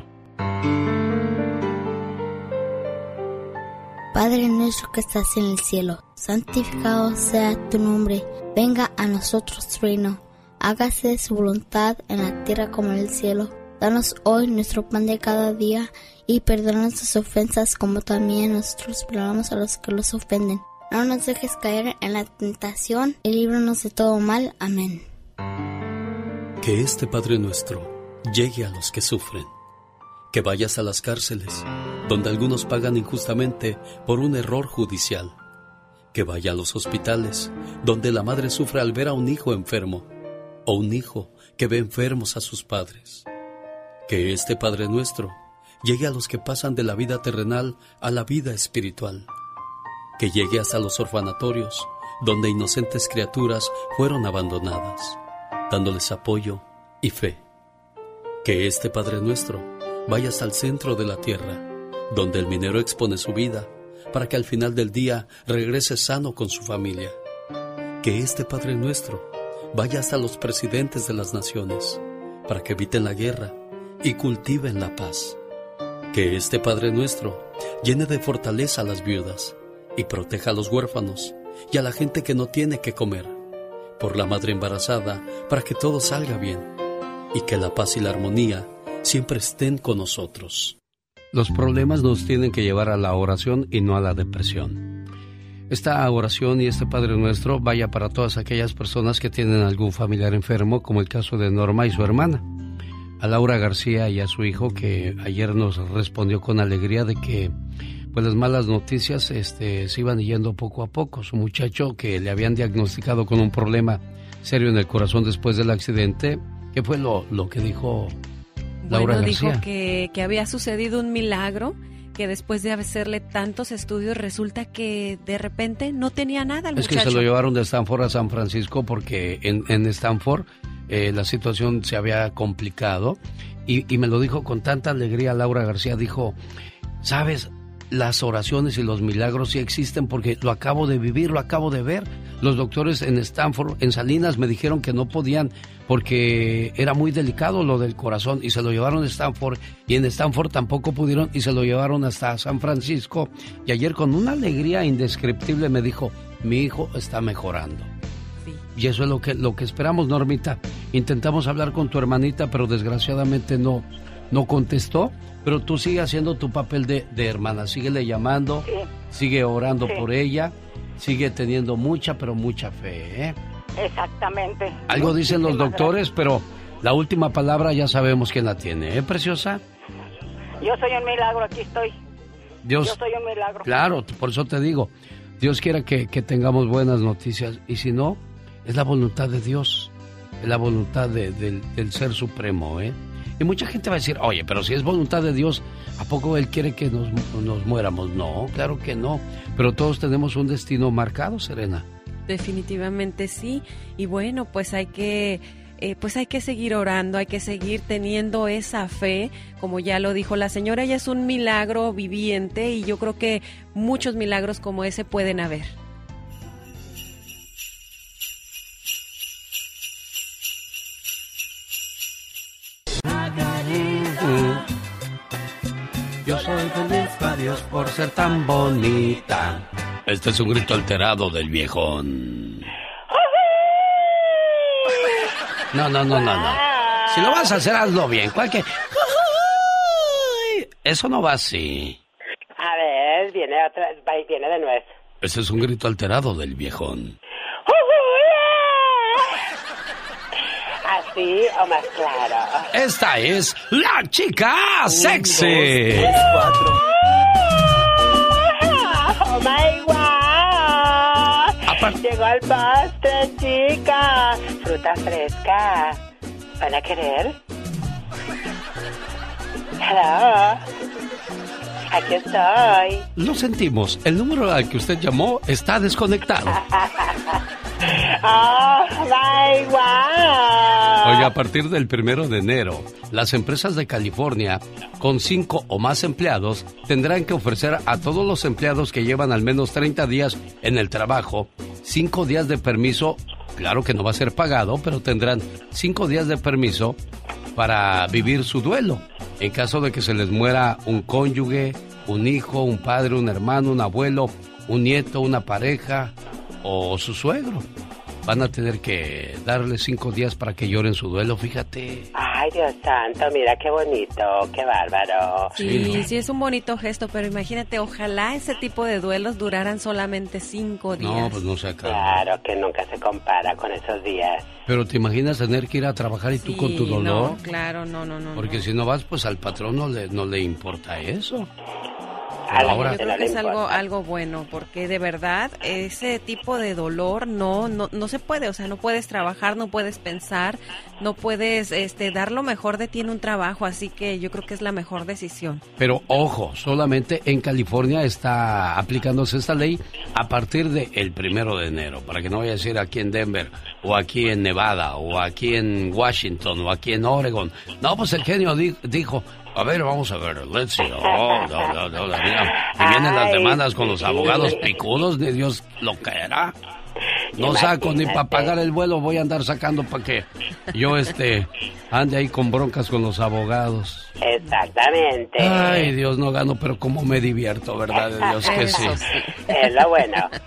Padre nuestro que estás en el cielo, santificado sea tu nombre, venga a nosotros tu reino. Hágase su voluntad en la tierra como en el cielo. Danos hoy nuestro pan de cada día y perdona nuestras ofensas como también nosotros perdonamos a los que los ofenden. No nos dejes caer en la tentación y líbranos de todo mal. Amén. Que este Padre nuestro llegue a los que sufren. Que vayas a las cárceles, donde algunos pagan injustamente por un error judicial. Que vaya a los hospitales, donde la madre sufre al ver a un hijo enfermo, o un hijo que ve enfermos a sus padres. Que este Padre nuestro llegue a los que pasan de la vida terrenal a la vida espiritual. Que llegue hasta los orfanatorios, donde inocentes criaturas fueron abandonadas, dándoles apoyo y fe. Que este Padre nuestro vaya hasta el centro de la tierra, donde el minero expone su vida, para que al final del día regrese sano con su familia. Que este Padre nuestro vaya hasta los presidentes de las naciones, para que eviten la guerra y cultiven la paz. Que este Padre nuestro llene de fortaleza a las viudas y proteja a los huérfanos, y a la gente que no tiene que comer. Por la madre embarazada, para que todo salga bien. Y que la paz y la armonía siempre estén con nosotros. Los problemas nos tienen que llevar a la oración y no a la depresión. Esta oración y este Padre Nuestro vaya para todas aquellas personas que tienen algún familiar enfermo, como el caso de Norma y su hermana. A Laura García y a su hijo, que ayer nos respondió con alegría de que pues las malas noticias este, se iban yendo poco a poco. Su muchacho, que le habían diagnosticado con un problema serio en el corazón después del accidente, ¿qué fue lo, lo que dijo Laura bueno, García? Dijo que, que había sucedido un milagro, que después de hacerle tantos estudios resulta que de repente no tenía nada el es muchacho. Que se lo llevaron de Stanford a San Francisco porque en, en Stanford eh, la situación se había complicado y, y me lo dijo con tanta alegría Laura García. Dijo, ¿sabes? Las oraciones y los milagros sí existen porque lo acabo de vivir, lo acabo de ver. Los doctores en Stanford, en Salinas, me dijeron que no podían porque era muy delicado lo del corazón y se lo llevaron a Stanford, y en Stanford tampoco pudieron y se lo llevaron hasta San Francisco, y ayer con una alegría indescriptible me dijo, mi hijo está mejorando. Sí. Y eso es lo que, lo que esperamos, Normita. Intentamos hablar con tu hermanita, pero desgraciadamente no, no contestó. Pero tú sigue haciendo tu papel de, de hermana, síguele llamando, sí. sigue orando sí. por ella, sigue teniendo mucha, pero mucha fe, ¿eh? Exactamente. Algo dicen los doctores, pero la última palabra ya sabemos quién la tiene, ¿eh, preciosa? Yo soy un milagro, aquí estoy. Dios, Yo soy un milagro. Claro, por eso te digo, Dios quiera que, que tengamos buenas noticias, y si no, es la voluntad de Dios, es la voluntad de, de, del Ser Supremo, ¿eh? Y mucha gente va a decir, oye, pero si es voluntad de Dios, ¿a poco Él quiere que nos, nos muéramos? No, claro que no. Pero todos tenemos un destino marcado, Serena. Definitivamente sí. Y bueno, pues hay que, eh, pues hay que seguir orando, hay que seguir teniendo esa fe. Como ya lo dijo la señora, ella es un milagro viviente y yo creo que muchos milagros como ese pueden haber. Yo soy feliz, adiós por ser tan bonita. Este es un grito alterado del viejón. No, no, no, no, no. Si lo vas a hacer, hazlo bien. Cualquier... Eso no va así. A ver, viene otra, viene de nuevo. Este es un grito alterado del viejón. ¿Así o más claro? Esta es la chica sexy. Un, dos, tres, cuatro. Oh my God. Apart- Llegó al postre, chica. Fruta fresca. ¿Van a querer? Hello. Aquí estoy. Lo sentimos. El número al que usted llamó está desconectado. Oh my God. Oye, a partir del primero de enero, las empresas de California con cinco o más empleados tendrán que ofrecer a todos los empleados que llevan al menos treinta días en el trabajo, cinco días de permiso. Claro que no va a ser pagado, pero tendrán cinco días de permiso para vivir su duelo. En caso de que se les muera un cónyuge, un hijo, un padre, un hermano, un abuelo, un nieto, una pareja o su suegro. Van a tener que darle cinco días para que lloren su duelo, fíjate. Ay, Dios santo, mira qué bonito, qué bárbaro. Sí, sí, sí, es un bonito gesto, pero imagínate, ojalá ese tipo de duelos duraran solamente cinco días. No, pues no se acaba. Claro, que nunca se compara con esos días. Pero te imaginas tener que ir a trabajar y sí, tú con tu dolor. No, claro, no, no, no. Porque no. si no vas, pues al patrón no le, no le importa eso. Ahora, yo creo que es algo, algo bueno, porque de verdad ese tipo de dolor no, no, no se puede, o sea, no puedes trabajar, no puedes pensar, no puedes este, dar lo mejor de ti en un trabajo, así que yo creo que es la mejor decisión. Pero ojo, solamente en California está aplicándose esta ley a partir del primero de enero, para que no vaya a decir aquí en Denver, o aquí en Nevada, o aquí en Washington, o aquí en Oregon. No, pues el genio di- dijo... A ver, vamos a ver, let's see. Oh, no, no, no, mira. Y vienen las demandas con los abogados picudos, ni Dios lo caerá. No saco ni para pagar el vuelo, voy a andar sacando para que yo este ande ahí con broncas con los abogados. Exactamente. Ay, Dios, no gano, pero cómo me divierto, ¿verdad? De Dios que sí. Es lo bueno.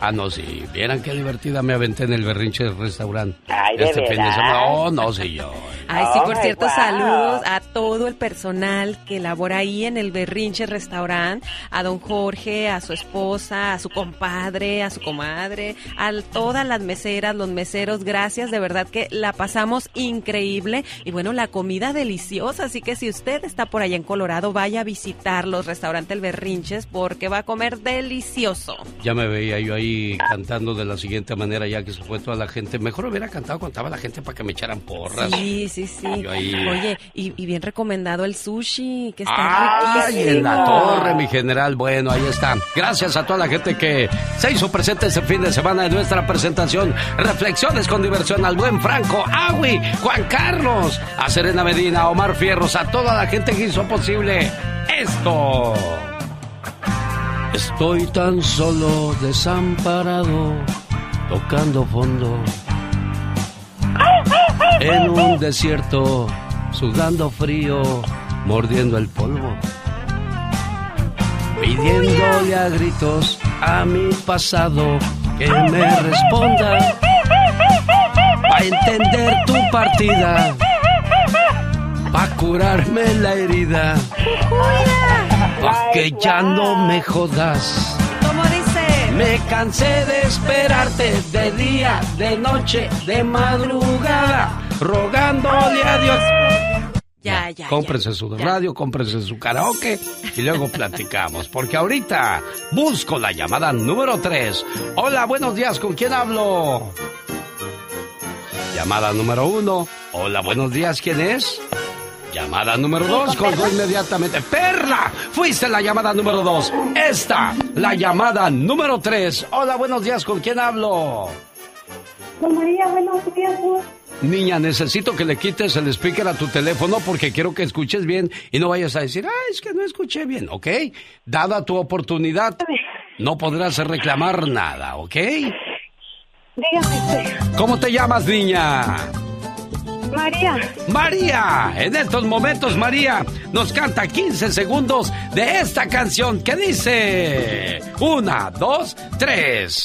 Ah, no, sí. Vieran qué divertida me aventé en el berrinche del restaurante. Ay, ¿de este fin de veras? semana. No, no, sí, yo. Ay, sí, por Oh, cierto, wow. saludos a todo el personal que labora ahí en el Berrinche Restaurant, a don Jorge, a su esposa, a su compadre, a su comadre, a todas las meseras, los meseros, gracias, de verdad que la pasamos increíble y bueno, la comida deliciosa, así que si usted está por allá en Colorado, vaya a visitar los restaurantes El Berrinches porque va a comer delicioso. Ya me veía yo ahí cantando de la siguiente manera, ya que se fue toda la gente. Mejor hubiera cantado cuando estaba la gente para que me echaran porras. Sí, sí, sí. Yo ahí... Oye, y, y bien recomendado el sushi, que está ¡Ay, riquísimo. en la torre, mi general! Bueno, ahí está. Gracias a toda la gente que se hizo presente este fin de semana en nuestra presentación. Reflexiones con diversión al buen Franco, Agui, Juan Carlos, a Serena Medina, a Omar Fierros, a toda la gente que hizo posible esto. Estoy tan solo, desamparado, tocando fondo, en un desierto, sudando frío, mordiendo el polvo, pidiéndole a gritos a mi pasado que me responda, para entender tu partida, para curarme la herida, pa' que ya no me jodas. ¿Cómo dice? Me cansé de esperarte de día, de noche, de madrugada, rogándole a Dios. Ya, ya. Cómprese su radio, cómprese su karaoke y luego platicamos, porque ahorita busco la llamada número tres. Hola, buenos días, ¿con quién hablo? Llamada número uno. Hola, buenos días, ¿quién es? Llamada número dos, colgó inmediatamente. ¡Perla! Fuiste la llamada número dos. Esta, la llamada número tres. Hola, buenos días, ¿con quién hablo? Con María, buenos días. Niña, necesito que le quites el speaker a tu teléfono porque quiero que escuches bien y no vayas a decir, ah, es que no escuché bien, ¿ok? Dada tu oportunidad, no podrás reclamar nada, ¿ok? Dígame. ¿Cómo te llamas, niña? María. María, en estos momentos María nos canta quince segundos de esta canción que dice... Una, dos, tres.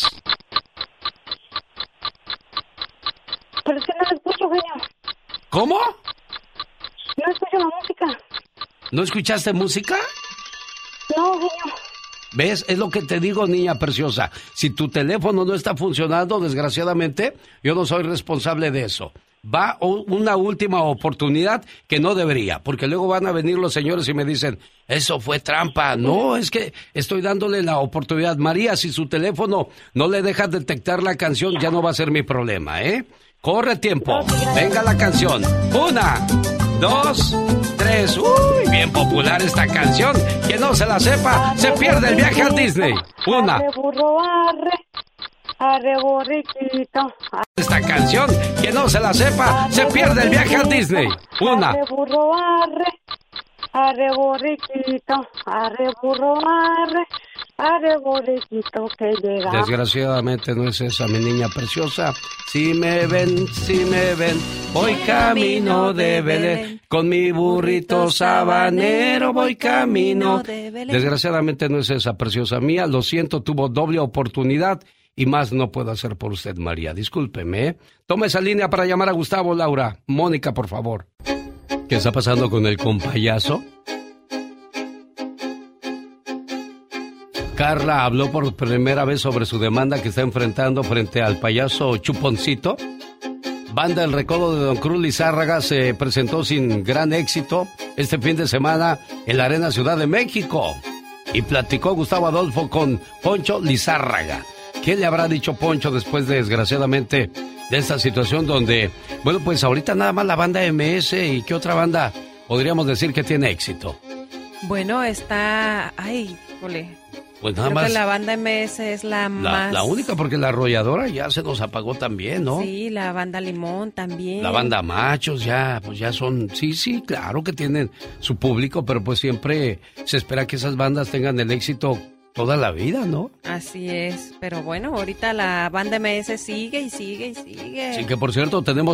Pero es que no lo escucho, genio. ¿Cómo? No escucho la música. ¿No escuchaste música? No, genio. ¿Ves? Es lo que te digo, niña preciosa. Si tu teléfono no está funcionando, desgraciadamente, yo no soy responsable de eso. Va una última oportunidad que no debería, porque luego van a venir los señores y me dicen, eso fue trampa. No, es que estoy dándole la oportunidad. María, si su teléfono no le deja detectar la canción, ya no va a ser mi problema, ¿eh? Corre tiempo. Venga la canción. Una, dos, tres. Uy, bien popular esta canción. Quien no se la sepa, se pierde el viaje a Disney. Una. Arre, burro, arre. Arre, borriquito. Esta canción, quien no se la sepa, se pierde el viaje a Disney. Una. Arre, burro, arre. Arre, borriquito. Arre, burro, arre. Arre, borriquito que llega. Desgraciadamente no es esa, mi niña preciosa. Si me ven, si me ven, voy camino de Belén. Con mi burrito sabanero voy camino. Desgraciadamente no es esa, preciosa mía. Lo siento, tuvo doble oportunidad. Y más no puedo hacer por usted, María. Discúlpeme, ¿eh? Toma esa línea para llamar a Gustavo, Laura. Mónica, por favor. ¿Qué está pasando con el compayazo? Carla habló por primera vez sobre su demanda que está enfrentando frente al payaso Chuponcito. Banda El Recodo de Don Cruz Lizárraga se presentó sin gran éxito este fin de semana en la Arena Ciudad de México. Y platicó Gustavo Adolfo con Poncho Lizárraga. ¿Qué le habrá dicho Poncho después, de, desgraciadamente, de esta situación donde, bueno, pues ahorita nada más la banda eme ese y qué otra banda podríamos decir que tiene éxito? Bueno, está... Ay, jole. Pues nada Creo más... que la banda eme ese es la, La, más... la única, porque la arrolladora ya se nos apagó también, ¿no? Sí, la banda Limón también. La banda Machos ya, pues ya son... Sí, sí, claro que tienen su público, pero pues siempre se espera que esas bandas tengan el éxito toda la vida, ¿no? Así es, pero bueno, ahorita la banda eme ese sigue y sigue y sigue. Sí, que por cierto, tenemos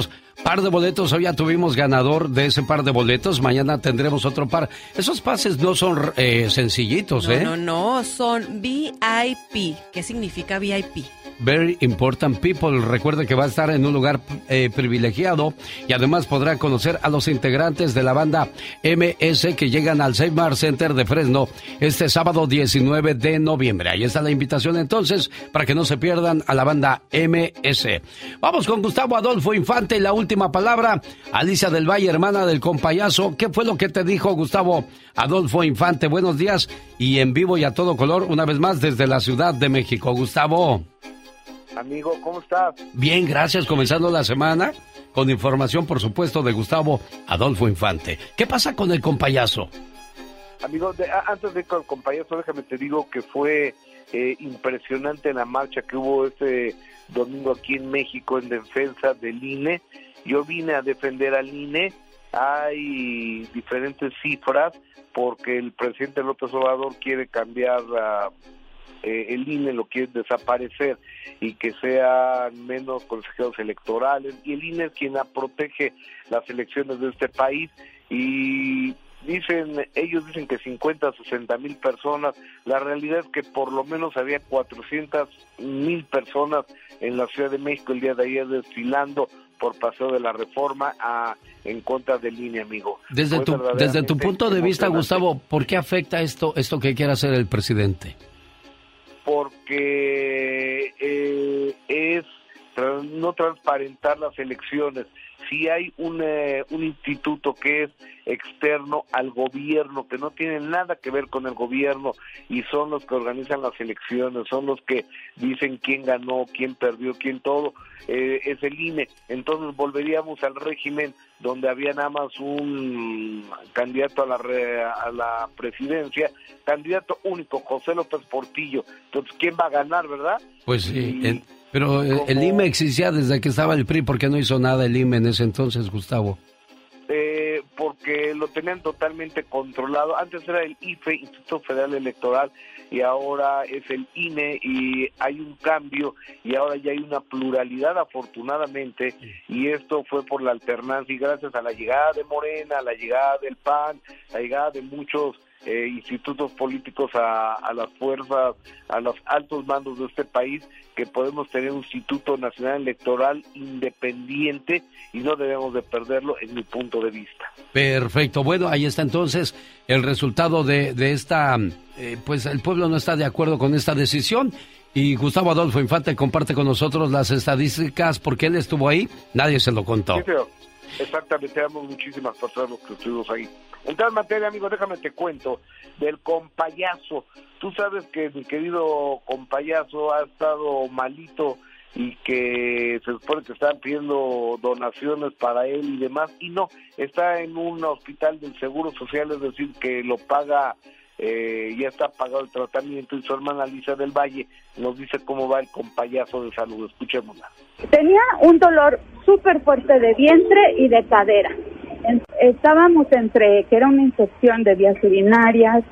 Par de boletos, hoy ya tuvimos ganador de ese par de boletos, mañana tendremos otro par. Esos pases no son eh, sencillitos, no, ¿eh? No, no, son V I P. ¿Qué significa V I P? Very Important People. Recuerde que va a estar en un lugar eh, privilegiado y además podrá conocer a los integrantes de la banda M S que llegan al Save Mart Center de Fresno este sábado diecinueve de noviembre. Ahí está la invitación entonces para que no se pierdan a la banda M S. Vamos con Gustavo Adolfo Infante, la última palabra. Alicia del Valle, hermana del compayazo. ¿Qué fue lo que te dijo Gustavo Adolfo Infante? Buenos días y en vivo y a todo color una vez más desde la Ciudad de México. Gustavo. Amigo, ¿cómo estás? Bien, gracias. Comenzando la semana con información, por supuesto, de Gustavo Adolfo Infante. ¿Qué pasa con el compayazo? Amigo, de, antes de ir con el compayazo, déjame te digo que fue eh, impresionante la marcha que hubo este domingo aquí en México en defensa del I N E. Yo vine a defender al I N E. Hay diferentes cifras porque el presidente López Obrador quiere cambiar a... Eh, el I N E lo quiere desaparecer y que sean menos consejeros electorales, y el I N E es quien protege las elecciones de este país, y dicen, ellos dicen que cincuenta, sesenta mil personas. La realidad es que por lo menos había cuatrocientas mil personas en la Ciudad de México el día de ayer desfilando por Paseo de la Reforma a, en contra del I N E, amigo. Desde tu, desde tu punto de vista, Gustavo, ¿por qué afecta esto, esto que quiere hacer el presidente? Porque eh, es tra- no transparentar las elecciones. Si hay un, eh, un instituto que es externo al gobierno, que no tiene nada que ver con el gobierno, y son los que organizan las elecciones, son los que dicen quién ganó, quién perdió, quién todo, eh, es el I N E. Entonces volveríamos al régimen donde había nada más un candidato a la, re, a la presidencia, candidato único, José López Portillo. Entonces, ¿quién va a ganar, verdad? Pues sí, Y, el, pero el, el I M E existía desde que estaba el P R I. ¿Por qué no hizo nada el I M E en ese entonces, Gustavo? Eh, porque lo tenían totalmente controlado. Antes era el I F E, Instituto Federal Electoral, y ahora es el I N E, y hay un cambio, y ahora ya hay una pluralidad, afortunadamente, y esto fue por la alternancia, y gracias a la llegada de Morena, a la llegada del P A N, la llegada de muchos eh, institutos políticos a, a las fuerzas, a los altos mandos de este país, que podemos tener un Instituto Nacional Electoral independiente, y no debemos de perderlo, en mi punto de vista. Perfecto. Bueno, ahí está entonces el resultado de, de esta, eh, pues el pueblo no está de acuerdo con esta decisión, y Gustavo Adolfo Infante comparte con nosotros las estadísticas porque él estuvo ahí, nadie se lo contó. Sí, señor. Exactamente, éramos muchísimas personas los que estuvimos ahí. En tal materia, amigo, déjame te cuento del compayazo. Tú sabes que mi querido compayazo ha estado malito y que se supone que estaban pidiendo donaciones para él y demás, y no, está en un hospital del Seguro Social, es decir, que lo paga, eh, ya está pagado el tratamiento, y su hermana Alicia del Valle nos dice cómo va el compayazo de salud. Escuchémosla. Tenía un dolor súper fuerte de vientre y de cadera. Estábamos entre que era una infección de vías urinarias,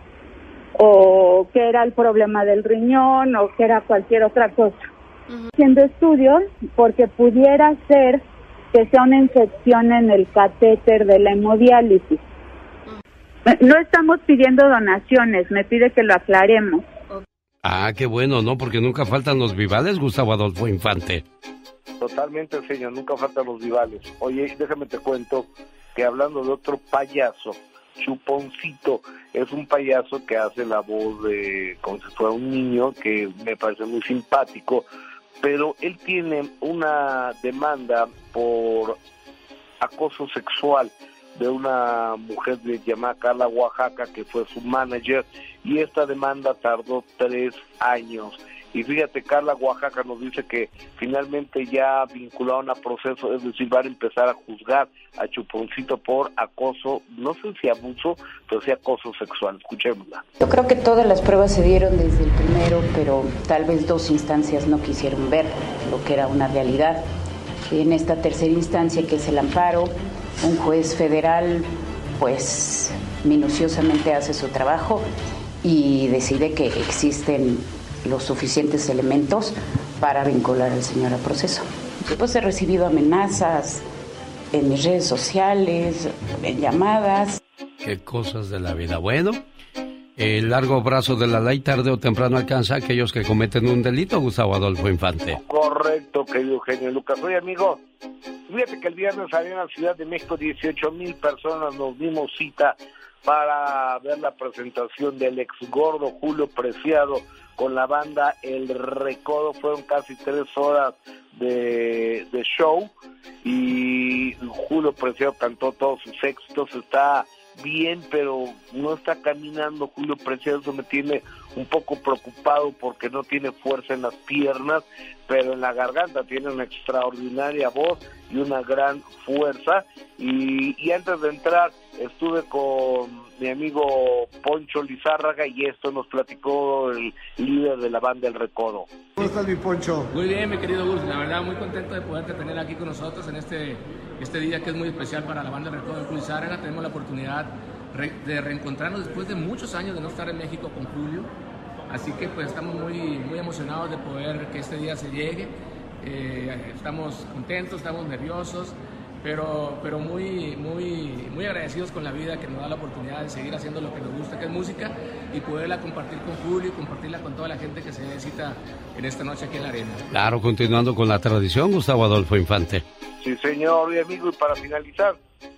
o que era el problema del riñón, o que era cualquier otra cosa. Uh-huh. Haciendo estudios porque pudiera ser que sea una infección en el catéter de la hemodiálisis. Uh-huh. No estamos pidiendo donaciones, me pide que lo aclaremos. Ah, qué bueno, ¿no? Porque nunca faltan los vivales, Gustavo Adolfo Infante. Totalmente, señor, nunca faltan los vivales. Oye, déjame te cuento que hablando de otro payaso, Chuponcito, es un payaso que hace la voz de como si fuera un niño, que me parece muy simpático, pero él tiene una demanda por acoso sexual de una mujer de llamada Carla Oaxaca, que fue su manager, y esta demanda tardó tres años. Y fíjate, Carla Oaxaca nos dice que finalmente ya vincularon a proceso, es decir, van a empezar a juzgar a Chuponcito por acoso, no sé si abuso, pero sí acoso sexual. Escuchémosla. Yo creo que todas las pruebas se dieron desde el primero, pero tal vez dos instancias no quisieron ver lo que era una realidad. En esta tercera instancia, que es el amparo, un juez federal pues minuciosamente hace su trabajo y decide que existen los suficientes elementos para vincular al señor a proceso. Después he recibido amenazas en mis redes sociales, en llamadas. Qué cosas de la vida. Bueno, el largo brazo de la ley tarde o temprano alcanza a aquellos que cometen un delito, Gustavo Adolfo Infante. Correcto, querido Eugenio Lucas. Oye, amigo, fíjate que el viernes salieron a la Ciudad de México dieciocho mil personas, nos dimos cita para ver la presentación del ex gordo Julio Preciado con la banda El Recodo. Fueron casi tres horas de, de show y Julio Preciado cantó todos sus éxitos. Está bien, pero no está caminando Julio Preciado. Eso me tiene un poco preocupado porque no tiene fuerza en las piernas, pero en la garganta tiene una extraordinaria voz y una gran fuerza. Y, y antes de entrar estuve con mi amigo Poncho Lizárraga y esto nos platicó el líder de la banda El Recodo. ¿Cómo estás, mi Poncho? Muy bien, mi querido Gus, la verdad muy contento de poderte tener aquí con nosotros en este, este día que es muy especial para la banda El Recodo de Lizárraga. Tenemos la oportunidad re, de reencontrarnos después de muchos años de no estar en México con Julio, así que pues estamos muy, muy emocionados de poder que este día se llegue. Eh, estamos contentos, estamos nerviosos, pero, pero muy, muy, muy agradecidos con la vida que nos da la oportunidad de seguir haciendo lo que nos gusta, que es música, y poderla compartir con Julio y compartirla con toda la gente que se necesita en esta noche aquí en la arena. Claro, continuando con la tradición, Gustavo Adolfo Infante. Sí, señor, y amigo, y para finalizar,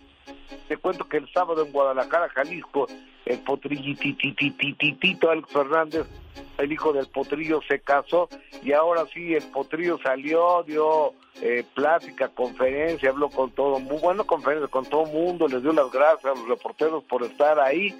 te cuento que el sábado en Guadalajara, Jalisco, el potrillititititito Alex Fernández, el hijo del Potrillo, se casó y ahora sí el Potrillo salió, dio eh, plática, conferencia, habló con todo, muy buena conferencia con todo el mundo, les dio las gracias a los reporteros por estar ahí.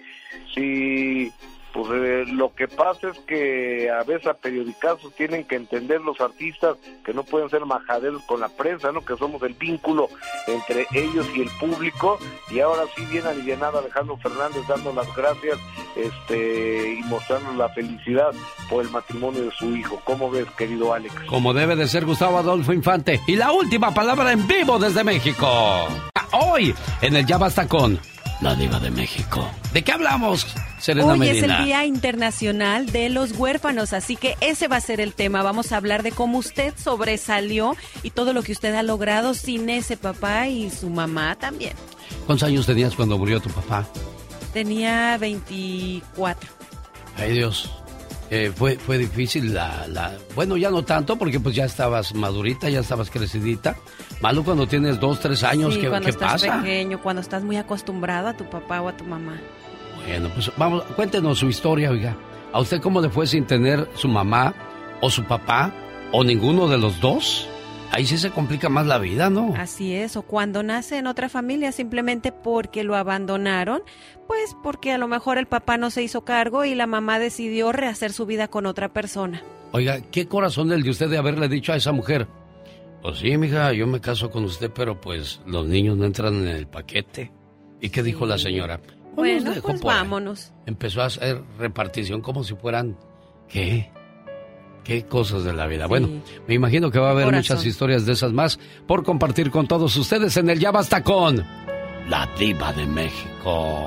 Sí, pues eh, lo que pasa es que a veces a periodicazos tienen que entender los artistas que no pueden ser majaderos con la prensa, ¿no? Que somos el vínculo entre ellos y el público, y ahora sí bien alivianado Alejandro Fernández dando las gracias este y mostrando la felicidad por el matrimonio de su hijo. ¿Cómo ves, querido Alex? Como debe de ser, Gustavo Adolfo Infante. Y la última palabra en vivo desde México. Hoy, en el Ya Basta con la Diva de México. ¿De qué hablamos, Serena Hoy Medina? es el Día Internacional de los Huérfanos, así que ese va a ser el tema. Vamos a hablar de cómo usted sobresalió y todo lo que usted ha logrado sin ese papá y su mamá también. ¿Cuántos años tenías cuando murió tu papá? Tenía veinticuatro. Ay, Dios. Eh, fue, fue difícil la, la... Bueno, ya no tanto, porque pues ya estabas madurita, ya estabas crecidita. Malo cuando tienes dos, tres años, sí, ¿qué, cuando ¿qué estás pasa? pequeño, cuando estás muy acostumbrado a tu papá o a tu mamá. Bueno, pues vamos, cuéntenos su historia, oiga. ¿A usted cómo le fue sin tener su mamá o su papá o ninguno de los dos? Ahí sí se complica más la vida, ¿no? Así es, o cuando nace en otra familia simplemente porque lo abandonaron, pues porque a lo mejor el papá no se hizo cargo y la mamá decidió rehacer su vida con otra persona. Oiga, ¿qué corazón el de usted de haberle dicho a esa mujer? Pues sí, mija, yo me caso con usted, pero pues los niños no entran en el paquete. ¿Y qué dijo la señora? Bueno, pues, pues vámonos. Empezó a hacer repartición como si fueran... ¿Qué? Qué cosas de la vida. Sí. Bueno, me imagino que va a haber Corazón. muchas historias de esas más por compartir con todos ustedes en el Ya Basta con la Diva de México.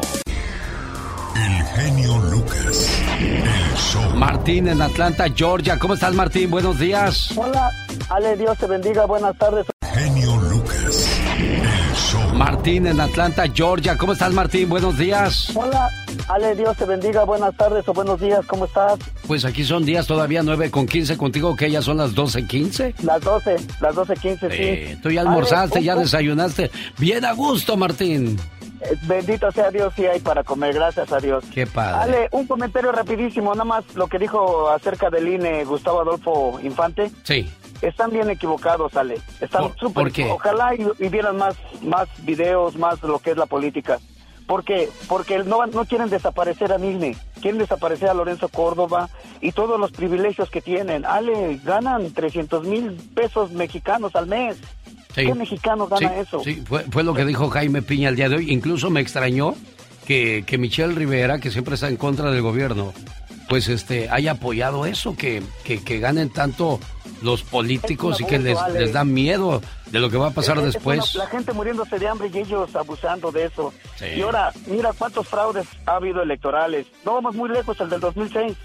El genio Lucas, el show. Martín en Atlanta, Georgia. ¿Cómo estás, Martín? Buenos días. Hola, Ale, Dios te bendiga. Buenas tardes. Genio Lucas, el show. Martín en Atlanta, Georgia. ¿Cómo estás, Martín? Buenos días. Hola, Ale, Dios te bendiga. Buenas tardes o buenos días. ¿Cómo estás? Pues aquí son días todavía nueve con quince contigo, que ya son las doce quince. Las doce, las doce quince, sí. Eh, tú ya almorzaste, Ale, ya desayunaste. Bien a gusto, Martín. Bendito sea Dios, sí hay para comer, gracias a Dios. Qué padre. Ale, un comentario rapidísimo, nada más lo que dijo acerca del I N E Gustavo Adolfo Infante. Sí. Están bien equivocados, Ale. Están ¿Por, súper. ¿por qué? Ojalá y, y vieran más, más videos, más lo que es la política. ¿Por qué? Porque no, no quieren desaparecer a I N E, quieren desaparecer a Lorenzo Córdoba y todos los privilegios que tienen. Ale, ganan trescientos mil pesos mexicanos al mes. Sí. ¿Qué mexicano gana sí, eso? Sí, fue, fue lo que dijo Jaime Piña el día de hoy. Incluso me extrañó que, que Michelle Rivera, que siempre está en contra del gobierno, pues este haya apoyado eso, que, que, que ganen tanto los políticos y que les, les da miedo de lo que va a pasar es, después. Es una, la gente muriéndose de hambre y ellos abusando de eso. Sí. Y ahora, mira cuántos fraudes ha habido electorales. No vamos muy lejos, el del dos mil seis.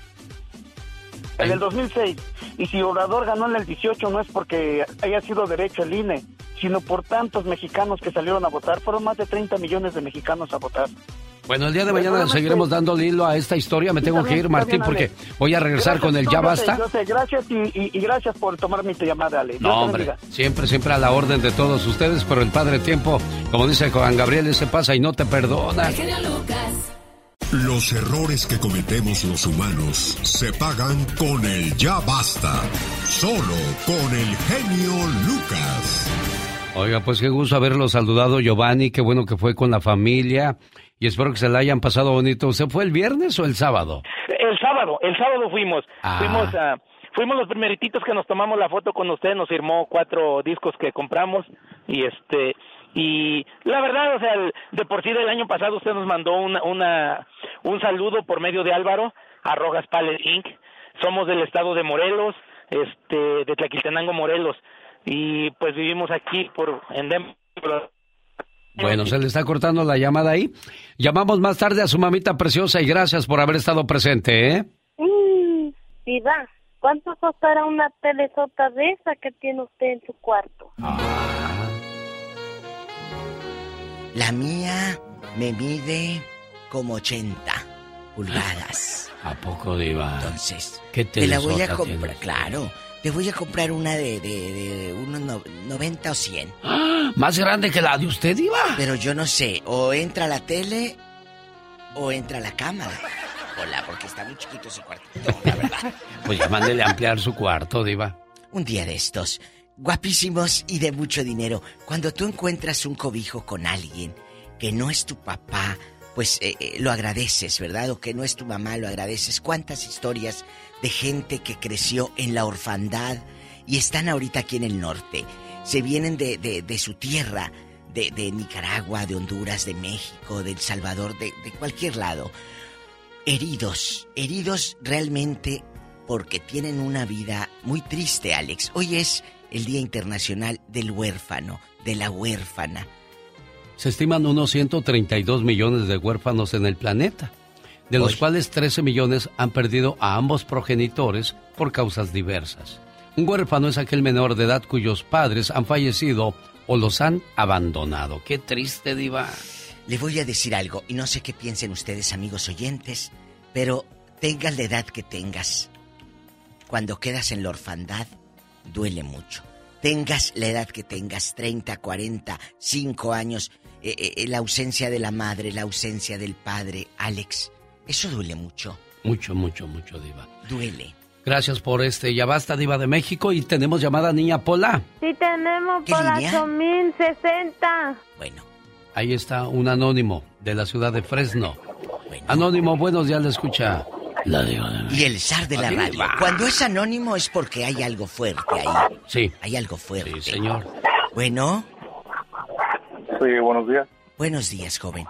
El del dos mil seis. Y si Obrador ganó en el dieciocho no es porque haya sido derecho el I N E, sino por tantos mexicanos que salieron a votar. Fueron más de treinta millones de mexicanos a votar. Bueno, el día de mañana seguiremos dando hilo a esta historia. Me tengo que ir, Martín, porque voy a regresar con el Ya Basta. Yo sé, gracias y, y, y gracias por tomar mi llamada, Ale. No, hombre, siempre, siempre a la orden de todos ustedes, pero el Padre Tiempo, como dice Juan Gabriel, ese pasa y no te perdona. Los errores que cometemos los humanos se pagan con el Ya Basta. Solo con el genio Lucas. Oiga, pues qué gusto haberlo saludado, Giovanni. Qué bueno que fue con la familia. Y espero que se la hayan pasado bonito. ¿Usted fue el viernes o el sábado? El sábado, el sábado fuimos. Ah. Fuimos a... Fuimos los primerititos que nos tomamos la foto con usted, nos firmó cuatro discos que compramos y este y la verdad, o sea, el, de por sí del año pasado usted nos mandó una, una un saludo por medio de Álvaro a Rojas Palette incorporated. Somos del estado de Morelos, este de Tlaquiltenango, Morelos, y pues vivimos aquí por en Denver. Bueno, se le está cortando la llamada ahí. Llamamos más tarde a su mamita preciosa y gracias por haber estado presente, ¿eh? Mm, Diva, ¿cuánto costará una telesota de esa que tiene usted en su cuarto? La mía me mide como ochenta pulgadas. ¿A poco, Diva? Entonces, ¿qué te la voy a telesota comprar, tienes? claro. Te voy a comprar una de, de, de unos no, noventa o cien. ¡Ah! ¿Más grande que la de usted, Diva? Pero yo no sé, o entra la tele o entra la cámara. Hola, porque está muy chiquito ese cuartito, la verdad. Pues ya mándele a ampliar su cuarto, Diva. Un día de estos, guapísimos y de mucho dinero, cuando tú encuentras un cobijo con alguien que no es tu papá, pues eh, eh, lo agradeces, ¿verdad? O que no es tu mamá, lo agradeces. ¿Cuántas historias de gente que creció en la orfandad y están ahorita aquí en el norte? Se vienen de, de, de su tierra, de, de Nicaragua, de Honduras, de México, de El Salvador, de, de cualquier lado. Heridos, heridos realmente porque tienen una vida muy triste, Alex. Hoy es el Día Internacional del Huérfano, de la huérfana. Se estiman unos ciento treinta y dos millones de huérfanos en el planeta, de los Oye. cuales trece millones han perdido a ambos progenitores por causas diversas. Un huérfano es aquel menor de edad cuyos padres han fallecido o los han abandonado. ¡Qué triste, Diva! Le voy a decir algo, y no sé qué piensen ustedes, amigos oyentes, pero tengas la edad que tengas, cuando quedas en la orfandad, duele mucho. Tengas la edad que tengas, treinta, cuarenta, cinco años, eh, eh, la ausencia de la madre, la ausencia del padre, Alex, eso duele mucho. Mucho, mucho, mucho, Diva. Duele. Gracias por este Ya Basta, Diva de México. Y tenemos llamada Niña Pola. Sí tenemos ¿Qué por línea? ocho mil sesenta. Bueno. Ahí está un anónimo de la ciudad de Fresno. Bueno. Anónimo, buenos días, le escucha la Diva de México. Y el zar de la Aquí radio. va. Cuando es anónimo es porque hay algo fuerte ahí. Sí. Hay algo fuerte. Sí, señor. Bueno. Sí, buenos días. Buenos días, joven.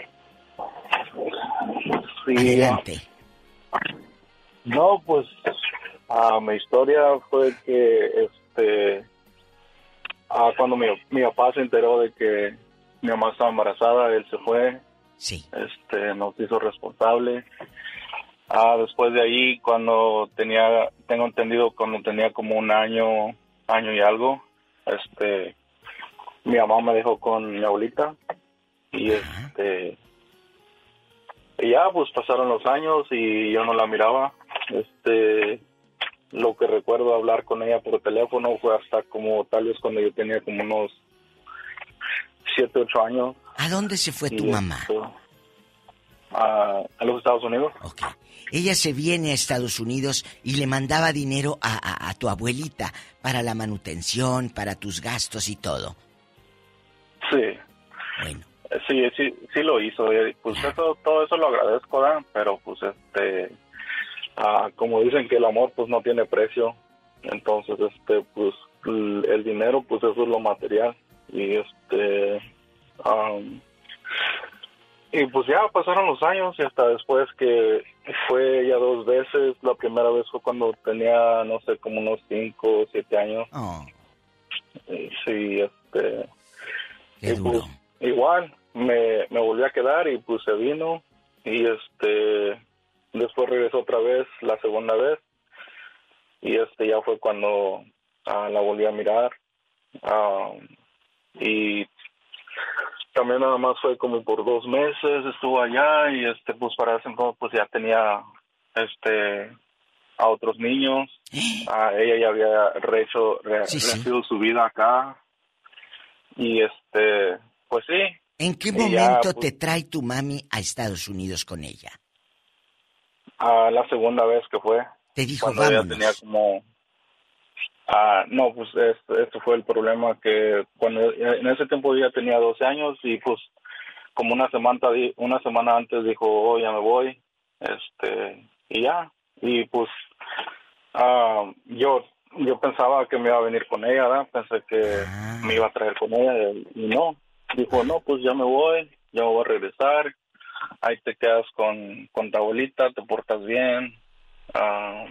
Sí. Adelante. No, pues ah, mi historia fue que este ah, cuando mi, mi papá se enteró de que mi mamá estaba embarazada, él se fue. Sí. Este, nos hizo responsable. Ah, después de ahí, cuando tenía, tengo entendido, cuando tenía como un año, año y algo, este, mi mamá me dejó con mi abuelita y este, y ya pues pasaron los años y yo no la miraba. Este, lo que recuerdo hablar con ella por teléfono fue hasta como tal vez cuando yo tenía como unos siete, ocho años. ¿A dónde se fue Y, tu mamá? este, a, a los Estados Unidos. Ok. Ella se viene a Estados Unidos y le mandaba dinero a, a, a tu abuelita para la manutención, para tus gastos y todo. Sí. Bueno. Sí, sí, sí lo hizo. Y, pues eso, todo eso lo agradezco, ¿verdad? Pero pues este, ah, como dicen que el amor pues no tiene precio, entonces este, pues el, el dinero pues eso es lo material y este, um, y pues ya pasaron los años y hasta después que fue ya dos veces. La primera vez fue cuando tenía no sé como unos cinco o siete años. Oh. Y, sí, este. Qué y duro. pues igual me, me volví a quedar y pues se vino y este después regresó otra vez la segunda vez y este ya fue cuando uh, la volví a mirar. Uh, y también nada más fue como por dos meses, estuvo allá y este pues para ese entonces pues ya tenía este a otros niños, a ella ya había rehecho, re, sí, sí. rehecho su vida acá y este pues sí. ¿En qué momento pues, te trae tu mami a Estados Unidos con ella? A la segunda vez que fue. Te dijo, cuando vámonos. Ella tenía como... Ah, no, pues esto, esto fue el problema, que cuando en ese tiempo ella tenía doce años y pues como una semana una semana antes dijo, oh, ya me voy, este, y ya, y pues uh, yo yo pensaba que me iba a venir con ella, ¿verdad? Pensé que ah. me iba a traer con ella y, y no, dijo, no, pues ya me voy, ya me voy a regresar, ahí te quedas con, con tu abuelita, te portas bien, uh,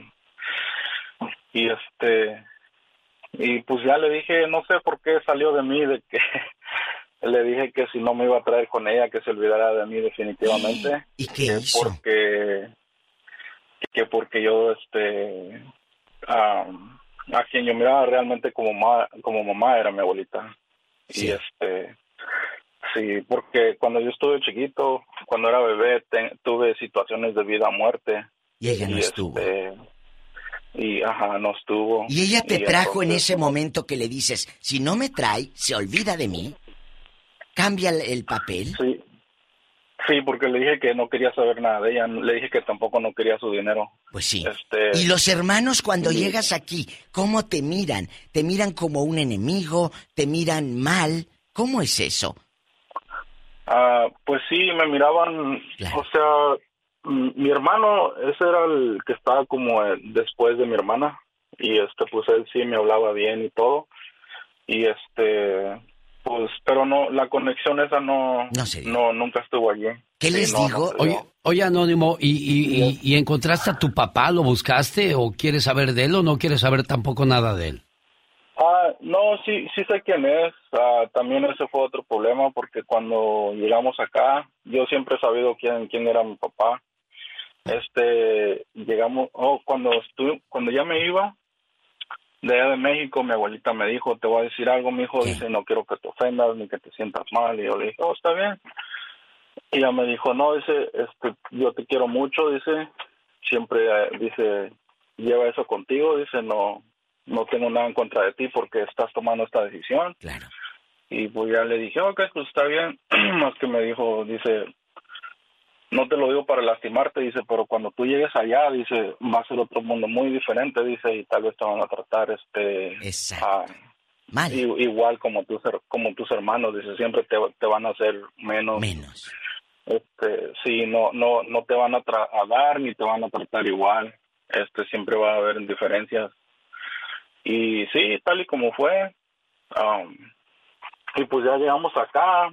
y este... Y pues ya le dije, no sé por qué salió de mí, de que le dije que si no me iba a traer con ella, que se olvidara de mí definitivamente. ¿Y qué hizo? Porque, que porque yo, este, um, a quien yo miraba realmente como, ma, como mamá era mi abuelita. Sí. Y este, sí, porque cuando yo estuve chiquito, cuando era bebé, te, tuve situaciones de vida a muerte. Y ella no y estuvo. Este, Y, ajá, no estuvo. ¿Y ella te y trajo entonces, en ese momento que le dices, si no me trae, se olvida de mí? ¿Cambia el, el papel? Sí. Sí, porque le dije que no quería saber nada de ella. Le dije que tampoco no quería su dinero. Pues sí. Este... ¿Y los hermanos cuando sí. llegas aquí, cómo te miran? ¿Te miran como un enemigo? ¿Te miran mal? ¿Cómo es eso? Ah, pues sí, me miraban, claro. O sea... Mi hermano, ese era el que estaba como después de mi hermana y este pues él sí me hablaba bien y todo y este pues pero no, la conexión esa no no, sé. no nunca estuvo allí. ¿Qué sí, les no, digo? No oye, oye Anónimo, ¿y, y, y, ¿y encontraste a tu papá? ¿Lo buscaste o quieres saber de él o no quieres saber tampoco nada de él? Ah, no, sí, sí sé quién es. Ah, también ese fue otro problema porque cuando llegamos acá, yo siempre he sabido quién quién era mi papá. Este, llegamos, oh, cuando estuve, cuando ya me iba de allá de México, mi abuelita me dijo, te voy a decir algo, mijo, ¿qué? Dice, no quiero que te ofendas ni que te sientas mal, y yo le dije, oh, está bien, y ella me dijo, no, dice, este, yo te quiero mucho, dice, siempre, eh, dice, lleva eso contigo, dice, no, no tengo nada en contra de ti porque estás tomando esta decisión, claro, y pues ya le dije, ok, pues está bien, más que me dijo, dice, no te lo digo para lastimarte, dice, pero cuando tú llegues allá, dice, va a ser otro mundo muy diferente, dice, y tal vez te van a tratar, este, Exacto. Uh, igual como tus, como tus hermanos, dice, siempre te, te van a hacer menos. Menos. Este, sí, no, no, no te van a, tra- a dar ni te van a tratar igual, este, siempre va a haber diferencias. Y sí, tal y como fue, um, y pues ya llegamos acá,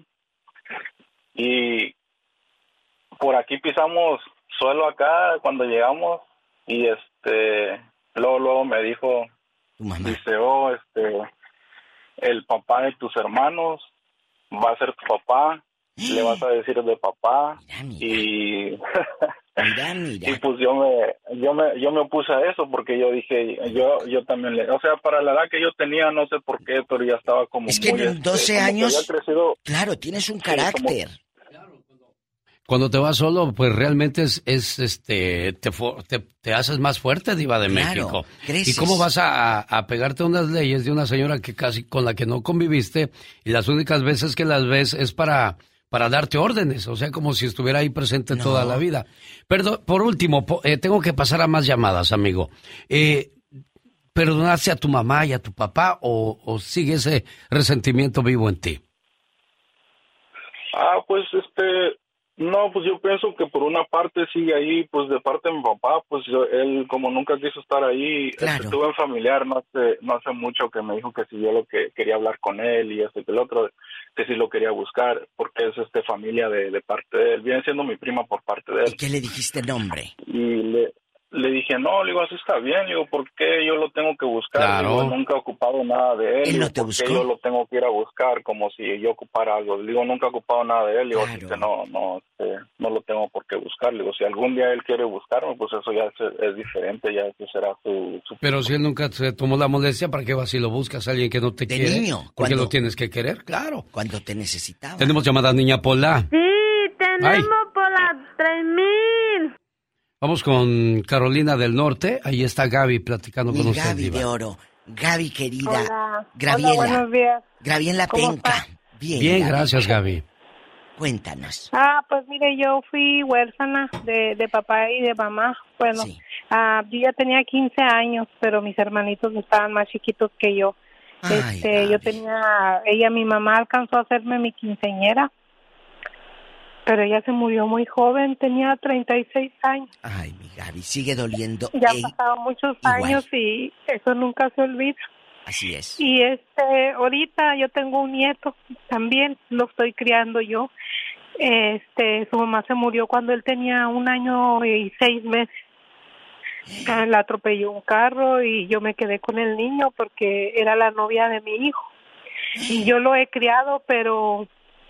y por aquí pisamos suelo acá cuando llegamos y este luego luego me dijo, dice, oh, este el papá de tus hermanos va a ser tu papá, le vas a decir de papá. Mira, mira. y mira, mira. y pues yo me yo me yo me opuse a eso porque yo dije, yo yo también le, o sea, para la edad que yo tenía, no sé por qué, pero ya estaba como es que muy, en doce este, años crecido, claro, tienes un carácter. Sí, como, cuando te vas solo, pues realmente es, es este, te, te, te haces más fuerte, Diva de claro, México. creces. ¿Y cómo vas a, a pegarte a unas leyes de una señora que casi con la que no conviviste y las únicas veces que las ves es para, para darte órdenes? O sea, como si estuviera ahí presente no. toda la vida. Pero, por último, eh, tengo que pasar a más llamadas, amigo. Eh, ¿Perdonaste a tu mamá y a tu papá o, o sigue ese resentimiento vivo en ti? Ah, pues este... No, pues yo pienso que por una parte sigue ahí, pues de parte de mi papá, pues yo, él como nunca quiso estar ahí, claro. estuve en familiar no hace, no hace mucho que me dijo que si yo lo que quería hablar con él y este que el otro, que si lo quería buscar, porque es este familia de, de parte de él, viene siendo mi prima por parte de él. ¿Y qué le dijiste nombre? Y le, le dije, no, le digo, así está bien, le digo, ¿por qué yo lo tengo que buscar? Claro. Le digo, nunca he ocupado nada de él. Él no digo, te ¿por buscó? qué yo lo tengo que ir a buscar como si yo ocupara algo? Le digo, nunca he ocupado nada de él. Le digo, así que no, no, este, no lo tengo por qué buscar. Le digo, si algún día él quiere buscarme, pues eso ya es, es diferente, ya eso será su, su... Pero si él nunca se tomó la molestia, ¿para qué vas y lo buscas a alguien que no te De quiere? niño, Porque cuando- lo tienes que querer, claro. Cuando te necesitaba. Tenemos llamada Niña Pola. Sí, tenemos Ay. por las tres mil. Vamos con Carolina del Norte. Ahí está Gaby platicando con Mi usted, Gaby Diva. de oro. Gaby querida. Hola. Graviela. Hola, buenos días. Graviela ¿Cómo Penca. está? Bien, Bien, Gaby. gracias, Gaby. Cuéntanos. Ah, pues mire, yo fui huérfana de, de papá y de mamá. Bueno, ah, yo ya tenía quince años, pero mis hermanitos estaban más chiquitos que yo. Ay, este, yo tenía, ella, mi mamá alcanzó a hacerme mi quinceañera, pero ella se murió muy joven, tenía treinta y seis años. Ay, mi Gaby, sigue doliendo. Ya Ey, han pasado muchos igual. años y eso nunca se olvida. así es. Y este, ahorita yo tengo un nieto, también lo estoy criando yo. Este, su mamá se murió cuando él tenía un año y seis meses. Ah, la atropelló un carro y yo me quedé con el niño porque era la novia de mi hijo. Y yo lo he criado, pero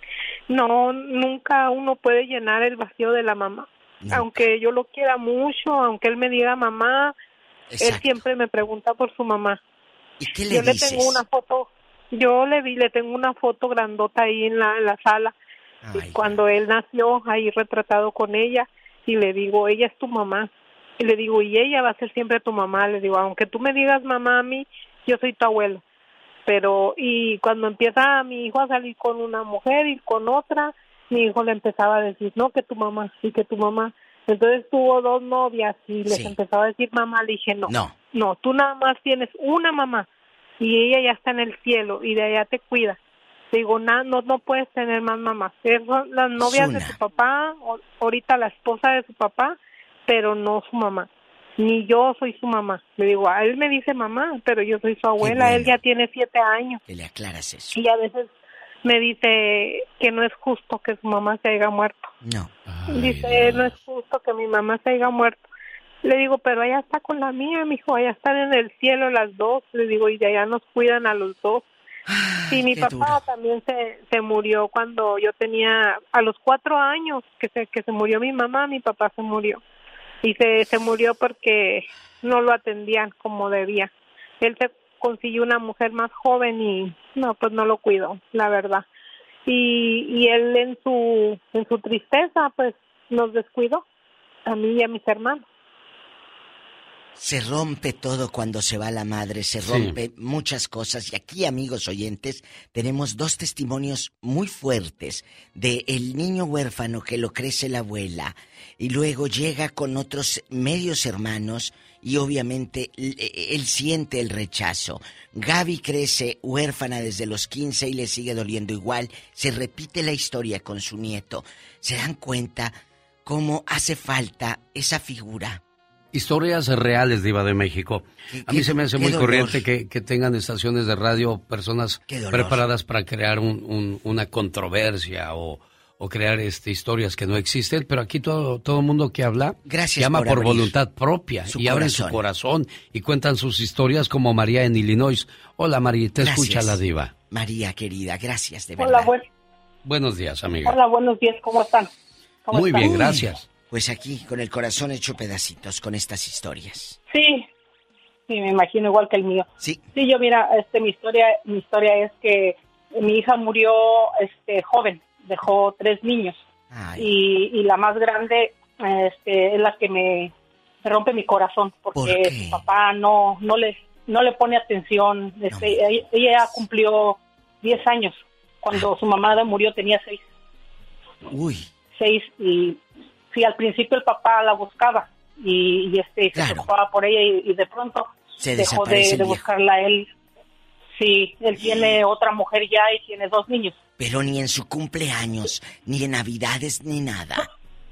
no, nunca uno puede llenar el vacío de la mamá. Aunque yo lo quiera mucho, aunque él me diga mamá, él Exacto. siempre me pregunta por su mamá. ¿Y qué le Yo dices? le tengo una foto, yo le vi, le tengo una foto grandota ahí en la, en la sala, Ay, cuando él nació, ahí retratado con ella, y le digo, ella es tu mamá, y le digo, y ella va a ser siempre tu mamá, le digo, aunque tú me digas mamá a mí, yo soy tu abuela. Pero, y cuando empieza mi hijo a salir con una mujer y con otra, mi hijo le empezaba a decir, no, que tu mamá, sí, que tu mamá. Entonces tuvo dos novias y les Sí. empezaba a decir mamá, le dije, no, No. no, tú nada más tienes una mamá y ella ya está en el cielo y de allá te cuida. Le digo, na, no, no puedes tener más mamás. Son las novias Zuna. de tu papá, o, ahorita la esposa de su papá, pero no su mamá. Ni yo soy su mamá. Le digo, a él me dice mamá, pero yo soy su abuela. bueno. Él ya tiene siete años. Que le aclaras eso. Y a veces me dice que no es justo que su mamá se haya muerto. No. Dice, no es justo que mi mamá se haya muerto. Le digo, pero allá está con la mía, mijo, allá están en el cielo las dos. Le digo, y de allá nos cuidan a los dos. Y mi qué papá duro. también se, se murió cuando yo tenía, a los cuatro años que se, que se murió mi mamá, mi papá se murió. Y se, se murió porque no lo atendían como debía. Él se consiguió una mujer más joven y no, pues no lo cuidó, la verdad. Y, y él en su, en su tristeza, pues nos descuidó, a mí y a mis hermanos. Se rompe todo cuando se va la madre, se rompe muchas cosas. Y aquí, amigos oyentes, tenemos dos testimonios muy fuertes de el niño huérfano que lo crece la abuela y luego llega con otros medios hermanos y obviamente l- él siente el rechazo. Gaby crece huérfana desde los quince y le sigue doliendo igual. Se repite la historia con su nieto. ¿Se dan cuenta cómo hace falta esa figura? Historias reales, Diva de México. A mí se me hace qué muy dolor. corriente que, que tengan estaciones de radio personas Qué dolor. preparadas para crear un, un- una controversia o, o crear este, historias que no existen, pero aquí todo todo el mundo que habla Gracias llama por por, abrir voluntad propia su y abren su corazón. corazón y cuentan sus historias como María en Illinois. Hola María, te Gracias. escucha la Diva. María, querida, gracias, de verdad. Hola, buen- Buenos días, amiga. hola, buenos días, ¿cómo están? ¿Cómo Muy están? bien, gracias. Pues aquí, con el corazón hecho pedacitos, con estas historias. Sí, sí, me imagino igual que el mío. Sí. Sí, yo mira, este, mi historia, mi historia es que mi hija murió, este, joven, dejó tres niños y, y la más grande, este, es la que me, me rompe mi corazón porque ¿Por qué? su papá no, no le, no le pone atención. Este, ella, ella cumplió diez años cuando su mamá murió tenía seis, Uy, seis y sí, al principio el papá la buscaba y, y este se preocupaba por ella y, y de pronto Se dejó desaparece de, el de viejo. buscarla a él. Sí, él tiene otra mujer ya y tiene dos niños. pero ni en su cumpleaños, ni en Navidades, ni nada.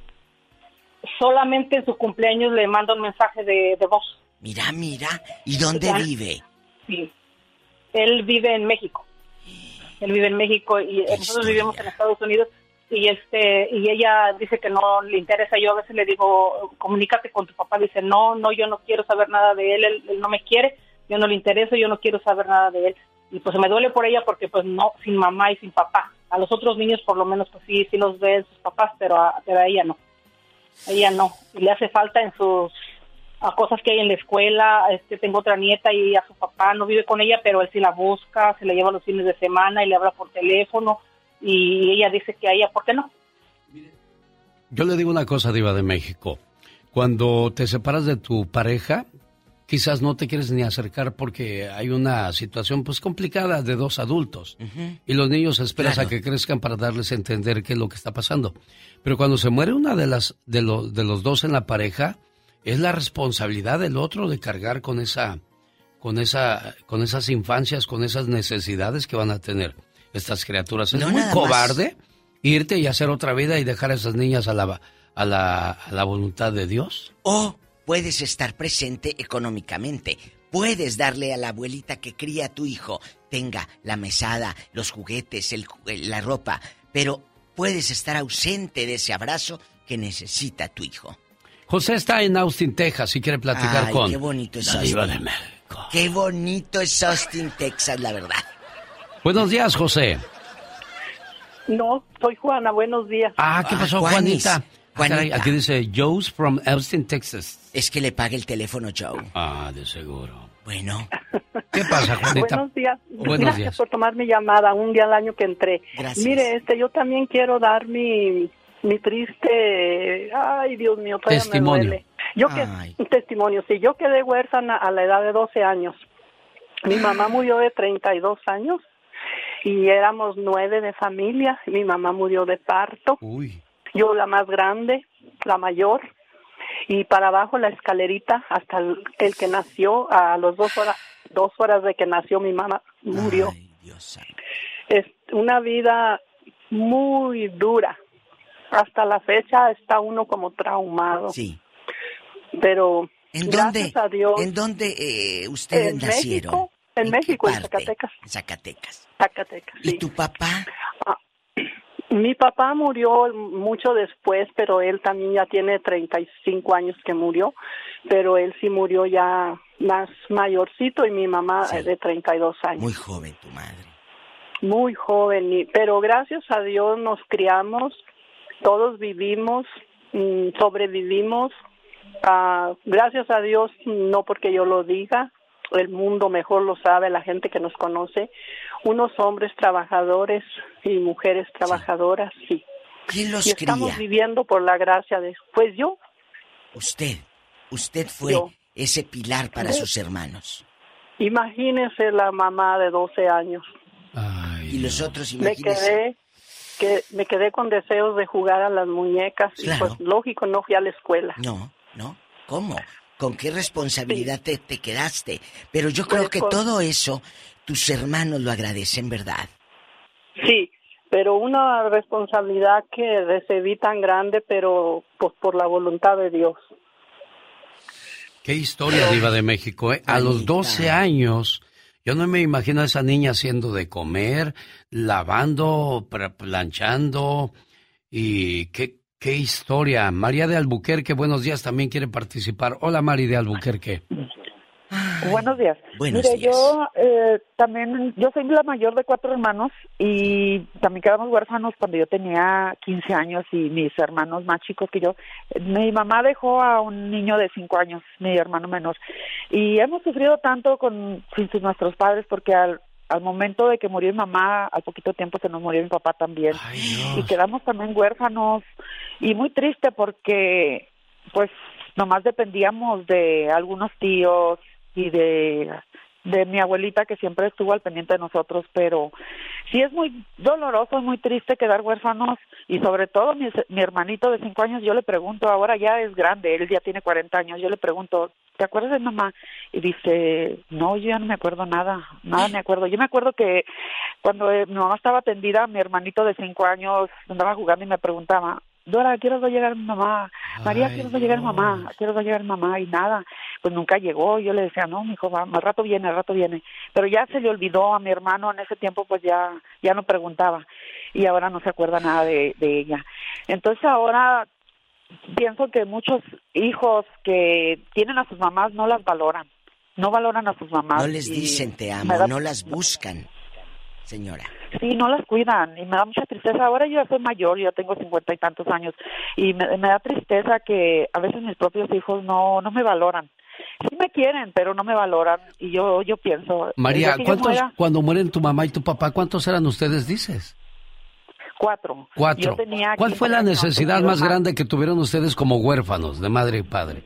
Solamente en su cumpleaños le manda un mensaje de, de voz. Mira, mira, ¿y dónde Ya. vive? Sí. Él vive en México. Él vive en México y nosotros vivimos en Estados Unidos. y este y ella dice que no le interesa. Yo a veces le digo, comunícate con tu papá. Dice, no, no, yo no quiero saber nada de él, él, él no me quiere, yo no le intereso, yo no quiero saber nada de él. Y pues me duele por ella porque pues no, sin mamá y sin papá. A los otros niños por lo menos pues sí, sí los ven sus papás, pero a, pero a ella no. A ella no. Y le hace falta en sus a cosas que hay en la escuela. Este, tengo otra nieta y a su papá no vive con ella, pero él sí la busca, se la lleva los fines de semana y le habla por teléfono. Y ella dice que a ella, ¿por qué no? Yo le digo una cosa, Diva de México. Cuando te separas de tu pareja, quizás no te quieres ni acercar porque hay una situación pues complicada de dos adultos. Uh-huh. Y los niños esperas claro. a que crezcan para darles a entender qué es lo que está pasando. Pero cuando se muere una de las de, lo, de los dos en la pareja, es la responsabilidad del otro de cargar con esa con esa con esas infancias, con esas necesidades que van a tener estas criaturas. Es no muy cobarde más. Irte y hacer otra vida y dejar a esas niñas a la a la a la voluntad de Dios. O puedes estar presente económicamente. Puedes darle a la abuelita que cría a tu hijo, tenga la mesada, los juguetes, el, la ropa, pero puedes estar ausente de ese abrazo que necesita tu hijo. José está en Austin, Texas, y quiere platicar Ay, con qué bonito es la Austin. Diva de México. Qué bonito es Austin, Texas, la verdad. Buenos días, José. No, soy Juana, buenos días. Ah, ¿qué pasó, ah, Juanita? Juanita. Caray, aquí dice Joe's from Austin, Texas. Es que le paga el teléfono Joe. Ah, de seguro. Bueno. ¿Qué pasa, Juanita? Buenos días. Buenos Gracias días. por tomar mi llamada un día al año que entré. Gracias. Mire, este, yo también quiero dar mi, mi triste, ay, Dios mío, todavía testimonio. me duele. Yo que, un testimonio, sí, yo quedé huérfana a la edad de doce años. Mi mamá murió de treinta y dos años y éramos nueve de familia. Mi mamá murió de parto. Uy. Yo la más grande, la mayor, y para abajo la escalerita hasta el, el que nació, a las dos horas, dos horas de que nació mi mamá murió. Ay, Dios. Es una vida muy dura. Hasta la fecha está uno como traumado. Sí. Pero ¿En gracias dónde, a Dios. ¿En dónde eh, ustedes en nacieron? México, en, ¿En México, qué en parte? Zacatecas. En Zacatecas. Zacatecas, sí. ¿Y tu papá? Ah, mi papá murió mucho después, pero él también ya tiene treinta y cinco años que murió, pero él sí murió ya más mayorcito y mi mamá sí. de treinta y dos años. Muy joven tu madre. Muy joven, y, pero gracias a Dios nos criamos, todos vivimos, mmm, sobrevivimos. Uh, gracias a Dios, no porque yo lo diga, el mundo mejor lo sabe, la gente que nos conoce, unos hombres trabajadores y mujeres trabajadoras, sí. ¿Quién los y cría? Estamos viviendo por la gracia de... Pues yo. Usted, usted fue yo. ese pilar para sus hermanos. Imagínese la mamá de doce años. Ay, y los otros, imagínese. Me quedé, que, me quedé con deseos de jugar a las muñecas, claro. Y pues lógico, no fui a la escuela. No, no, ¿cómo? ¿Con qué responsabilidad sí. te, te quedaste? Pero yo creo pues que con... todo eso, tus hermanos lo agradecen, ¿verdad? Sí, pero una responsabilidad que recibí tan grande, pero pues por la voluntad de Dios. Qué historia, Diva de México, ¿eh? A los doce años, yo no me imagino a esa niña haciendo de comer, lavando, planchando, y qué... ¡Qué historia! María de Albuquerque, buenos días, también quiere participar. Hola, Mari de Albuquerque. Ay, buenos días. Buenos Mire, días. yo eh, también, yo soy la mayor de cuatro hermanos y también quedamos huérfanos cuando yo tenía quince años y mis hermanos más chicos que yo. Mi mamá dejó a un niño de cinco años, mi hermano menor. Y hemos sufrido tanto con sin sus, nuestros padres porque al... Al momento de que murió mi mamá, al poquito tiempo se nos murió mi papá también. Ay, y quedamos también huérfanos. Y muy triste porque, pues, nomás dependíamos de algunos tíos y de, de mi abuelita que siempre estuvo al pendiente de nosotros. Pero sí es muy doloroso, muy triste quedar huérfanos. Y sobre todo mi, mi hermanito de cinco años, yo le pregunto, ahora ya es grande, él ya tiene cuarenta años, yo le pregunto, ¿te acuerdas de mamá? Y dice, no, yo ya no me acuerdo nada, nada me acuerdo. Yo me acuerdo que cuando eh, mi mamá estaba tendida, mi hermanito de cinco años andaba jugando y me preguntaba, Dora, ¿a qué hora va a llegar mi mamá? María, Ay, ¿qué nos va a llegar mamá? ¿Qué nos va a llegar mamá? Y nada, pues nunca llegó. Yo le decía, no, mijo, va, al rato viene, al rato viene. Pero ya se le olvidó a mi hermano en ese tiempo, pues ya, ya no preguntaba. Y ahora no se acuerda nada de, de ella. Entonces ahora pienso que muchos hijos que tienen a sus mamás no las valoran. No valoran a sus mamás. No les dicen te amo, da... no las buscan, señora. Sí, no las cuidan y me da mucha tristeza. Ahora yo ya soy mayor, yo ya tengo cincuenta y tantos años y me, me da tristeza que a veces mis propios hijos no no me valoran. Sí me quieren, pero no me valoran y yo yo pienso... María, ¿cuántos, muera, cuando mueren tu mamá y tu papá, cuántos eran ustedes, dices? Cuatro. Cuatro. Yo tenía ¿Cuál fue la necesidad años, más grande que tuvieron ustedes como huérfanos de madre y padre?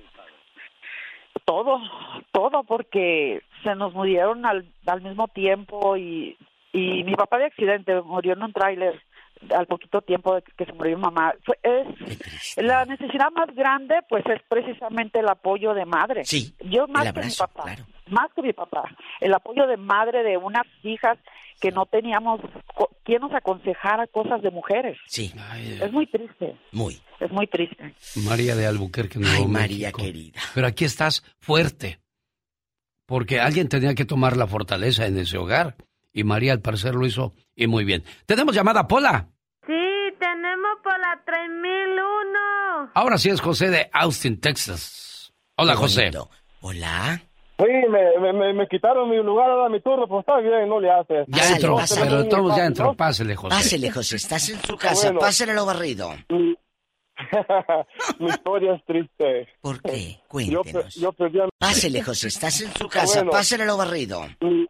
Todo, todo, porque se nos murieron al, al mismo tiempo y, y mi papá de accidente murió en un tráiler al poquito tiempo de que se murió mi mamá. Fue, es, la necesidad más grande, pues, es precisamente el apoyo de madre. Sí, Yo más el que mi abrazo, papá, claro. más que mi papá, el apoyo de madre de unas hijas que no teníamos co- quien nos aconsejara cosas de mujeres. Sí. Es muy triste. Muy. Es muy triste. María de Albuquerque, Nuevo Ay, María México. querida. Pero aquí estás fuerte, porque alguien tenía que tomar la fortaleza en ese hogar, y María al parecer lo hizo y muy bien. ¿Tenemos llamada, Pola? Sí, tenemos por la tres mil uno. Ahora sí es José de Austin, Texas. Hola, Qué José. bonito. Hola. Sí, me, me, me quitaron mi lugar, ahora mi turno, pues está bien, no le hace. Ya entró, pero de todos ya entró. Pásele, José. Pásele, José. Estás en su casa. Bueno. Pásele lo barrido. Mi, mi historia es triste. ¿Por qué? Yo, Cuéntenos. pe- yo perdí a mi... Pásele, José. Estás en su casa. Bueno. Pásele lo barrido. Mi,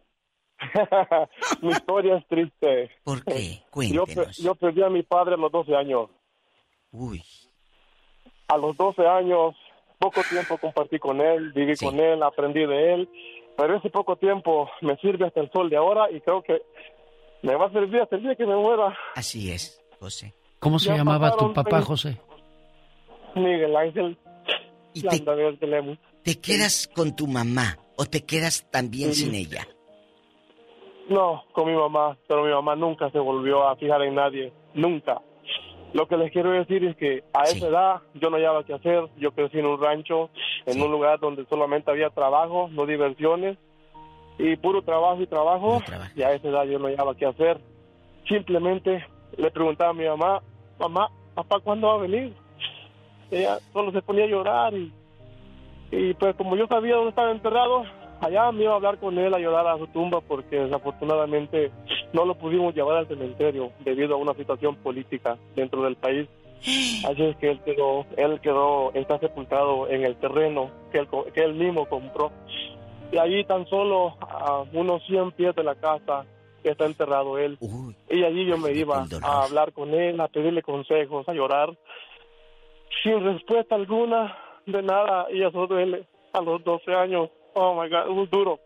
mi historia es triste. ¿Por qué? Yo, pe- Cuéntenos. yo perdí a mi padre a los doce años. Uy. A los doce años, poco tiempo compartí con él, viví con él, aprendí de él, pero ese poco tiempo me sirve hasta el sol de ahora y creo que me va a servir hasta el día que me muera. Así es, José. ¿Cómo se Ya llamaba tu pasaron papá, veinte José? Miguel Ángel. ¿Y te, Landaverde de Lemus. te quedas con tu mamá o te quedas también Sí. sin ella? No, con mi mamá, pero mi mamá nunca se volvió a fijar en nadie, nunca. Lo que les quiero decir es que a esa edad yo no hallaba qué hacer, yo crecí en un rancho, en un lugar donde solamente había trabajo, no diversiones, y puro trabajo y trabajo, y a esa edad yo no hallaba qué hacer. Simplemente le preguntaba a mi mamá, mamá, papá, ¿cuándo va a venir? Ella solo se ponía a llorar y, y pues como yo sabía dónde estaba enterrado, allá me iba a hablar con él, a llorar a su tumba, porque desafortunadamente no lo pudimos llevar al cementerio debido a una situación política dentro del país. Así es que él quedó, él quedó, está sepultado en el terreno que él, que él mismo compró. Y allí tan solo a unos cien pies de la casa está enterrado él. Y allí yo me iba a hablar con él, a pedirle consejos, a llorar, sin respuesta alguna de nada. Y eso duele a los doce años. Oh my God, es duro.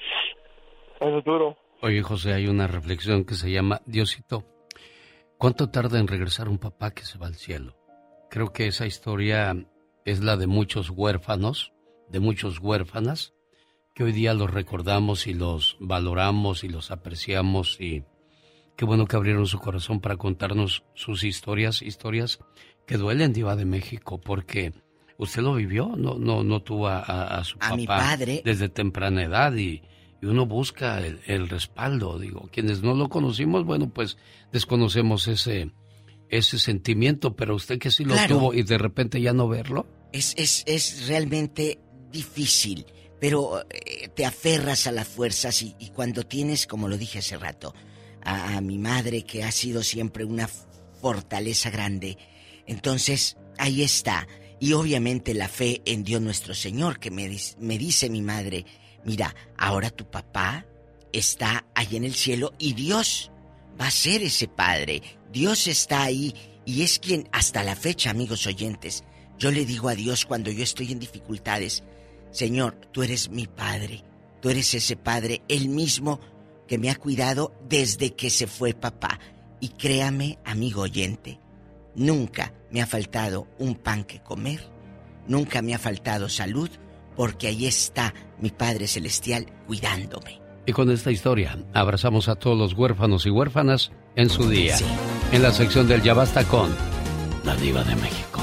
Es duro. Oye, José, hay una reflexión que se llama, Diosito, ¿cuánto tarda en regresar un papá que se va al cielo? Creo que esa historia es la de muchos huérfanos, de muchos huérfanas, que hoy día los recordamos y los valoramos y los apreciamos, y qué bueno que abrieron su corazón para contarnos sus historias, historias que duelen, Diva de México, porque usted lo vivió, no no no tuvo a, a, a su A papá mi padre. desde temprana edad, y, y uno busca el, el respaldo. Digo, quienes no lo conocimos, bueno, pues desconocemos ese ese sentimiento, pero usted que sí lo Claro. tuvo y de repente ya no verlo. Es, es, es realmente difícil, pero eh, te aferras a las fuerzas y, y cuando tienes, como lo dije hace rato, a, a mi madre que ha sido siempre una fortaleza grande, entonces ahí está. Y obviamente la fe en Dios nuestro Señor, que me, dis- me dice mi madre, mira, ahora tu papá está ahí en el cielo y Dios va a ser ese padre. Dios está ahí y es quien, hasta la fecha, amigos oyentes, yo le digo a Dios cuando yo estoy en dificultades, Señor, tú eres mi padre, tú eres ese padre, el mismo que me ha cuidado desde que se fue papá. Y créame, amigo oyente, nunca me ha faltado un pan que comer, nunca me ha faltado salud, porque ahí está mi Padre Celestial cuidándome. Y con esta historia abrazamos a todos los huérfanos y huérfanas en su día. En la sección del Ya Basta con la Diva de México.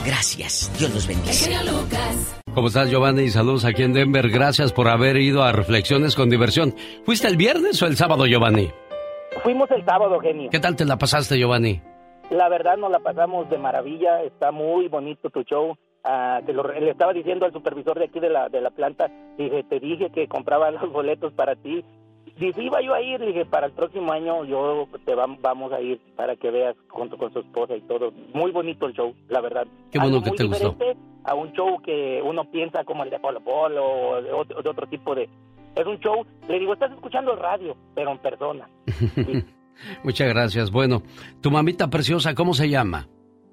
Gracias. Dios los bendice. ¿Cómo estás, Giovanni? Saludos aquí en Denver. Gracias por haber ido a Reflexiones con Diversión. ¿Fuiste el viernes o el sábado, Giovanni? Fuimos el sábado, genio. ¿Qué tal te la pasaste, Giovanni? La verdad nos la pasamos de maravilla. Está muy bonito tu show. Uh, te lo, le estaba diciendo al supervisor de aquí de la de la planta, dije, te dije que compraba los boletos para ti. Dice, iba yo a ir, dije, para el próximo año yo te va, vamos a ir para que veas junto con su esposa y todo. Muy bonito el show, la verdad. Qué bueno. Algo que te gustó. A un show que uno piensa como el de Polo Polo o de otro, de otro tipo de... Es un show, le digo, estás escuchando radio, pero en persona. Sí. Muchas gracias. Bueno, tu mamita preciosa, ¿cómo se llama?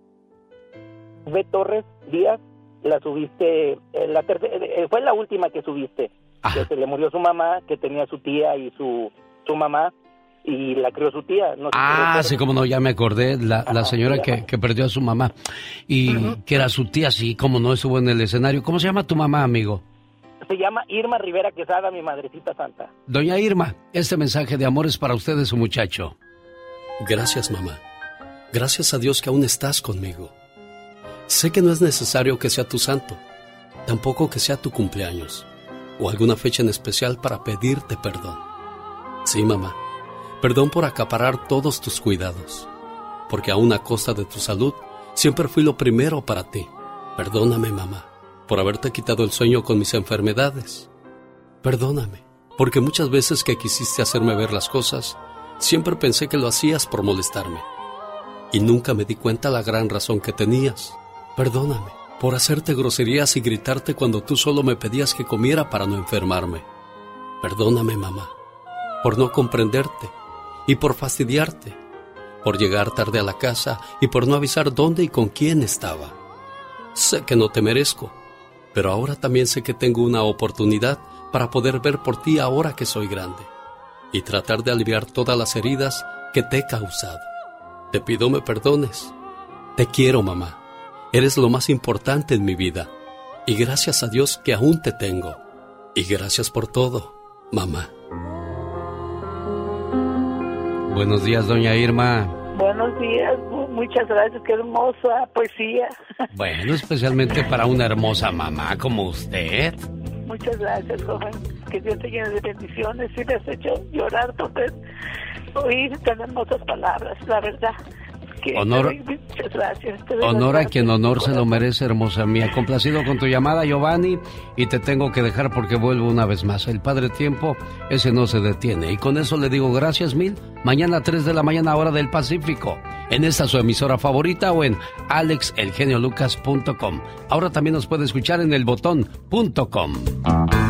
B. Torres Díaz, la subiste, eh, la tercera, eh, fue la última que subiste. Que se le murió su mamá, que tenía su tía y su su mamá, y la crió su tía. No sé ah, si sí, como no, ya me acordé, la, Ajá, la señora que, que perdió a su mamá, y uh-huh. que era su tía, sí, como no estuvo en el escenario. ¿Cómo se llama tu mamá, amigo? Se llama Irma Rivera Quesada, mi madrecita santa. Doña Irma, este mensaje de amor es para usted de su muchacho. Gracias, mamá. Gracias a Dios que aún estás conmigo. Sé que no es necesario que sea tu santo, tampoco que sea tu cumpleaños o alguna fecha en especial para pedirte perdón. Sí, mamá, perdón por acaparar todos tus cuidados, porque aún a costa de tu salud siempre fui lo primero para ti. Perdóname, mamá, por haberte quitado el sueño con mis enfermedades. Perdóname, porque muchas veces que quisiste hacerme ver las cosas, siempre pensé que lo hacías por molestarme, y nunca me di cuenta la gran razón que tenías. Perdóname por hacerte groserías y gritarte cuando tú solo me pedías que comiera para no enfermarme. Perdóname, mamá, por no comprenderte y por fastidiarte, por llegar tarde a la casa y por no avisar dónde y con quién estaba. Sé que no te merezco, pero ahora también sé que tengo una oportunidad para poder ver por ti ahora que soy grande y tratar de aliviar todas las heridas que te he causado. Te pido me perdones. Te quiero, mamá. Eres lo más importante en mi vida. Y gracias a Dios que aún te tengo. Y gracias por todo, mamá. Buenos días, doña Irma. Buenos días, muchas gracias, qué hermosa poesía. Bueno, especialmente para una hermosa mamá como usted. Muchas gracias, joven. Que Dios te llene de bendiciones y me has hecho llorar porque oír tan hermosas palabras, la verdad. Honor, muchas gracias. Honor a quien honor se lo merece, hermosa mía. Complacido con tu llamada, Giovanni, y te tengo que dejar porque vuelvo una vez más. El Padre Tiempo, ese no se detiene. Y con eso le digo gracias mil. Mañana a tres de la mañana, hora del Pacífico. En esta su emisora favorita o en alex el genio lucas punto com. Ahora también nos puede escuchar en el botón punto com.